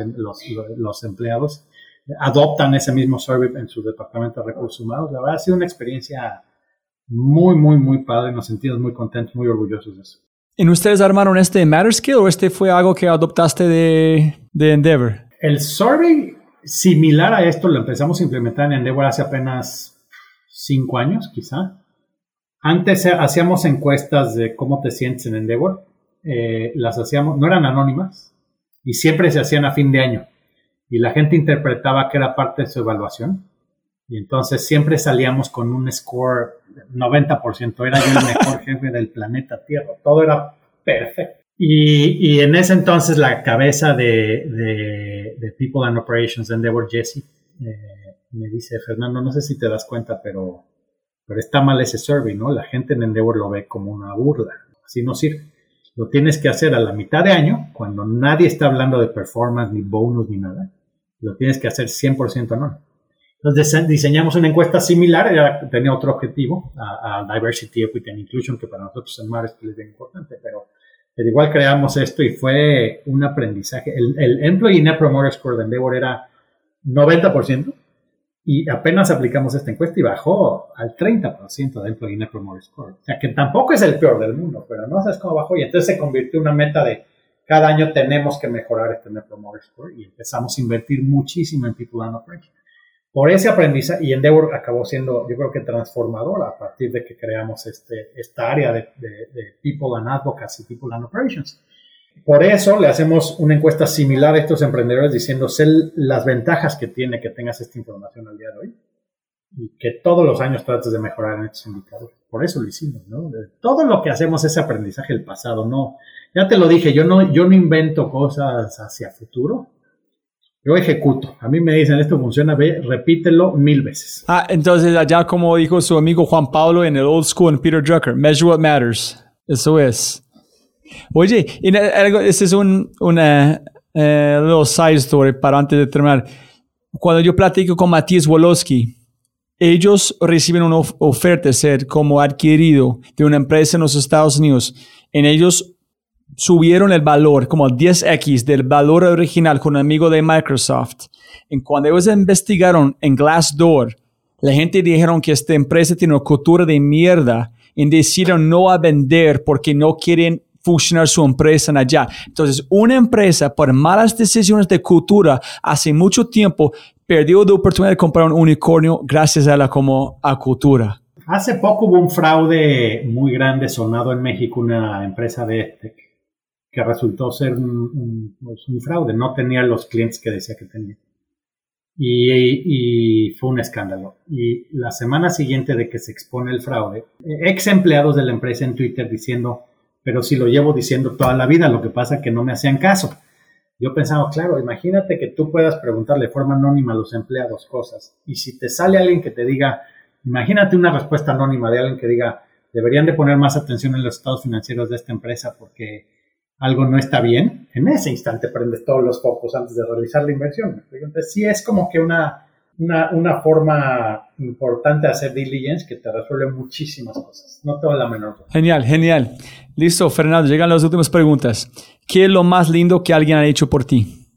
los empleados. Adoptan ese mismo survey en su departamento de recursos humanos. La verdad ha sido una experiencia muy, muy, muy padre. Nos sentimos muy contentos, muy orgullosos de eso. ¿Y ustedes armaron este MatterScale o este fue algo que adoptaste de Endeavor? El survey similar a esto lo empezamos a implementar en Endeavor hace apenas 5 años, quizá. Antes hacíamos encuestas de cómo te sientes en Endeavor. Las hacíamos, no eran anónimas y siempre se hacían a fin de año. Y la gente interpretaba que era parte de su evaluación. Y entonces siempre salíamos con un score 90%. Era yo el mejor jefe del planeta Tierra. Todo era perfecto. Y en ese entonces la cabeza de People and Operations de Endeavor, Jesse, me dice, Fernando, no sé si te das cuenta, pero está mal ese survey, ¿no? La gente en Endeavor lo ve como una burla. Así no sirve. Lo tienes que hacer a la mitad de año, cuando nadie está hablando de performance, ni bonus, ni nada. Lo tienes que hacer 100% no. Entonces diseñamos una encuesta similar, tenía otro objetivo, a Diversity, Equity and Inclusion, que para nosotros en Matter Skills es bien importante, pero igual creamos esto y fue un aprendizaje. El Employee Net Promoter Score de Endeavor era 90%, y apenas aplicamos esta encuesta y bajó al 30% de Employee Net Promoter Score. O sea, que tampoco es el peor del mundo, pero no sabes cómo bajó. Y entonces se convirtió en una meta de cada año tenemos que mejorar este Net Promoter Score, y empezamos a invertir muchísimo en People and Operations. Por ese aprendizaje, y Endeavor acabó siendo, yo creo que transformadora a partir de que creamos esta área de People and Advocacy, People and Operations. Por eso le hacemos una encuesta similar a estos emprendedores diciendo las ventajas que tiene que tengas esta información al día de hoy y que todos los años trates de mejorar en estos indicadores. Por eso lo hicimos, ¿no? Todo lo que hacemos es aprendizaje del pasado, no. Ya te lo dije, yo no invento cosas hacia futuro. Yo ejecuto. A mí me dicen, esto funciona, repítelo 1000 veces. Entonces allá como dijo su amigo Juan Pablo en el Old School en Peter Drucker, measure what matters. Eso es. Oye, este es una little side story para antes de terminar. Cuando yo platico con Matías Wolowski, ellos reciben una oferta de ser como adquirido de una empresa en los Estados Unidos. En ellos subieron el valor como 10x del valor original con un amigo de Microsoft. Y cuando ellos investigaron en Glassdoor, la gente dijeron que esta empresa tiene una cultura de mierda y decidieron no a vender porque no quieren fusionar su empresa allá. Entonces, una empresa por malas decisiones de cultura hace mucho tiempo perdió la oportunidad de comprar un unicornio gracias a la cultura. Hace poco hubo un fraude muy grande sonado en México, una empresa de EdTech, que resultó ser un fraude. No tenía los clientes que decía que tenía. Y fue un escándalo. Y la semana siguiente de que se expone el fraude, ex empleados de la empresa en Twitter diciendo, pero si lo llevo diciendo toda la vida, lo que pasa es que no me hacían caso. Yo pensaba, claro, imagínate que tú puedas preguntarle de forma anónima a los empleados cosas. Y si te sale alguien que te diga, imagínate una respuesta anónima de alguien que diga, deberían de poner más atención en los estados financieros de esta empresa porque algo no está bien. En ese instante prendes todos los focos antes de realizar la inversión. Entonces sí es como que una forma importante de hacer diligence que te resuelve muchísimas cosas. No te da la menor cosa. Genial. Listo, Fernando, llegan las últimas preguntas. ¿Qué es lo más lindo que alguien ha hecho por ti?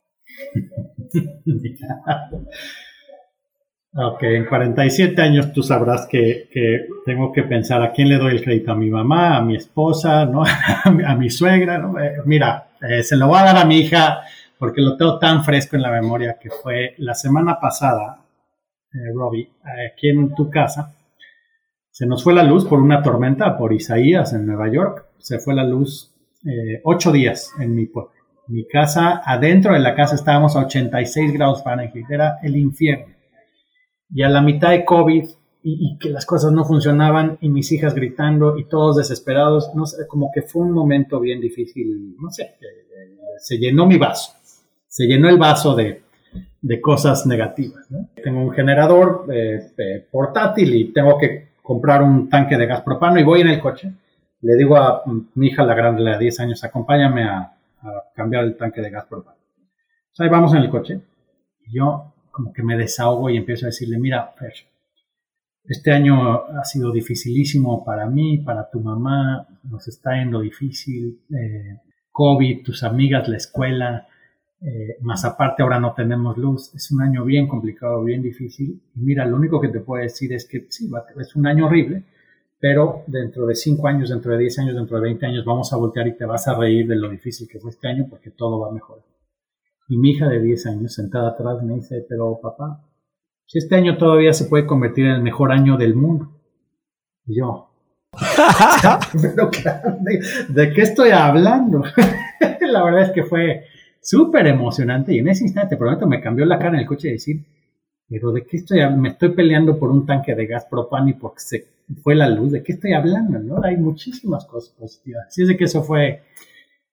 Ok, en 47 años tú sabrás que tengo que pensar a quién le doy el crédito, a mi mamá, a mi esposa, ¿no? a mi suegra, ¿no? Mira, se lo voy a dar a mi hija porque lo tengo tan fresco en la memoria que fue la semana pasada, Robbie, aquí en tu casa, se nos fue la luz por una tormenta, por Isaías en Nueva York, se fue la luz 8 días en mi pueblo. Mi casa, adentro de la casa estábamos a 86 grados Fahrenheit, era el infierno. Y a la mitad de COVID, y que las cosas no funcionaban, y mis hijas gritando, y todos desesperados, no sé, como que fue un momento bien difícil, no sé, se llenó mi vaso, se llenó el vaso de cosas negativas, ¿no? Tengo un generador portátil y tengo que comprar un tanque de gas propano y voy en el coche, le digo a mi hija, la grande, la de 10 años, acompáñame a cambiar el tanque de gas propano. Entonces ahí vamos en el coche, y yo como que me desahogo y empiezo a decirle, mira, Fer, este año ha sido dificilísimo para mí, para tu mamá, nos está yendo difícil, COVID, tus amigas, la escuela, más aparte ahora no tenemos luz, es un año bien complicado, bien difícil. Y mira, lo único que te puedo decir es que sí, es un año horrible, pero dentro de 5 años, dentro de 10 años, dentro de 20 años vamos a voltear y te vas a reír de lo difícil que fue este año porque todo va a mejorar. Y mi hija de 10 años sentada atrás me dice, pero papá, si este año todavía se puede convertir en el mejor año del mundo. Y yo, pero claro, ¿de qué estoy hablando? La verdad es que fue súper emocionante y en ese instante, por lo tanto, me cambió la cara en el coche de decir, pero ¿de qué estoy hablando? Me estoy peleando por un tanque de gas propano y porque se fue la luz. ¿De qué estoy hablando? ¿No? Hay muchísimas cosas positivas. Así es de que eso fue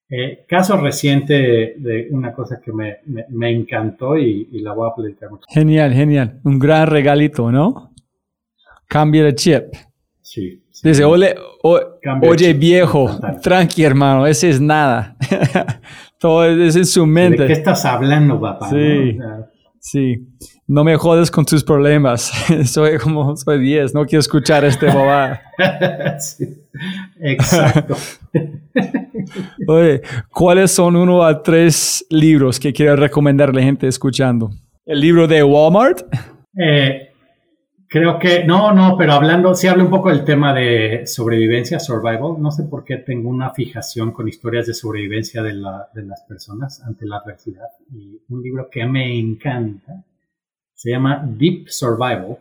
Caso reciente de una cosa que me encantó y la voy a platicar mucho. Genial. Un gran regalito, ¿no? Cambia de chip. Sí. Dice, oye viejo, tranqui hermano, ese es nada. Todo es en su mente. ¿De qué estás hablando, papá? Sí, ¿no? Sí. No me jodes con tus problemas. Soy 10, no quiero escuchar este bobada. Sí, exacto. Oye, ¿cuáles son 1 a 3 libros que quieres recomendarle a la gente escuchando? ¿El libro de Walmart? Creo que, no, pero sí hablo un poco del tema de sobrevivencia, survival. No sé por qué tengo una fijación con historias de sobrevivencia de las personas ante la adversidad. Y un libro que me encanta se llama Deep Survival.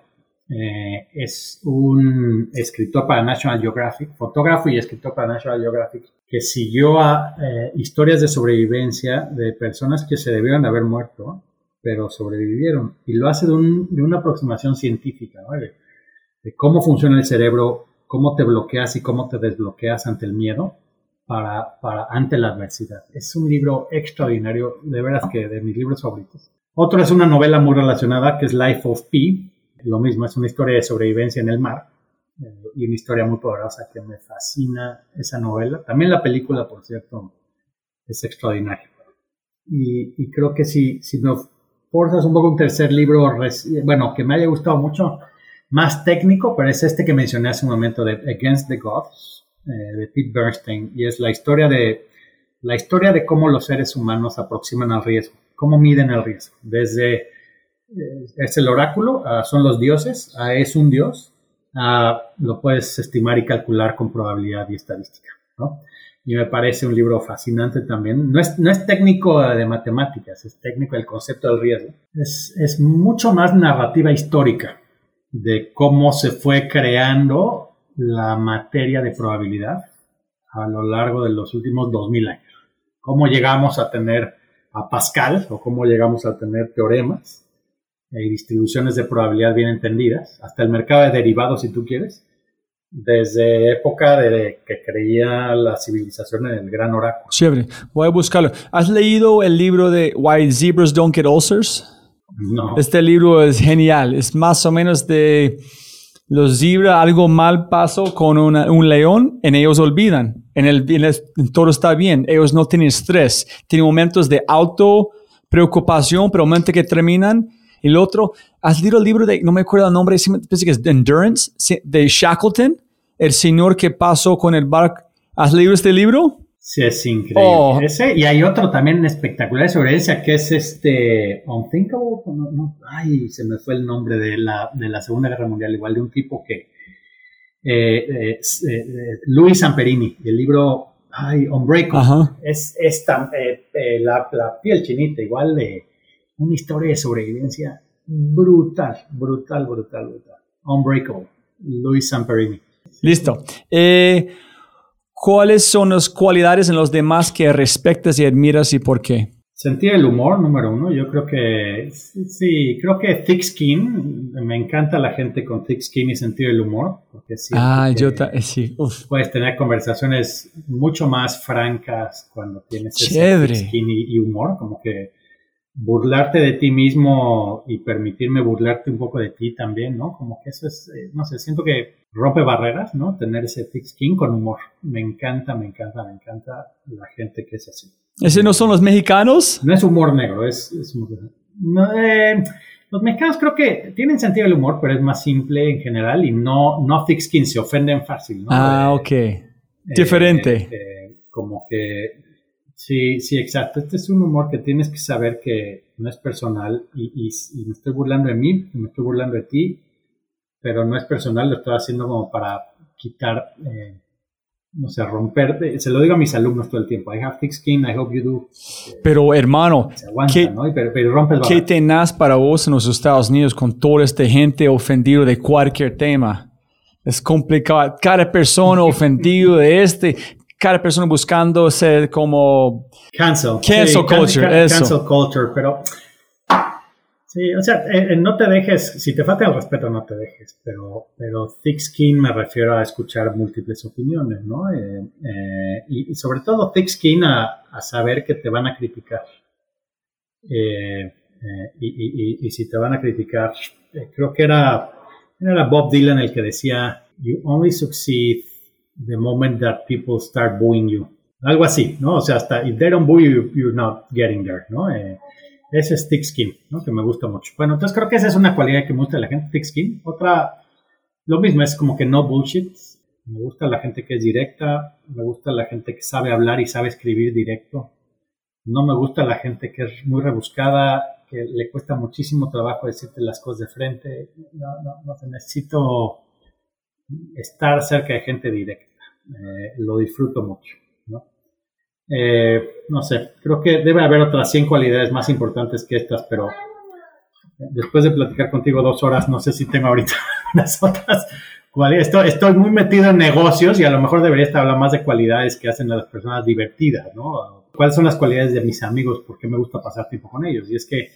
Es un escritor para National Geographic, fotógrafo y escritor para National Geographic, que siguió a historias de sobrevivencia de personas que se debieron haber muerto, pero sobrevivieron. Y lo hace de una aproximación científica, ¿no? De cómo funciona el cerebro, cómo te bloqueas y cómo te desbloqueas ante el miedo ante la adversidad. Es un libro extraordinario, de veras que de mis libros favoritos. Otro es una novela muy relacionada que es Life of Pi. Lo mismo, es una historia de sobrevivencia en el mar y una historia muy poderosa que me fascina esa novela. También la película, por cierto, es extraordinaria. Y creo que si me forzas un poco un tercer libro, que me haya gustado mucho, más técnico, pero es este que mencioné hace un momento, de Against the Gods, de Pete Bernstein, y es la historia de cómo los seres humanos aproximan al riesgo, cómo miden el riesgo, desde es el oráculo, son los dioses, es un dios, lo puedes estimar y calcular con probabilidad y estadística, ¿no? Y me parece un libro fascinante también. No es técnico de matemáticas, es técnico del concepto del riesgo. Es mucho más narrativa histórica de cómo se fue creando la materia de probabilidad a lo largo de los últimos 2000 años. Cómo llegamos a tener a Pascal o cómo llegamos a tener teoremas y distribuciones de probabilidad bien entendidas, hasta el mercado de derivados, si tú quieres, desde época de que creía la civilización en el gran oráculo. Chévere, voy a buscarlo. ¿Has leído el libro de Why Zebras Don't Get Ulcers? No. Este libro es genial, es más o menos de los zebras, algo mal pasó con un león, y ellos olvidan, todo está bien, ellos no tienen estrés, tienen momentos de preocupación, pero momentos que terminan. Y el otro, ¿has leído el libro de, no me acuerdo el nombre, parece que es Endurance, de Shackleton? El señor que pasó con el barco. ¿Has leído este libro? Sí, es increíble. Ese, y hay otro también espectacular sobre esa, que es Unthinkable. Ay, se me fue el nombre de la Segunda Guerra Mundial, igual de un tipo que... Louis Zamperini, el libro Unbreakable. Ajá. Es la piel chinita, igual de... Una historia de sobrevivencia brutal. Unbreakable. Louis Zamperini. Listo. ¿Cuáles son las cualidades en los demás que respetas y admiras y por qué? Sentido del humor, número 1. Yo creo que creo que thick skin. Me encanta la gente con thick skin y sentido del humor. Porque sí. Sí. Uf. Puedes tener conversaciones mucho más francas cuando tienes Chévere. Ese thick skin y humor, como que burlarte de ti mismo y permitirme burlarte un poco de ti también, ¿no? Como que eso es, no sé, siento que rompe barreras, ¿no? Tener ese thick skin con humor. Me encanta la gente que es así. ¿Ese no son los mexicanos? No es humor negro, es no, los mexicanos creo que tienen sentido del humor, pero es más simple en general y no thick skin, se ofenden fácil, ¿no? Ok. Diferente. Como que sí, exacto. Este es un humor que tienes que saber que no es personal y me estoy burlando de mí, me estoy burlando de ti, pero no es personal, lo estoy haciendo como para quitar, no sé, romper. Se lo digo a mis alumnos todo el tiempo. I have thick skin, I hope you do. Pero hermano, se aguanta, ¿no? Pero rompe el ¿qué tenaz para vos en los Estados Unidos con toda esta gente ofendida de cualquier tema? Es complicado. Cada persona ofendida de cada persona buscando ser como... Cancel culture, eso. Cancel culture, pero... Sí, o sea, no te dejes, si te falta el respeto, no te dejes, pero thick skin me refiero a escuchar múltiples opiniones, ¿no? Y sobre todo thick skin a saber que te van a criticar. Y si te van a criticar, creo que era Bob Dylan el que decía, you only succeed the moment that people start booing you. Algo así, ¿no? O sea, hasta if they don't boo you, you're not getting there, ¿no? Ese es thick skin, ¿no? Que me gusta mucho. Bueno, entonces creo que esa es una cualidad que me gusta de la gente, thick skin. Otra, lo mismo, es como que no bullshit. Me gusta la gente que es directa, me gusta la gente que sabe hablar y sabe escribir directo. No me gusta la gente que es muy rebuscada, que le cuesta muchísimo trabajo decirte las cosas de frente. No necesito estar cerca de gente directa. Lo disfruto mucho, ¿no? No sé, creo que debe haber otras 100 cualidades más importantes que estas, pero después de platicar contigo 2 horas, no sé si tengo ahorita unas otras cualidades. Estoy muy metido en negocios y a lo mejor debería estar hablando más de cualidades que hacen a las personas divertidas, ¿no? ¿Cuáles son las cualidades de mis amigos? ¿Por qué me gusta pasar tiempo con ellos? Y es que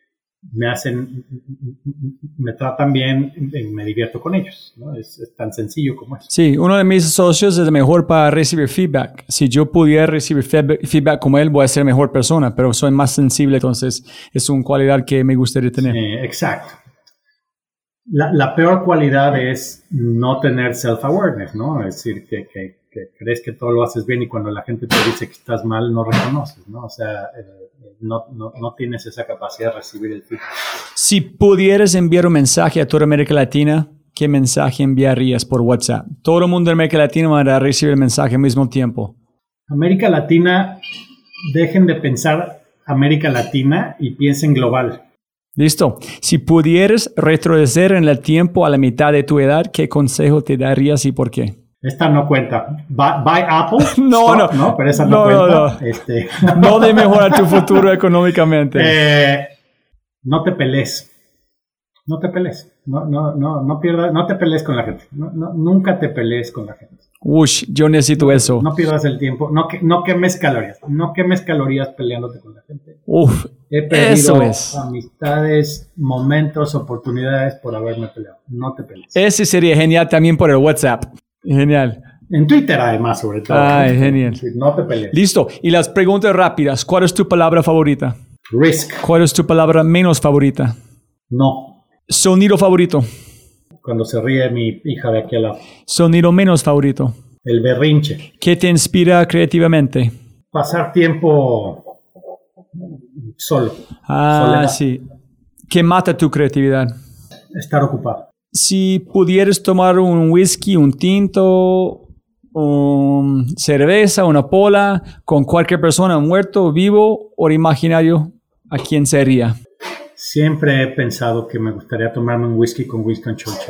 me tratan bien y me divierto con ellos, ¿no? Es tan sencillo como eso. Sí, uno de mis socios es el mejor para recibir feedback. Si yo pudiera recibir feedback como él, voy a ser mejor persona, pero soy más sensible, entonces es una cualidad que me gustaría tener. Sí, exacto. La peor cualidad es no tener self-awareness, ¿no? Es decir, que crees que todo lo haces bien y cuando la gente te dice que estás mal, no reconoces, ¿no? O sea, no tienes esa capacidad de recibir el feedback. Si pudieras enviar un mensaje a toda América Latina, ¿qué mensaje enviarías por WhatsApp? Todo el mundo de América Latina va a recibir el mensaje al mismo tiempo. América Latina, dejen de pensar América Latina y piensen global. Listo. Si pudieras retroceder en el tiempo a la mitad de tu edad, ¿qué consejo te darías y por qué? Esta no cuenta. Buy Apple. No, pero esa no cuenta. No de mejorar tu futuro económicamente. No te pelees. No te pelees. No pierdas, no te pelees con la gente. Nunca te pelees con la gente. Ush, yo necesito eso. No pierdas el tiempo. No quemes calorías. No quemes calorías peleándote con la gente. Uf, he perdido amistades, momentos, oportunidades por haberme peleado. No te pelees. Ese sería genial también por el WhatsApp. Genial. En Twitter además, sobre todo. Ay, genial. No te pelees. Listo. Y las preguntas rápidas. ¿Cuál es tu palabra favorita? Risk. ¿Cuál es tu palabra menos favorita? No. Sonido favorito. Cuando se ríe mi hija de aquí al lado. Sonido menos favorito. El berrinche. ¿Qué te inspira creativamente? Pasar tiempo solo. Soledad. Sí. ¿Qué mata tu creatividad? Estar ocupado. Si pudieras tomar un whisky, un tinto, cerveza, una pola, con cualquier persona, muerto, vivo o imaginario, ¿a quién sería? Siempre he pensado que me gustaría tomarme un whisky con Winston Churchill.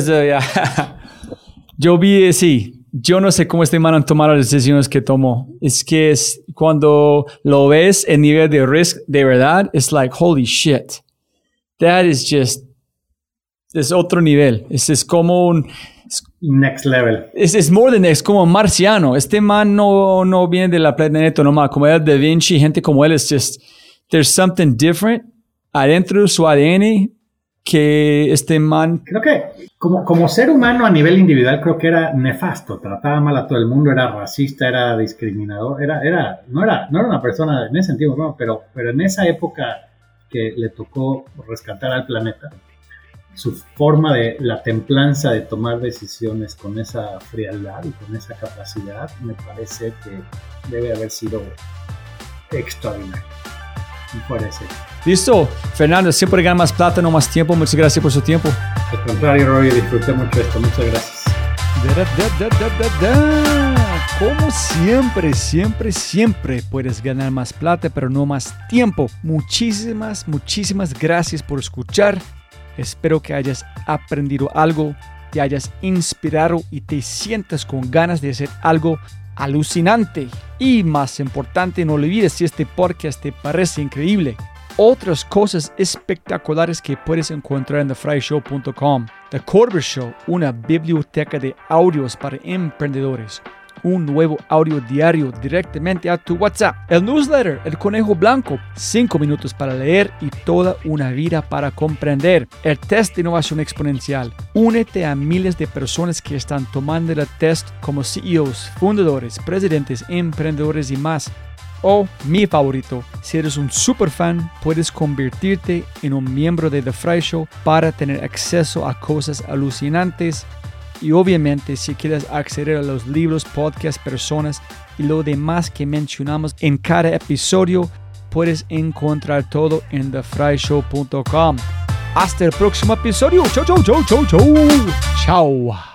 Yo vi, sí. Yo no sé cómo este man tomar las decisiones que tomó. Es que cuando lo ves, el nivel de risk de verdad, es like, holy shit. That is just... Es otro nivel. Es como un... Next level. Es more than next, como un marciano. Este man no viene de la planeta nomás. Como el Da Vinci, gente como él, es just... There's something different adentro de su ADN que este man... Creo que como ser humano a nivel individual creo que era nefasto. Trataba mal a todo el mundo, era racista, era discriminador. No era una persona en ese sentido, no, pero en esa época que le tocó rescatar al planeta, su forma de la templanza de tomar decisiones con esa frialdad y con esa capacidad me parece que debe haber sido extraordinario. Me parece. Listo, Fernando, siempre gana más plata, no más tiempo. Muchas gracias por su tiempo. Al contrario, Roy, disfruté mucho esto. Muchas gracias. Como siempre puedes ganar más plata, pero no más tiempo. Muchísimas gracias por escuchar. Espero que hayas aprendido algo, te hayas inspirado y te sientas con ganas de hacer algo alucinante. Y más importante, no olvides si este podcast te parece increíble, otras cosas espectaculares que puedes encontrar en thefryshow.com. The Korver Show, una biblioteca de audios para emprendedores. un nuevo audio diario directamente a tu WhatsApp. El newsletter, El Conejo Blanco, 5 minutos para leer y toda una vida para comprender. El test de innovación exponencial. Únete a miles de personas que están tomando el test como CEOs, fundadores, presidentes, emprendedores y más. O, mi favorito, si eres un super fan, puedes convertirte en un miembro de The Fry Show para tener acceso a cosas alucinantes. Y obviamente, si quieres acceder a los libros, podcasts, personas y lo demás que mencionamos en cada episodio, puedes encontrar todo en thefryshow.com. Hasta el próximo episodio. Chau, chau, chau, chau, chau. Chao.